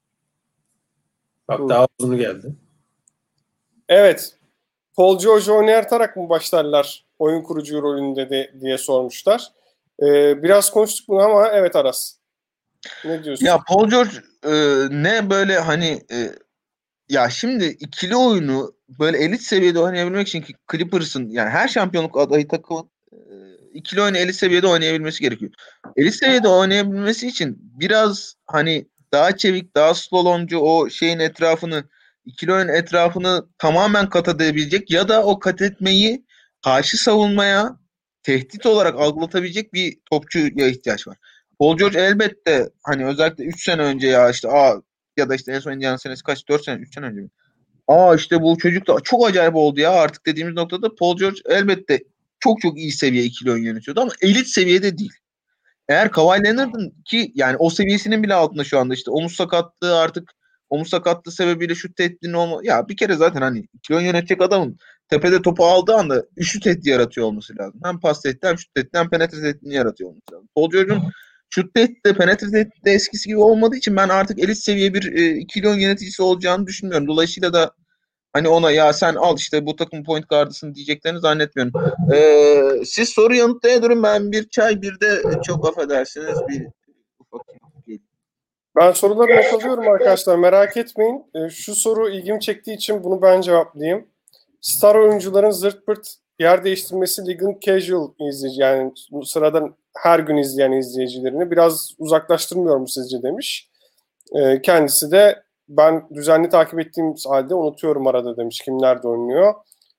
Bak daha uzunu geldi. Evet. Paul George oynatarak mı başlarlar oyun kurucu rolünde diye sormuşlar. Biraz konuştuk bunu ama evet Aras. Ne diyorsun? Ya Paul George ne böyle hani ya şimdi ikili oyunu böyle elit seviyede oynayabilmek için Clippers'ın yani her şampiyonluk adayı takımın ikili oyunu elit seviyede oynayabilmesi gerekiyor. Elit seviyede oynayabilmesi için biraz hani daha çevik, daha slalomcu o etrafını ikili oyun etrafını tamamen kat edebilecek ya da o kat etmeyi karşı savunmaya tehdit olarak algılatabilecek bir topçuya ihtiyaç var. Paul George elbette hani özellikle 3 sene önce ya işte ya da işte en son Indiana senesi kaç? 4 sene, 3 sene önce mi? İşte bu çocuk da çok acayip oldu ya artık dediğimiz noktada Paul George elbette çok çok iyi seviye ikili oyun yönetiyordu ama elit seviyede değil. Eğer Kawhi Leonard'ın ki yani o seviyesinin bile altında şu anda işte omuz sakatlığı sebebiyle şut tehdidinin ya bir kere zaten hani ikili oyun yönetecek adamın tepede topu aldığı anda şut tehdidi yaratıyor olması lazım. Hem pas tehdidi hem şut tehdidi hem penetre tehdidini yaratıyor olması lazım. Paul George'un şut tehdidi de penetre tehdidi de eskisi gibi olmadığı için ben artık elit seviye bir ikili oyun yöneticisi olacağını düşünmüyorum. Dolayısıyla da hani ona ya sen al işte bu takım point guardısın diyeceklerini zannetmiyorum. Siz soru yanıtlayın durun ben bir çay bir de çok affedersiniz bir ufak Ben soruları not alıyorum arkadaşlar, merak etmeyin. Şu soru ilgimi çektiği için bunu ben cevaplayayım. Star oyuncuların zırt pırt yer değiştirmesi ligin casual izleyici, yani sıradan her gün izleyen izleyicilerini biraz uzaklaştırmıyor mu sizce demiş. Kendisi de ben düzenli takip ettiğim halde unutuyorum arada demiş. Kimler oynuyor?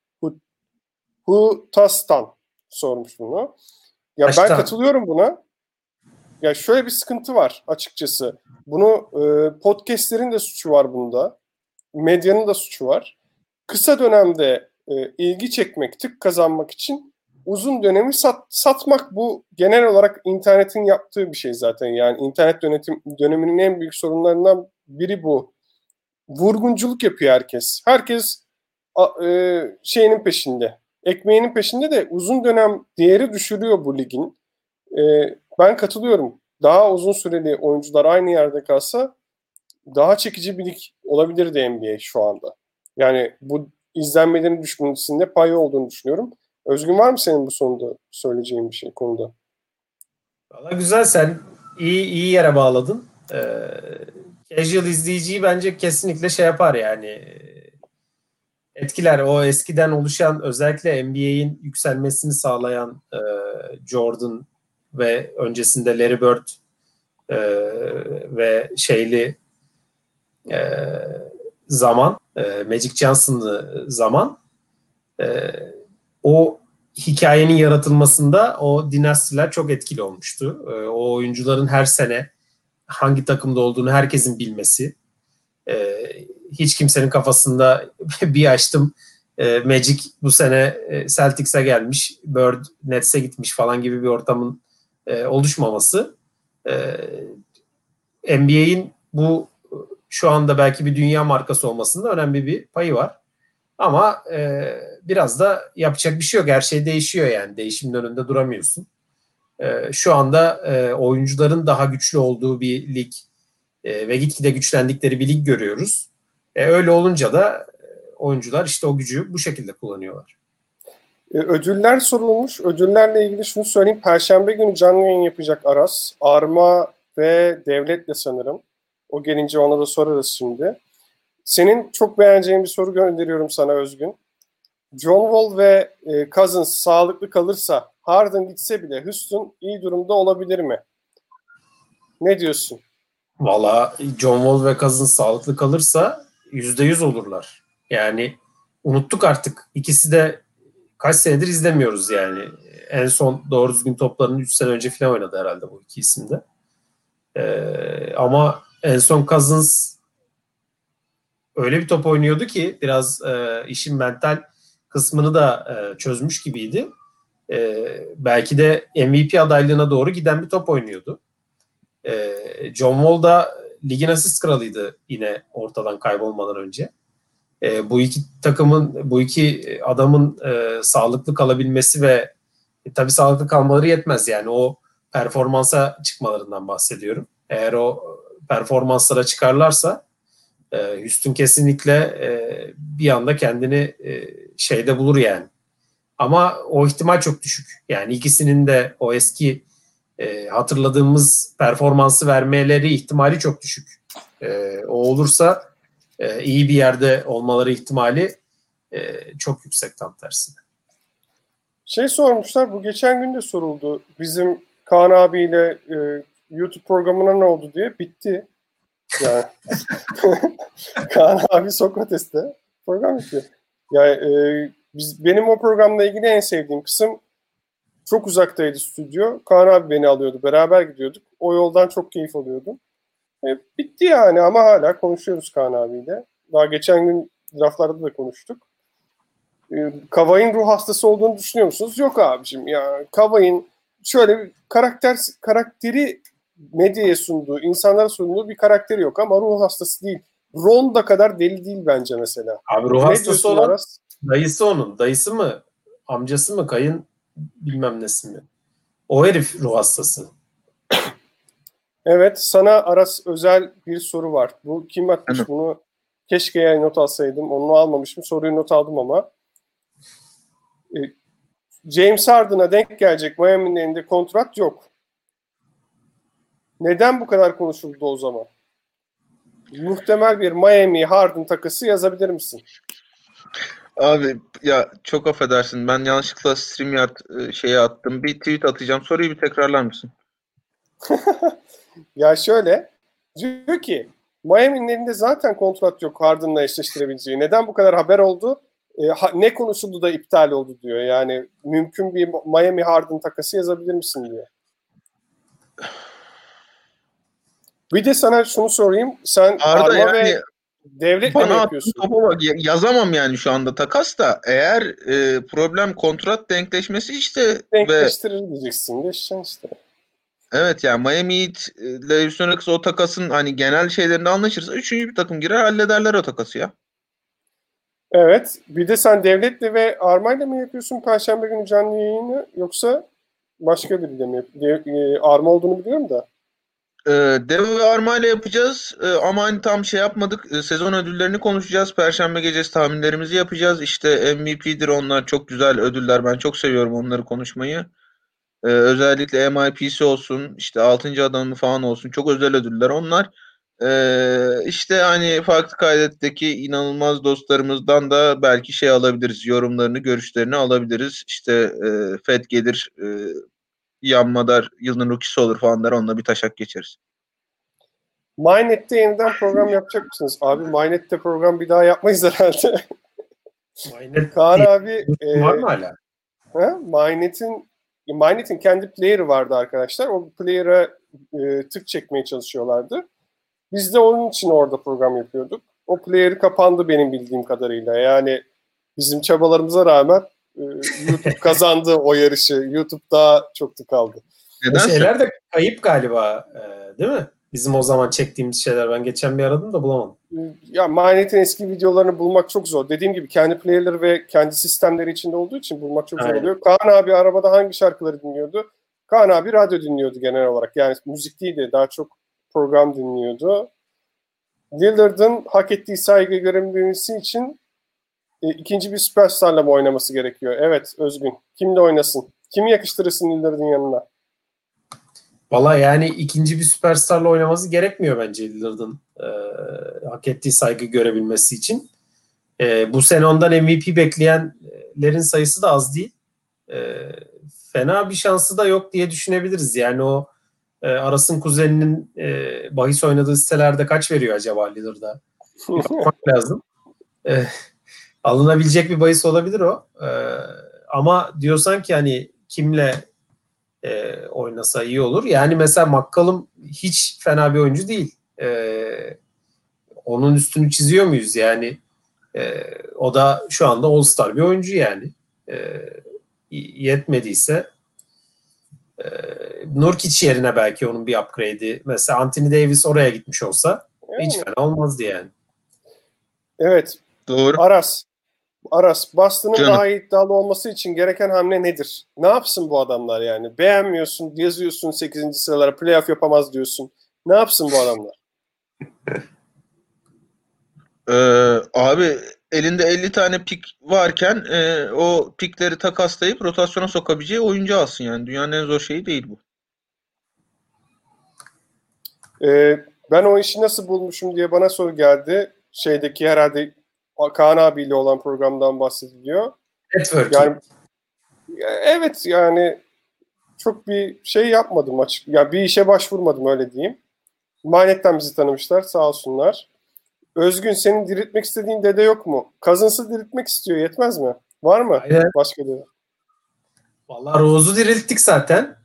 Hutastan sormuş bunu. Ya ben katılıyorum buna. Ya şöyle bir sıkıntı var açıkçası. Bunu podcastlerin de suçu var bunda. Medyanın da suçu var. Kısa dönemde ilgi çekmek, tık kazanmak için uzun dönemi satmak, bu genel olarak internetin yaptığı bir şey zaten. Yani internet döneminin en büyük sorunlarından biri bu. Vurgunculuk yapıyor herkes. Herkes şeyinin peşinde. Ekmeğinin peşinde de uzun dönem değeri düşürüyor bu ligin. Ben katılıyorum. Daha uzun süreli oyuncular aynı yerde kalsa daha çekici bir lig olabilirdi NBA şu anda. Yani bu izlenmelerin düşmesinde payı olduğunu düşünüyorum. Özgün, var mı senin bu sonunda söyleyeceğin bir şey konuda? Valla güzel, sen iyi yere bağladın. Casual izleyiciyi bence kesinlikle şey yapar yani etkiler. O eskiden oluşan özellikle NBA'in yükselmesini sağlayan Jordan ve öncesinde Larry Bird ve zaman Magic Johnson'lı zaman o hikayenin yaratılmasında o dinastiler çok etkili olmuştu. O oyuncuların her sene hangi takımda olduğunu herkesin bilmesi. Hiç kimsenin kafasında bir açtım Magic bu sene Celtics'e gelmiş, Bird Nets'e gitmiş falan gibi bir ortamın oluşmaması. NBA'in bu şu anda belki bir dünya markası olmasında önemli bir payı var. Ama biraz da yapacak bir şey yok. Her şey değişiyor yani. Değişimin önünde duramıyorsun. Şu anda oyuncuların daha güçlü olduğu bir lig ve gitgide güçlendikleri bir lig görüyoruz. Öyle olunca da oyuncular işte o gücü bu şekilde kullanıyorlar. Ödüller sorulmuş. Ödüllerle ilgili şunu söyleyeyim. Perşembe günü canlı yayın yapacak Aras. Arma ve Devlet'le sanırım. O gelince ona da sorarız şimdi. Senin çok beğeneceğin bir soru gönderiyorum sana Özgün. John Wall ve Cousins sağlıklı kalırsa Harden gitse bile Houston iyi durumda olabilir mi? Ne diyorsun? Valla John Wall ve Cousins sağlıklı kalırsa %100 olurlar. Yani unuttuk artık. İkisi de kaç senedir izlemiyoruz yani. En son doğru düzgün toplarını 3 sene önce falan oynadı herhalde bu iki isim de. Ama en son Cousins öyle bir top oynuyordu ki biraz işin mental kısmını da çözmüş gibiydi. Belki de MVP adaylığına doğru giden bir top oynuyordu. John Wall da ligin asist kralıydı yine ortadan kaybolmadan önce. Bu iki adamın sağlıklı kalabilmesi ve tabii sağlıklı kalmaları yetmez yani o performansa çıkmalarından bahsediyorum. Eğer o performanslara çıkarlarsa Houston kesinlikle bir anda kendini şeyde bulur yani. Ama o ihtimal çok düşük. Yani ikisinin de o eski hatırladığımız performansı vermeleri ihtimali çok düşük. O olursa iyi bir yerde olmaları ihtimali çok yüksek tam tersine. Sormuşlar, bu geçen gün de soruldu. Bizim Kaan abiyle YouTube programına ne oldu diye. Bitti. Yani Kaan abi Sokrates'te program yapıyor. Yani benim o programla ilgili en sevdiğim kısım, çok uzaktaydı stüdyo. Kaan abi beni alıyordu. Beraber gidiyorduk. O yoldan çok keyif alıyordum. Bitti yani ama hala konuşuyoruz Kaan abiyle. Daha geçen gün draftlarda da konuştuk. Kavay'ın ruh hastası olduğunu düşünüyor musunuz? Yok abicim ya. Kavay'ın şöyle bir karakteri medyaya sunduğu, insanlara sunduğu bir karakteri yok ama ruh hastası değil. Ron da kadar deli değil bence mesela. Abi ruh Ne hastası diyorsun olan Aras? dayısı onun. Dayısı mı? Amcası mı? Kayın bilmem nesi mi? O herif ruh hastası. Evet, sana Aras özel bir soru var. Bu kim atmış Hı. bunu? Keşke not alsaydım. Onu almamışım. Soruyu not aldım ama. James Harden'a denk gelecek Miami'nin elinde kontrat yok. Neden bu kadar konuşuldu o zaman? Muhtemel bir Miami Harden takası yazabilir misin? Abi ya çok affedersin. Ben yanlışlıkla StreamYard şeye attım. Bir tweet atacağım. Soruyu bir tekrarlar mısın? Ya şöyle, diyor ki Miami'nin elinde zaten kontrat yok Harden'la eşleştirebileceği. Neden bu kadar haber oldu? Ne konuşuldu da iptal oldu diyor. Yani mümkün bir Miami Harden takası yazabilir misin diyor. Bir de sana şunu sorayım. Sen Arda Arma yani ve Devlet'le mi bana attığın yapıyorsun? topa bak. Yazamam yani şu anda takas da. Eğer problem kontrat denkleşmesi işte ve Denkleştirir diyeceksin. Geçeceksin işte. evet yani Miami Heat ile Houston Rockets o takasın hani genel şeylerinde anlaşırsa üçüncü bir takım girer hallederler o takası ya. Evet. Bir de sen Devlet'le ve Arma'yla mı yapıyorsun Perşembe günü canlı yayını, yoksa başka biriyle mi yapıyorsun? Arma olduğunu biliyorum da. Devo ve Arma ile yapacağız. Ama hani tam şey yapmadık. Sezon ödüllerini konuşacağız. Perşembe gecesi tahminlerimizi yapacağız. İşte MVP'dir onlar. Çok güzel ödüller. Ben çok seviyorum onları konuşmayı. Özellikle MIP'si olsun. İşte 6. adamı falan olsun. Çok özel ödüller onlar. İşte hani farklı kaydetteki inanılmaz dostlarımızdan da belki şey alabiliriz. Yorumlarını, görüşlerini alabiliriz. İşte Fed gelir, Ian Madar yılın rookisi olur falan der. Onunla bir taşak geçeriz. MyNet'te yeniden program yapacak mısınız? Abi MyNet'te program bir daha yapmayız herhalde. Aynen. Kaan abi Var mı hala? MyNet'in kendi player'ı vardı arkadaşlar. O player'a tık çekmeye çalışıyorlardı. Biz de onun için orada program yapıyorduk. O player'ı kapandı benim bildiğim kadarıyla. Yani bizim çabalarımıza rağmen YouTube kazandı o yarışı. YouTube daha çok tık aldı. O Nedense. şeyler de kayıp galiba, değil mi? Bizim o zaman çektiğimiz şeyler. Ben geçen bir aradım da bulamadım. Ya MyNet'in eski videolarını bulmak çok zor. Dediğim gibi kendi player'ları ve kendi sistemleri içinde olduğu için bulmak çok zor Aynen. oluyor. Kaan abi arabada hangi şarkıları dinliyordu? Kaan abi radyo dinliyordu genel olarak. Yani müzik değil de daha çok program dinliyordu. Lillard'ın hak ettiği saygı görebilmesi için ikinci bir süperstarla mı oynaması gerekiyor? Evet Özgün. Kimle oynasın? Kimi yakıştırırsın Lillard'ın yanına? Valla yani ikinci bir süperstarla oynaması gerekmiyor bence Lillard'ın hak ettiği saygı görebilmesi için. Bu sene ondan MVP bekleyenlerin sayısı da az değil. Fena bir şansı da yok diye düşünebiliriz. Yani o Aras'ın kuzeninin bahis oynadığı sitelerde kaç veriyor acaba Lillard'a? Bir bakmak lazım. Alınabilecek bir bahis olabilir o. Ama diyorsan ki hani kimle oynasa iyi olur. Yani mesela McCollum hiç fena bir oyuncu değil. Onun üstünü çiziyor muyuz? Yani o da şu anda All-Star bir oyuncu yani. Yetmediyse Nurkic yerine belki onun bir upgrade'i. Mesela Anthony Davis oraya gitmiş olsa hiç fena olmazdı yani. Evet. Doğru. Aras, Boston'ın Canım. daha iddialı olması için gereken hamle nedir? Ne yapsın bu adamlar yani? Beğenmiyorsun, yazıyorsun 8. sıralara, playoff yapamaz diyorsun. Ne yapsın bu adamlar? Abi elinde 50 tane pik varken o pikleri takaslayıp rotasyona sokabileceği oyuncu alsın yani. Dünyanın en zor şeyi değil bu. Ben o işi nasıl bulmuşum diye bana soru geldi. Şeydeki herhalde Kaan abiyle olan programdan bahsediliyor. Networking. Yani evet yani çok bir şey yapmadım açık. Yani bir işe başvurmadım öyle diyeyim. Manet'ten bizi tanımışlar. Sağ olsunlar. Özgün, senin diriltmek istediğin dede yok mu? Cousins'ı diriltmek istiyor. Yetmez mi? Var mı? Aynen. Başka dede. Vallahi Rose'u dirilttik zaten.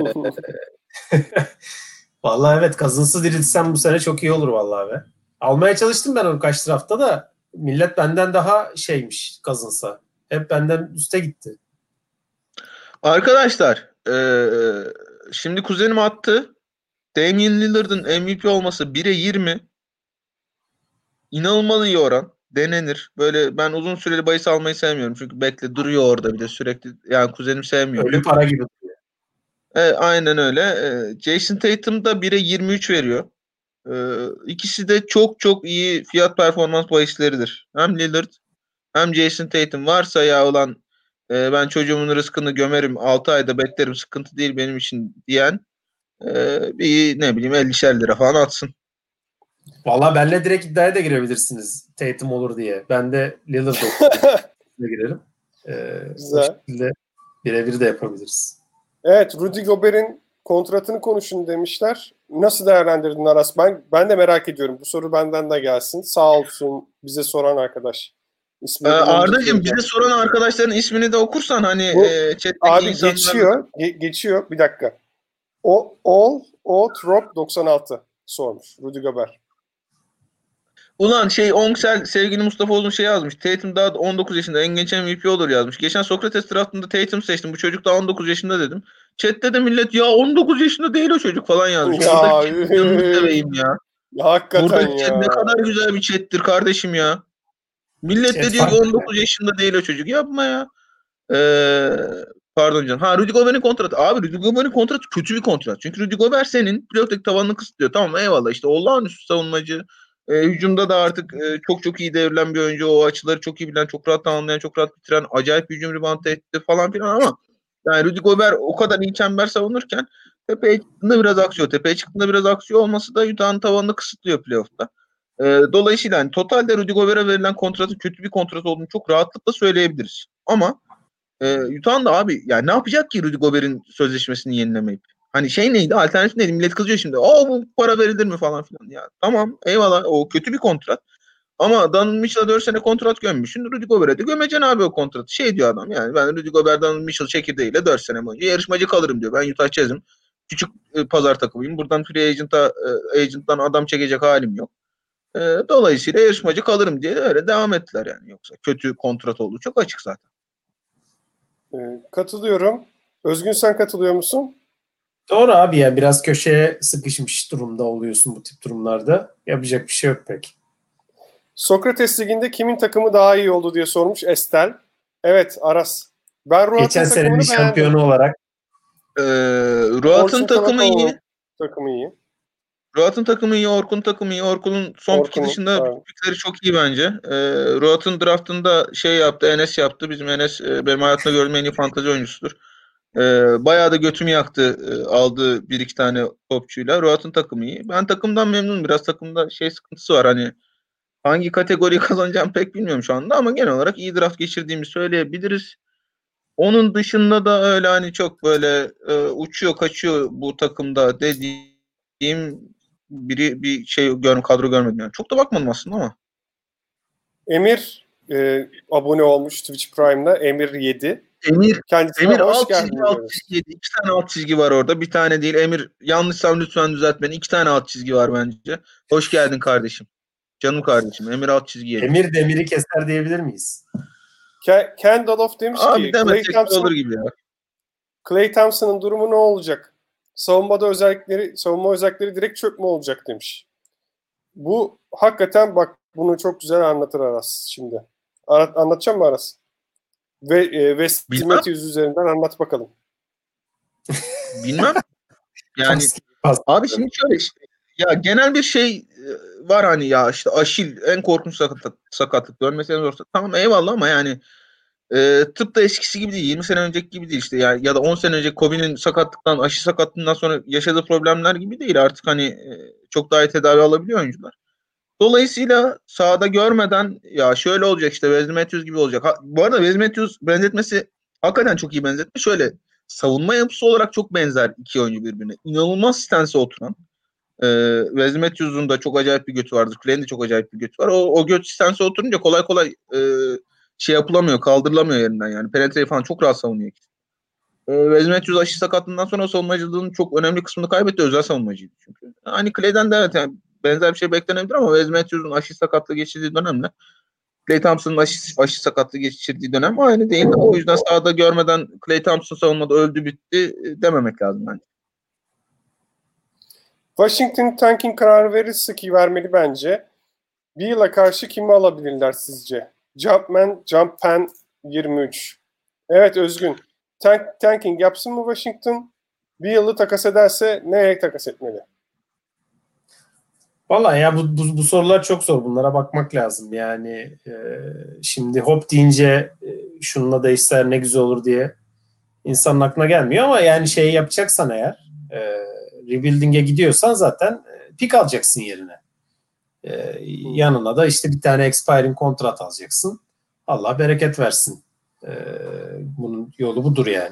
Vallahi evet, Cousins'ı diriltsem bu sene çok iyi olur vallahi be. Almaya çalıştım ben onu kaç draftta da. Millet benden daha şeymiş Cousins'a. Hep benden üste gitti. Arkadaşlar şimdi kuzenim attı. Damian Lillard'ın MVP olması 1'e 20. İnanılmaz iyi oran. Denenir. Böyle ben uzun süreli bahis almayı sevmiyorum. Çünkü bekle duruyor orada bir de sürekli. Yani kuzenim sevmiyor. Ölü para gibi. Aynen öyle. Jason Tatum da 1'e 23 veriyor. İkisi de çok çok iyi fiyat performans bahisleridir. Hem Lillard hem Jason Tatum varsa ya olan ben çocuğumun rızkını gömerim 6 ayda beklerim sıkıntı değil benim için diyen bir ne bileyim 50'şer lira falan atsın. Vallahi benle direkt iddiaya da girebilirsiniz. Tatum olur diye. Ben de Lillard girerim. Güzel. O şekilde birebir de yapabiliriz. Evet, Rudy Gobert'in kontratını konuşun demişler. Nasıl değerlendirdin Aras? Ben de merak ediyorum. Bu soru benden de gelsin. Sağ olsun bize soran arkadaş. Arda'cığım bize soran arkadaşların ismini de okursan hani chat'teki abi insanlar... geçiyor. Bir dakika. O Trop 96 sormuş. Rudy Gobert. Ulan Ongsel sevgili Mustafaoğlu'nun yazmış. Tatum daha 19 yaşında en genç MVP olur yazmış. Geçen Sokrates draftında Tatum seçtim. Bu çocuk daha 19 yaşında dedim. Chat'te de millet ya 19 yaşında değil o çocuk falan yazmış. Ya, Yanını seveyim ya. Hakikaten buradaki ya. Chat ne kadar güzel bir chat'tir kardeşim ya. Millet de diyor ki 19 yaşında değil o çocuk. Yapma ya. Pardon canım. Rudy Gobert'in kontratı. Abi Rudy Gobert'in kontratı kötü bir kontrat. Çünkü Rudy Gobert senin playoff'taki tavanını kısıtlıyor. Tamam eyvallah işte olağanüstü savunmacı. Hücumda da artık çok çok iyi devrilen bir oyuncu. O açıları çok iyi bilen, çok rahat tamamlayan, çok rahat bitiren, acayip hücum rebound etti falan filan ama yani Rudy Gobert o kadar iyi çember savunurken tepeye çıktığında biraz aksıyor. Tepeye çıktığında biraz aksıyor olması da Utah'ın tavanını kısıtlıyor playoff'ta. Dolayısıyla yani totalde Rudy Gobert'e verilen kontratın kötü bir kontrat olduğunu çok rahatlıkla söyleyebiliriz. Ama Utah'ın da abi yani ne yapacak ki Rudy Gobert'in sözleşmesini yenilemeyip? Hani neydi? Alternatif neydi? Millet kızıyor şimdi. Bu para verilir mi falan filan. Ya tamam eyvallah o kötü bir kontrat. Ama Donovan Mitchell'a 4 sene kontrat gömmüşsün. Rudy Gobert'e de gömeceksin abi o kontratı. Diyor adam yani ben Rudy Gobert, Donovan Mitchell çekirdeğiyle 4 sene boyunca yarışmacı kalırım diyor. Ben Utah Jazz'im. Küçük pazar takımıyım. Buradan free agent'tan adam çekecek halim yok. Dolayısıyla yarışmacı kalırım diye öyle devam ettiler yani. Yoksa kötü kontrat olduğu çok açık zaten. Katılıyorum. Özgün sen katılıyor musun? Doğru abi ya biraz köşeye sıkışmış durumda oluyorsun bu tip durumlarda. Yapacak bir şey yok pek. Sokrates Ligi'nde kimin takımı daha iyi oldu diye sormuş Estel. Evet Aras. Ben Ruat'ın Geçen senenin takımını şampiyonu beğendim. olarak. Ruat'ın takımı iyi. Takımı iyi. Ruat'ın takımı iyi, Orkun'un takımı iyi. Orkun'un son piki dışında pikleri çok iyi bence. Ruat'ın draftında yaptı, Enes yaptı. Bizim Enes benim hayatımda gördüğüm en iyi fantezi oyuncusudur. Bayağı da götümü yaktı aldığı bir iki tane topçuyla. Ruat'ın takımı iyi. Ben takımdan memnunum. Biraz takımda sıkıntısı var. Hani hangi kategoriyi kazanacağım pek bilmiyorum şu anda ama genel olarak iyi draft geçirdiğimi söyleyebiliriz. Onun dışında da öyle hani çok böyle uçuyor kaçıyor bu takımda dediğim bir kadro görmedim yani. Çok da bakmadım aslında ama. Emir abone olmuş Twitch Prime'da. Emir 7. Emir alt çizgi 7. 2 tane alt çizgi var orada. Bir tane değil. Emir yanlışsam lütfen düzelt beni. 2 tane alt çizgi var bence. Hoş geldin kardeşim. Canım kardeşim. Emir alt çizgi 7. Emir demiri keser diyebilir miyiz? Kendall demiş abi ki olur gibi ya. Klay Thompson'ın durumu ne olacak? Savunma özellikleri direkt çökme olacak demiş. Bu hakikaten bak bunu çok güzel anlatır Aras şimdi. Anlatacağım mı Aras? Ve Wes Matthews üzerinden anlat bakalım. Bilmem. Yani abi şimdi şöyle ya genel bir var hani ya işte Aşil en korkunç sakatlık görmesi en zor. Tamam eyvallah ama yani tıp da eskisi gibi değil. 20 sene önceki gibi değil işte yani ya da 10 sene önce Kobe'nin aşı sakatlığından sonra yaşadığı problemler gibi değil. Artık hani çok daha iyi tedavi alabiliyor oyuncular. Dolayısıyla sahada görmeden ya şöyle olacak işte Wesley Matthews gibi olacak. Bu arada Wesley Matthews benzetmesi hakikaten çok iyi benzetme. Şöyle savunma yapısı olarak çok benzer iki oyuncu birbirine. İnanılmaz stansı oturan. Wes Matthews'un da çok acayip bir götü vardır. Clay'in de çok acayip bir götü var. O göt istense oturunca kolay kolay şey yapılamıyor, kaldırılamıyor yerinden yani. Penetreyi falan çok rahat savunuyor. Wes Matthews aşı sakatlığından sonra savunmacılığının çok önemli kısmını kaybetti. Özel savunmacıydı çünkü. Hani Clay'den de evet yani benzer bir şey beklenebilir ama Wes Matthews'un aşı sakatlığı geçirdiği dönemle Klay Thompson'ın aşı sakatlığı geçirdiği dönem aynı değil. O yüzden sahada görmeden Klay Thompson savunmada öldü bitti dememek lazım bence. Washington tanking kararı verirse ki vermeli bence. Bir yıla karşı kimi alabilirler sizce? Jumpman 23. Evet Özgün. Tanking yapsın mı Washington? Bir yılı takas ederse nereye takas etmeli? Vallahi ya bu sorular çok zor. Bunlara bakmak lazım. Yani şimdi hop deyince şununla değişse ne güzel olur diye insanın aklına gelmiyor ama yani şey yapacaksan eğer rebuilding'e gidiyorsan zaten pick alacaksın yerine. Yanına da işte bir tane expiring kontrat alacaksın. Allah bereket versin. Bunun yolu budur yani.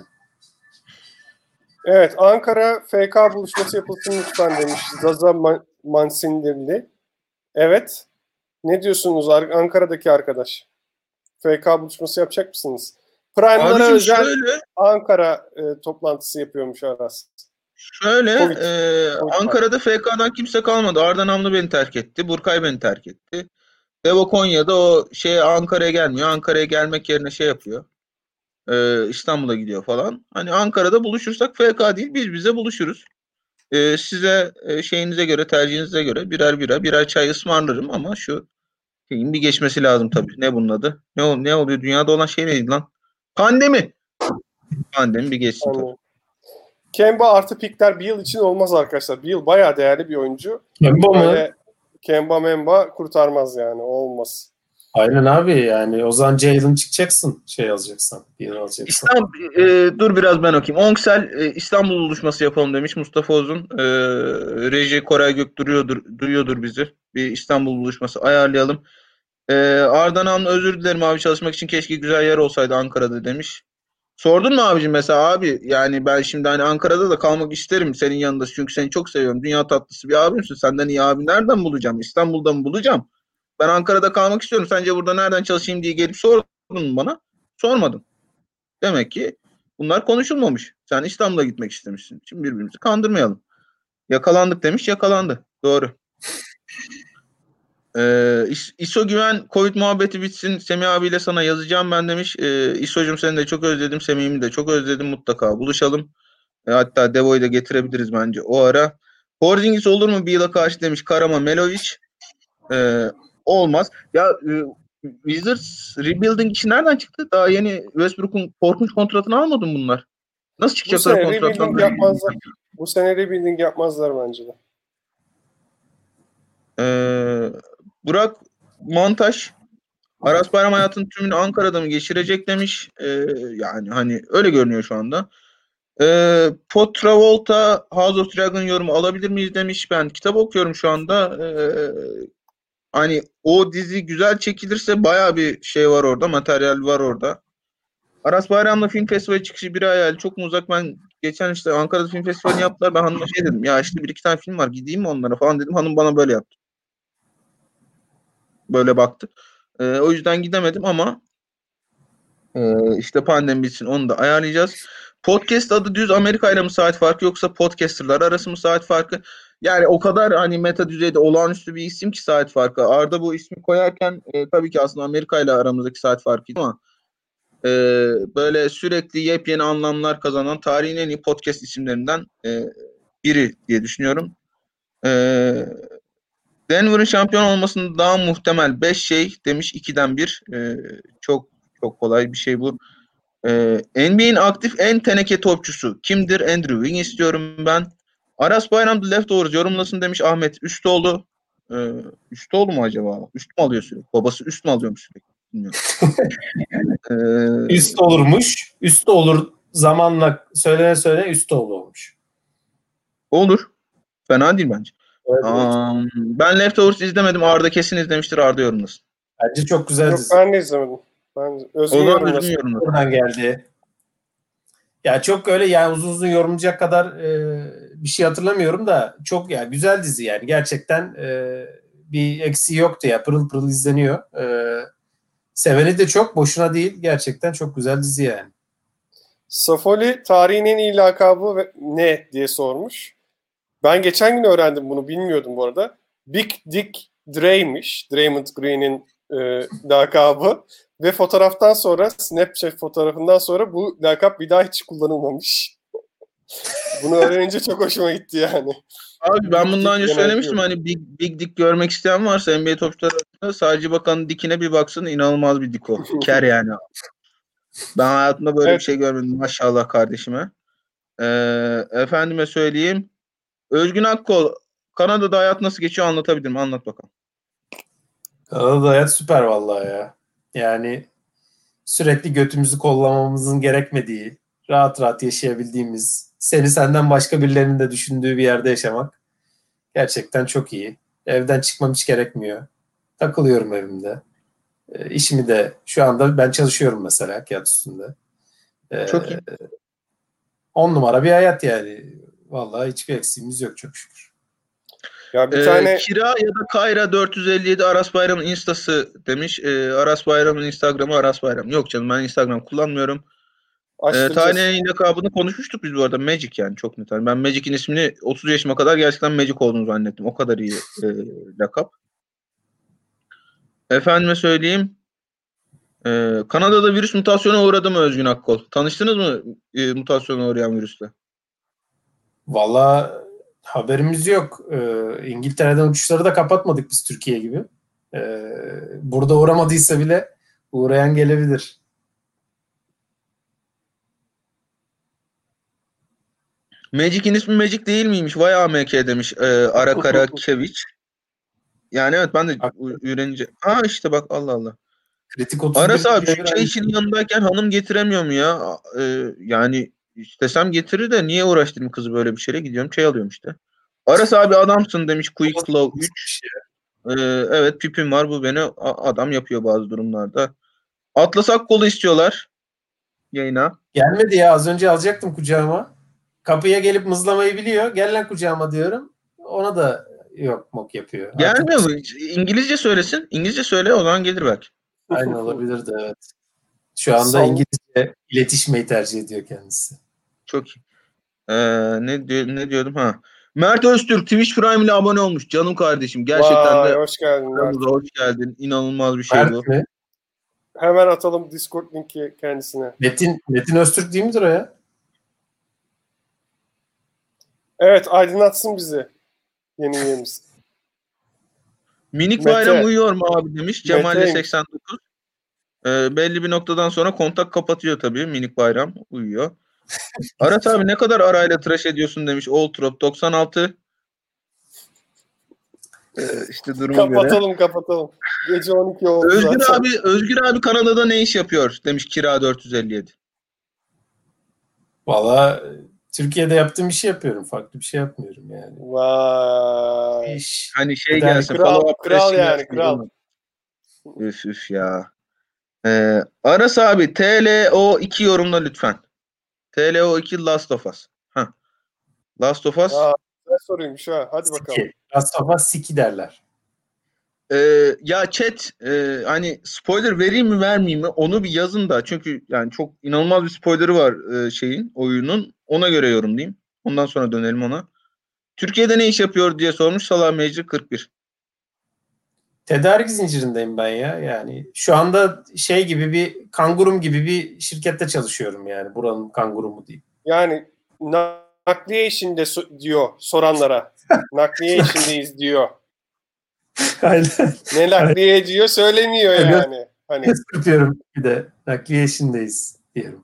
Evet, Ankara FK buluşması yapılsın lütfen demiş Zaza Mansindirli. Evet. Ne diyorsunuz Ankara'daki arkadaş? FK buluşması yapacak mısınız? Prime'lara Abicim özel şöyle, Ankara toplantısı yapıyormuş Aras. Şöyle, Covid Ankara'da FK'dan kimse kalmadı. Arda Namlı beni terk etti. Burkay beni terk etti. Devo Konya'da o Ankara'ya gelmiyor. Ankara'ya gelmek yerine şey yapıyor. İstanbul'a gidiyor falan. Hani Ankara'da buluşursak FK değil biz bize buluşuruz. Size şeyinize göre, tercihinize göre birer çay ısmarlarım ama şu şeyin bir geçmesi lazım tabii. Ne bunun adı? Ne oluyor? Dünyada olan şey neydi lan? Pandemi. Pandemi bir geçsin tabii. Kemba artı pikler bir yıl için olmaz arkadaşlar. Bir yıl bayağı değerli bir oyuncu. Kemba mı? Kemba Memba kurtarmaz yani. Olmaz. Aynen abi yani o zaman Jalen çıkacaksın alacaksan. Bir alacaksın. Dur biraz ben okuyayım. Onksel İstanbul buluşması yapalım demiş Mustafa Uzun. Reji Koray Gök duyuyordur bizi. Bir İstanbul buluşması ayarlayalım. Arda Namlı özür dilerim abi çalışmak için keşke güzel yer olsaydı Ankara'da demiş. Sordun mu abicim mesela abi yani ben şimdi hani Ankara'da da kalmak isterim senin yanında çünkü seni çok seviyorum. Dünya tatlısı bir abimsin. Senden iyi abi nereden bulacağım? İstanbul'da mı bulacağım? Ben Ankara'da kalmak istiyorum. Sence burada nereden çalışayım diye gelip sordun mu bana? Sormadın. Demek ki bunlar konuşulmamış. Sen İstanbul'a gitmek istemişsin. Şimdi birbirimizi kandırmayalım. Yakalandık demiş, yakalandı. Doğru. İso Güven Covid muhabbeti bitsin. Semih abiyle sana yazacağım ben demiş. İso'cum seni de çok özledim. Semih'imi de çok özledim. Mutlaka buluşalım. Hatta Devo'yu da getirebiliriz bence o ara. Porzingis olur mu bir yıla karşı demiş Karama Melovic. Olmaz. Ya Wizards rebuilding işi nereden çıktı? Daha yeni Westbrook'un korkunç kontratını almadı mı bunlar? Nasıl çıkacaklar kontrattan? Bu sene rebuilding yapmazlar bence de. Burak Montaj Aras Bayram hayatının tümünü Ankara'da mı geçirecek demiş. Yani hani öyle görünüyor şu anda. Travolta House of Dragon yorumu alabilir miyiz demiş. Ben kitap okuyorum şu anda. Hani o dizi güzel çekilirse bayağı bir şey var orada. Materyal var orada. Aras Bayram'la film festivali çıkışı bir hayal. Çok mu uzak? Ben geçen işte Ankara'da film festivali yaptılar. Ben hanıma şey dedim. Ya işte bir iki tane film var. Gideyim mi onlara falan dedim. Hanım bana böyle yaptı. Böyle baktı. O yüzden gidemedim ama işte pandemi bitsin onu da ayarlayacağız. Podcast adı düz Amerika ile mi saat farkı yoksa podcasterlar arası mı saat farkı? Yani o kadar hani meta düzeyde olağanüstü bir isim ki saat farkı. Arda bu ismi koyarken tabii ki aslında Amerika ile aramızdaki saat farkıydı ama böyle sürekli yepyeni anlamlar kazanan tarihin en iyi podcast isimlerinden biri diye düşünüyorum. Denver'ın şampiyon olmasının daha muhtemel 5 şey demiş 2'den 1. Çok kolay bir şey bu. NBA'in aktif en teneke topçusu kimdir? Andrew Wiggins istiyorum ben. Aras Bayram The Leftovers yorumlasın demiş Ahmet Üstoğlu. Üstoğlu mu acaba? Üst mü alıyor sürekli? Babası üst mü alıyormuş sürekli? Bilmiyorum. Üst olurmuş. Üst olur zamanla söylene üst olmuş. Olur. Fena değil bence. Evet, ben Leftovers izlemedim. Arda kesin izlemiştir. Arda yorumlasın. Bence çok güzel Yok, dizi. ben de izlemedim. Ben Özgün yorumlasın. Buradan geldi. Ya çok öyle yani uzun yorumlayacak kadar bir şey hatırlamıyorum da çok ya güzel dizi yani. Gerçekten bir eksiği yoktu ya. Pırıl pırıl izleniyor. Seveni de çok. Boşuna değil. Gerçekten çok güzel dizi yani. Safoli tarihin en iyi lakabı ne diye sormuş. Ben geçen gün öğrendim bunu. Bilmiyordum bu arada. Big Dick Dre'ymiş. Draymond Green'in lakabı. Ve fotoğraftan sonra, Snapchat fotoğrafından sonra bu lakap bir daha hiç kullanılmamış. Bunu öğrenince çok hoşuma gitti yani. Abi ben bundan önce söylemiştim, genel hani Big Dick görmek isteyen varsa NBA topçuları arasında sadece bakanın dikine bir baksın, inanılmaz bir dik o. Ker yani. Ben hayatımda böyle Evet. bir şey görmedim maşallah kardeşime. Efendime söyleyeyim. Özgün Akkol, Kanada'da hayat nasıl geçiyor anlatabilir mi? Anlat bakalım. Kanada'da hayat süper vallahi ya. Yani sürekli götümüzü kollamamızın gerekmediği, rahat rahat yaşayabildiğimiz, seni senden başka birilerinin de düşündüğü bir yerde yaşamak gerçekten çok iyi. Evden çıkmam hiç gerekmiyor. Takılıyorum evimde. İşimi de şu anda ben çalışıyorum mesela kağıt üstünde. Çok iyi. 10 numara bir hayat yani. Vallahi hiçbir eksiğimiz yok çok şükür. Ya bir tane Kira ya da Kayra 457 Aras Bayram'ın instası demiş. Aras Bayram'ın Instagram'ı Aras Bayram. Yok canım, ben Instagram kullanmıyorum. açtıracağız. Tarihin lakabını konuşmuştuk biz bu arada. Magic yani, çok net. Ben Magic'in ismini 30 yaşıma kadar gerçekten Magic olduğunu zannettim. O kadar iyi lakap. Efendime söyleyeyim. Kanada'da virüs mutasyona uğradı mı Özgün Akkol? Tanıştınız mı mutasyona uğrayan virüsle? Vallahi haberimiz yok. İngiltere'den uçuşları da kapatmadık biz Türkiye gibi. Burada uğramadıysa bile uğrayan gelebilir. Magic'in ismi Magic değil miymiş? Vay AMK demiş Arakarakeviç. Yani evet, ben de öğrenince. Ha işte bak, Allah Allah. Kritik 31 Aras abi diye şu bir çay işinin yanındayken hanım getiremiyor mu ya? Yani istesem getirir de niye uğraştırayım kızı böyle bir şeyle, gidiyorum çay alıyorum işte. Aras abi adamsın demiş Quick Flow 3. Evet, pipim var, bu beni adam yapıyor bazı durumlarda. Atlas Akkolu istiyorlar yayına. Gelmedi ya, az önce alacaktım kucağıma. Kapıya gelip mızlamayı biliyor. Gel lan kucağıma diyorum. Ona da yok mok yapıyor. Gelmiyor mu? İngilizce söylesin. İngilizce söyle, o zaman gelir belki. Aynen, olabilirdi evet. Şu anda İngilizce iletişmeyi tercih ediyor kendisi. Çok iyi. Ne diyordum ha? Mert Öztürk Twitch Prime ile abone olmuş. Canım kardeşim. Gerçekten Vay, de hoş geldin Mert. hoş geldin. İnanılmaz bir şey Mert bu. mi? Hemen atalım Discord linki kendisine. Metin Öztürk değil midir o ya? Evet, aydınlatsın bizi yeni üyemiz. Minik Mete. bayram uyuyor mu abi demiş. Cemal Meteyim. 89. Belli bir noktadan sonra kontak kapatıyor tabii. Minik bayram uyuyor. Aras abi ne kadar arayla tıraş ediyorsun demiş. Oltrop 96. İşte durumu göre. Kapatalım. Gece 12 oldu Özgür zaten. abi Kanada'da ne iş yapıyor demiş Kira 457. Valla Türkiye'de yaptığım bir şey yapıyorum. Farklı bir şey yapmıyorum yani. Vay. İş. Hani şey Yani gelsin. kral follow-up question yani, gelsin. kral. Üf ya. Aras abi TLO2 yorumla lütfen. TLO2 Last of Us. Last of Us. Ne soruymuş ha. Hadi bakalım. Siki. Last of Us Siki derler. Ya chat, hani spoiler vereyim mi vermeyeyim mi onu bir yazın da, çünkü yani çok inanılmaz bir spoilerı var oyunun, ona göre yorumlayayım. Ondan sonra dönelim ona. Türkiye'de ne iş yapıyor diye sormuş Salah Mecri 41. Tedarik zincirindeyim ben ya. Yani şu anda şey gibi bir kangurum gibi bir şirkette çalışıyorum yani. Buranın kangurumu değil. Yani nakliye işinde diyor soranlara. Nakliye işindeyiz diyor. Aynen. Ne nakliye ediyor söylemiyor yani. Hani Yapıyorum bir de. Nakliye işindeyiz diyelim.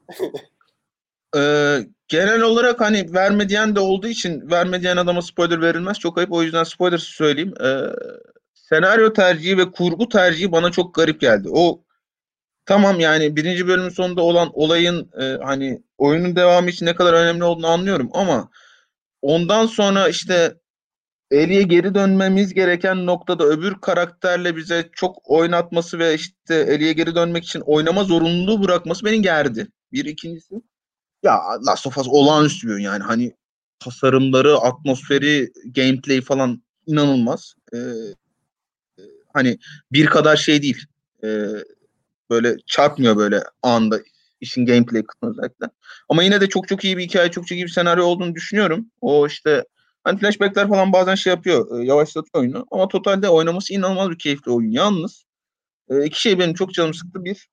Genel olarak hani vermediyen de olduğu için vermediyen adama spoiler verilmez. Çok ayıp, o yüzden spoiler söyleyeyim. Senaryo tercihi ve kurgu tercihi bana çok garip geldi. Tamam yani birinci bölümün sonunda olan olayın hani oyunun devamı için ne kadar önemli olduğunu anlıyorum ama ondan sonra işte Ellie'ye geri dönmemiz gereken noktada öbür karakterle bize çok oynatması ve işte Ellie'ye geri dönmek için oynama zorunluluğu bırakması beni gerdi. Bir, ikincisi ya Last of Us olağanüstü bir oyun yani, hani tasarımları, atmosferi, gameplay falan inanılmaz. Hani bir kadar şey değil. Böyle çarpmıyor böyle anda işin gameplay kısmı özellikle. Ama yine de çok çok iyi bir hikaye, çok çok iyi bir senaryo olduğunu düşünüyorum. O işte hani flashbackler falan bazen şey yapıyor, yavaşlatıyor oyunu. Ama totalde oynaması inanılmaz bir keyifli oyun. Yalnız iki şey benim çok canım sıktı. Bir,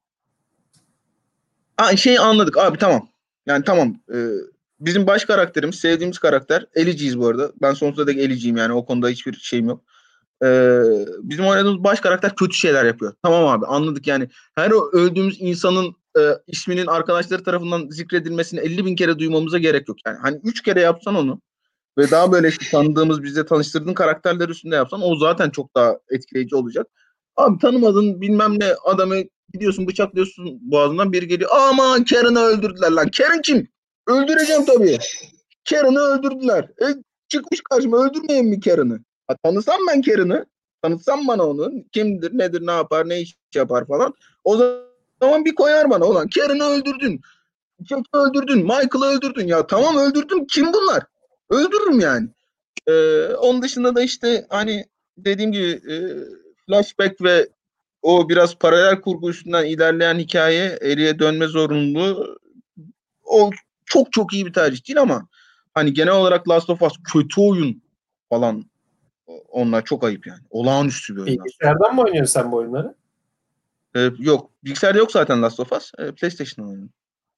şeyi anladık abi, tamam. Yani tamam. Bizim baş karakterimiz, sevdiğimiz karakter. Eliciyiz bu arada. Ben sonsuza dek Eliciyim yani. O konuda hiçbir şeyim yok. Bizim oynadığımız baş karakter kötü şeyler yapıyor. Tamam abi, anladık yani. Her öldüğümüz insanın isminin arkadaşları tarafından zikredilmesini 50 bin kere duymamıza gerek yok. Yani hani 3 kere yapsan onu ve daha böyle işte tanıdığımız, bizle tanıştırdığın karakterler üstünde yapsan o zaten çok daha etkileyici olacak. Abi tanımadın bilmem ne adamı gidiyorsun bıçaklıyorsun boğazından, biri geliyor. Aman Karen'ı öldürdüler lan. Karen kim? Öldüreceğim tabii. Karen'ı öldürdüler. Çıkmış karşıma, öldürmeyin mi Karen'ı? Tanısam ben Karen'ı. Tanıtsam bana onu. Kimdir, nedir, ne yapar, ne iş yapar falan. O zaman bir koyar bana, olan Karen'ı öldürdün. Jack'i öldürdün. Michael'ı öldürdün. Ya tamam öldürdüm. Kim bunlar? Öldürürüm yani. Onun dışında da işte hani dediğim gibi flashback ve o biraz paralel kurgu üstünden ilerleyen hikaye, Ellie'ye dönme zorunluluğu, o çok çok iyi bir tercih değil ama hani genel olarak Last of Us kötü oyun falan, onlar çok ayıp yani. Olağanüstü bir oyun. Bilgisayardan mı oynuyorsun sen bu oyunları? Yok. Bilgisayarda yok zaten Last of Us. PlayStation'da oynuyorum.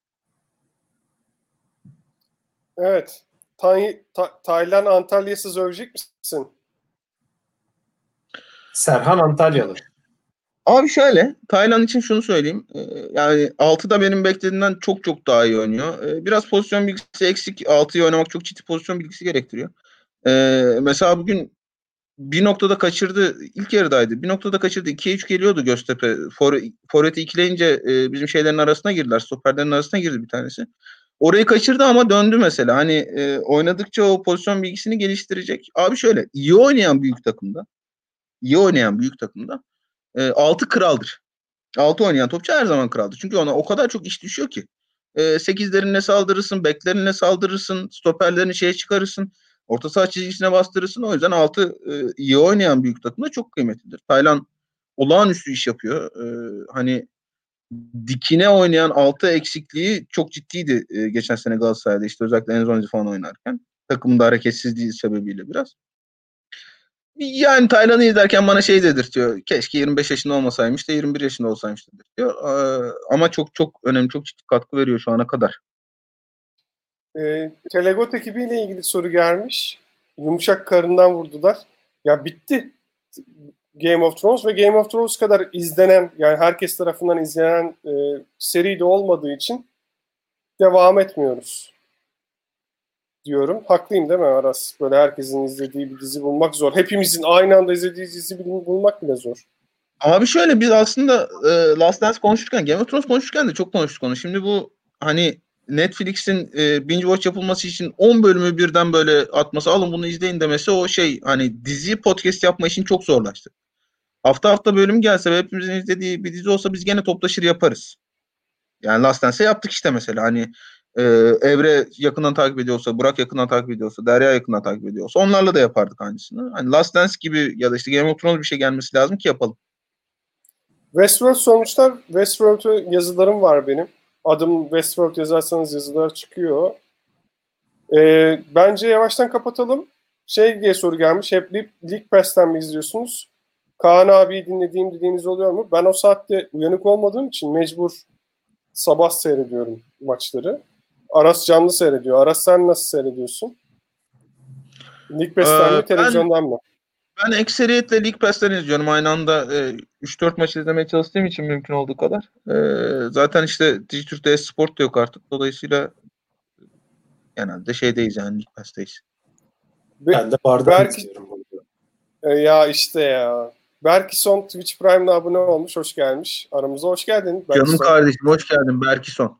Evet. Taylan Antalya'sız övecek misin? Serhan Antalyalı. Abi şöyle, Taylan için şunu söyleyeyim. Yani 6'da benim beklediğimden çok çok daha iyi oynuyor. Biraz pozisyon bilgisi eksik. 6'yı oynamak çok ciddi pozisyon bilgisi gerektiriyor. Mesela bugün bir noktada kaçırdı. İlk yarıdaydı. Bir noktada kaçırdı. 2'ye 3 geliyordu Göztepe. Forvet'i ikileyince bizim şeylerin arasına girdiler. Stoperlerin arasına girdi bir tanesi. Orayı kaçırdı ama döndü mesela. Hani oynadıkça o pozisyon bilgisini geliştirecek. Abi şöyle, iyi oynayan büyük takımda 6 kraldır. 6 oynayan topçu her zaman kraldır. Çünkü ona o kadar çok iş düşüyor ki. 8'lerinle saldırırsın, beklerinle saldırırsın, stoperlerini şeye çıkarırsın, orta saha çizgisine bastırırsın. O yüzden 6 iyi oynayan büyük takımda çok kıymetlidir. Taylan olağanüstü iş yapıyor. Hani dikine oynayan 6 eksikliği çok ciddiydi geçen sene Galatasaray'da, işte özellikle Enzonzi falan oynarken. Takımın da hareketsizliği sebebiyle biraz. Yani Taylan'ı izlerken bana şey dedirtiyor. Keşke 25 yaşında olmasaymış da 21 yaşında olsaymış dedirtiyor. Ama çok çok önemli, çok ciddi katkı veriyor şu ana kadar. Telegot ekibiyle ilgili soru gelmiş. Yumuşak karından vurdular. Ya bitti. Game of Thrones ve Game of Thrones kadar izlenen, yani herkes tarafından izlenen seri de olmadığı için devam etmiyoruz diyorum. Haklıyım değil mi Aras? Böyle herkesin izlediği bir dizi bulmak zor. Hepimizin aynı anda izlediği dizi bulmak bile zor. Abi şöyle, biz aslında Last Dance konuşurken, Game of Thrones konuşurken de çok konuştuk onu. Şimdi bu hani Netflix'in binge watch yapılması için 10 bölümü birden böyle atması, alın bunu izleyin demesi, o şey hani dizi podcast yapma için çok zorlaştı. Hafta hafta bölüm gelse ve hepimizin izlediği bir dizi olsa biz gene toplaşır yaparız. Yani Last Dance'e yaptık işte mesela. Hani Evre yakından takip ediyorsa, Burak yakından takip ediyorsa, Derya yakından takip ediyorsa onlarla da yapardık aynısını. Hani Last Dance gibi ya da işte Game of Thrones bir şey gelmesi lazım ki yapalım. Westworld sonuçlar. Westworld'u yazılarım var benim. Adım Westworld yazarsanız yazılar çıkıyor. Bence yavaştan kapatalım. Şey diye soru gelmiş. Hep League Pass'ten mi izliyorsunuz? Kaan abi dinlediğim dediğiniz oluyor mu? Ben o saatte uyanık olmadığım için mecbur sabah seyrediyorum maçları. Aras canlı seyrediyor. Aras sen nasıl seyrediyorsun? League Pass'ten mi, televizyondan mı? Ben ekseriyetle League Pass'ten izliyorum. Aynı anda 3-4 maç izlemeye çalıştığım için mümkün olduğu kadar. Zaten işte Dijitürk'te e-sport da yok artık. Dolayısıyla genelde şeydeyiz yani, League Pass'teyiz. Ben de bardan izliyorum bunu. Ya işte ya. Berkison Twitch Prime'la abone olmuş. Hoş gelmiş. Aramıza hoş geldin. Canım Berkison. kardeşim, hoş geldin Berkison.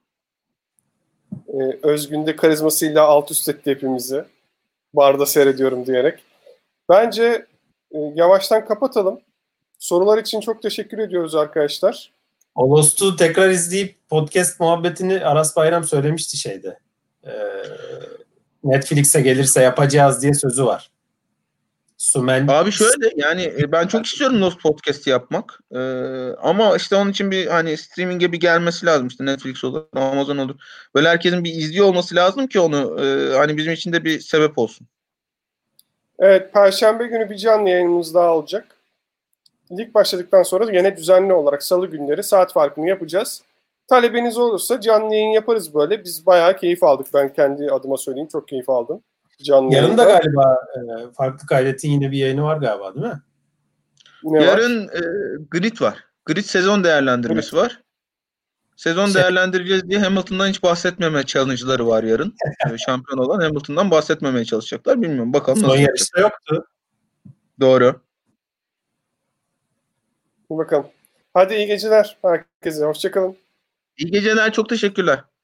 Özgün de karizmasıyla alt üst etti hepimizi. Barda seyrediyorum diyerek. Bence yavaştan kapatalım. Sorular için çok teşekkür ediyoruz arkadaşlar. O Lost'u tekrar izleyip podcast muhabbetini Aras Bayram söylemişti şeyde. Netflix'e gelirse yapacağız diye sözü var. Sumen Abi şöyle yani ben çok istiyorum Lost Podcast'i yapmak. Ama işte onun için bir hani streaming'e bir gelmesi lazım. İşte Netflix olur, Amazon olur. Böyle herkesin bir izliyor olması lazım ki onu hani bizim için de bir sebep olsun. Evet, Perşembe günü bir canlı yayınımız daha olacak. Lig başladıktan sonra yine düzenli olarak salı günleri saat farkını yapacağız. Talebiniz olursa canlı yayın yaparız böyle. Biz bayağı keyif aldık. Ben kendi adıma söyleyeyim. Çok keyif aldım. Canlı yarın da yayında. galiba Farklı Kaydet'in yine bir yayını var galiba değil mi? Ne var? Yarın Grid var. Grid sezon değerlendirmesi var. Sezon değerlendireceğiz diye Hamilton'dan hiç bahsetmeme challenge'ları var yarın. Şampiyon olan Hamilton'dan bahsetmemeye çalışacaklar. Bilmiyorum. Bakalım Son nasıl yapacak. yarışta yoktu. Doğru. Bir bakalım. Hadi iyi geceler herkese. Hoşçakalın. İyi geceler. Çok teşekkürler.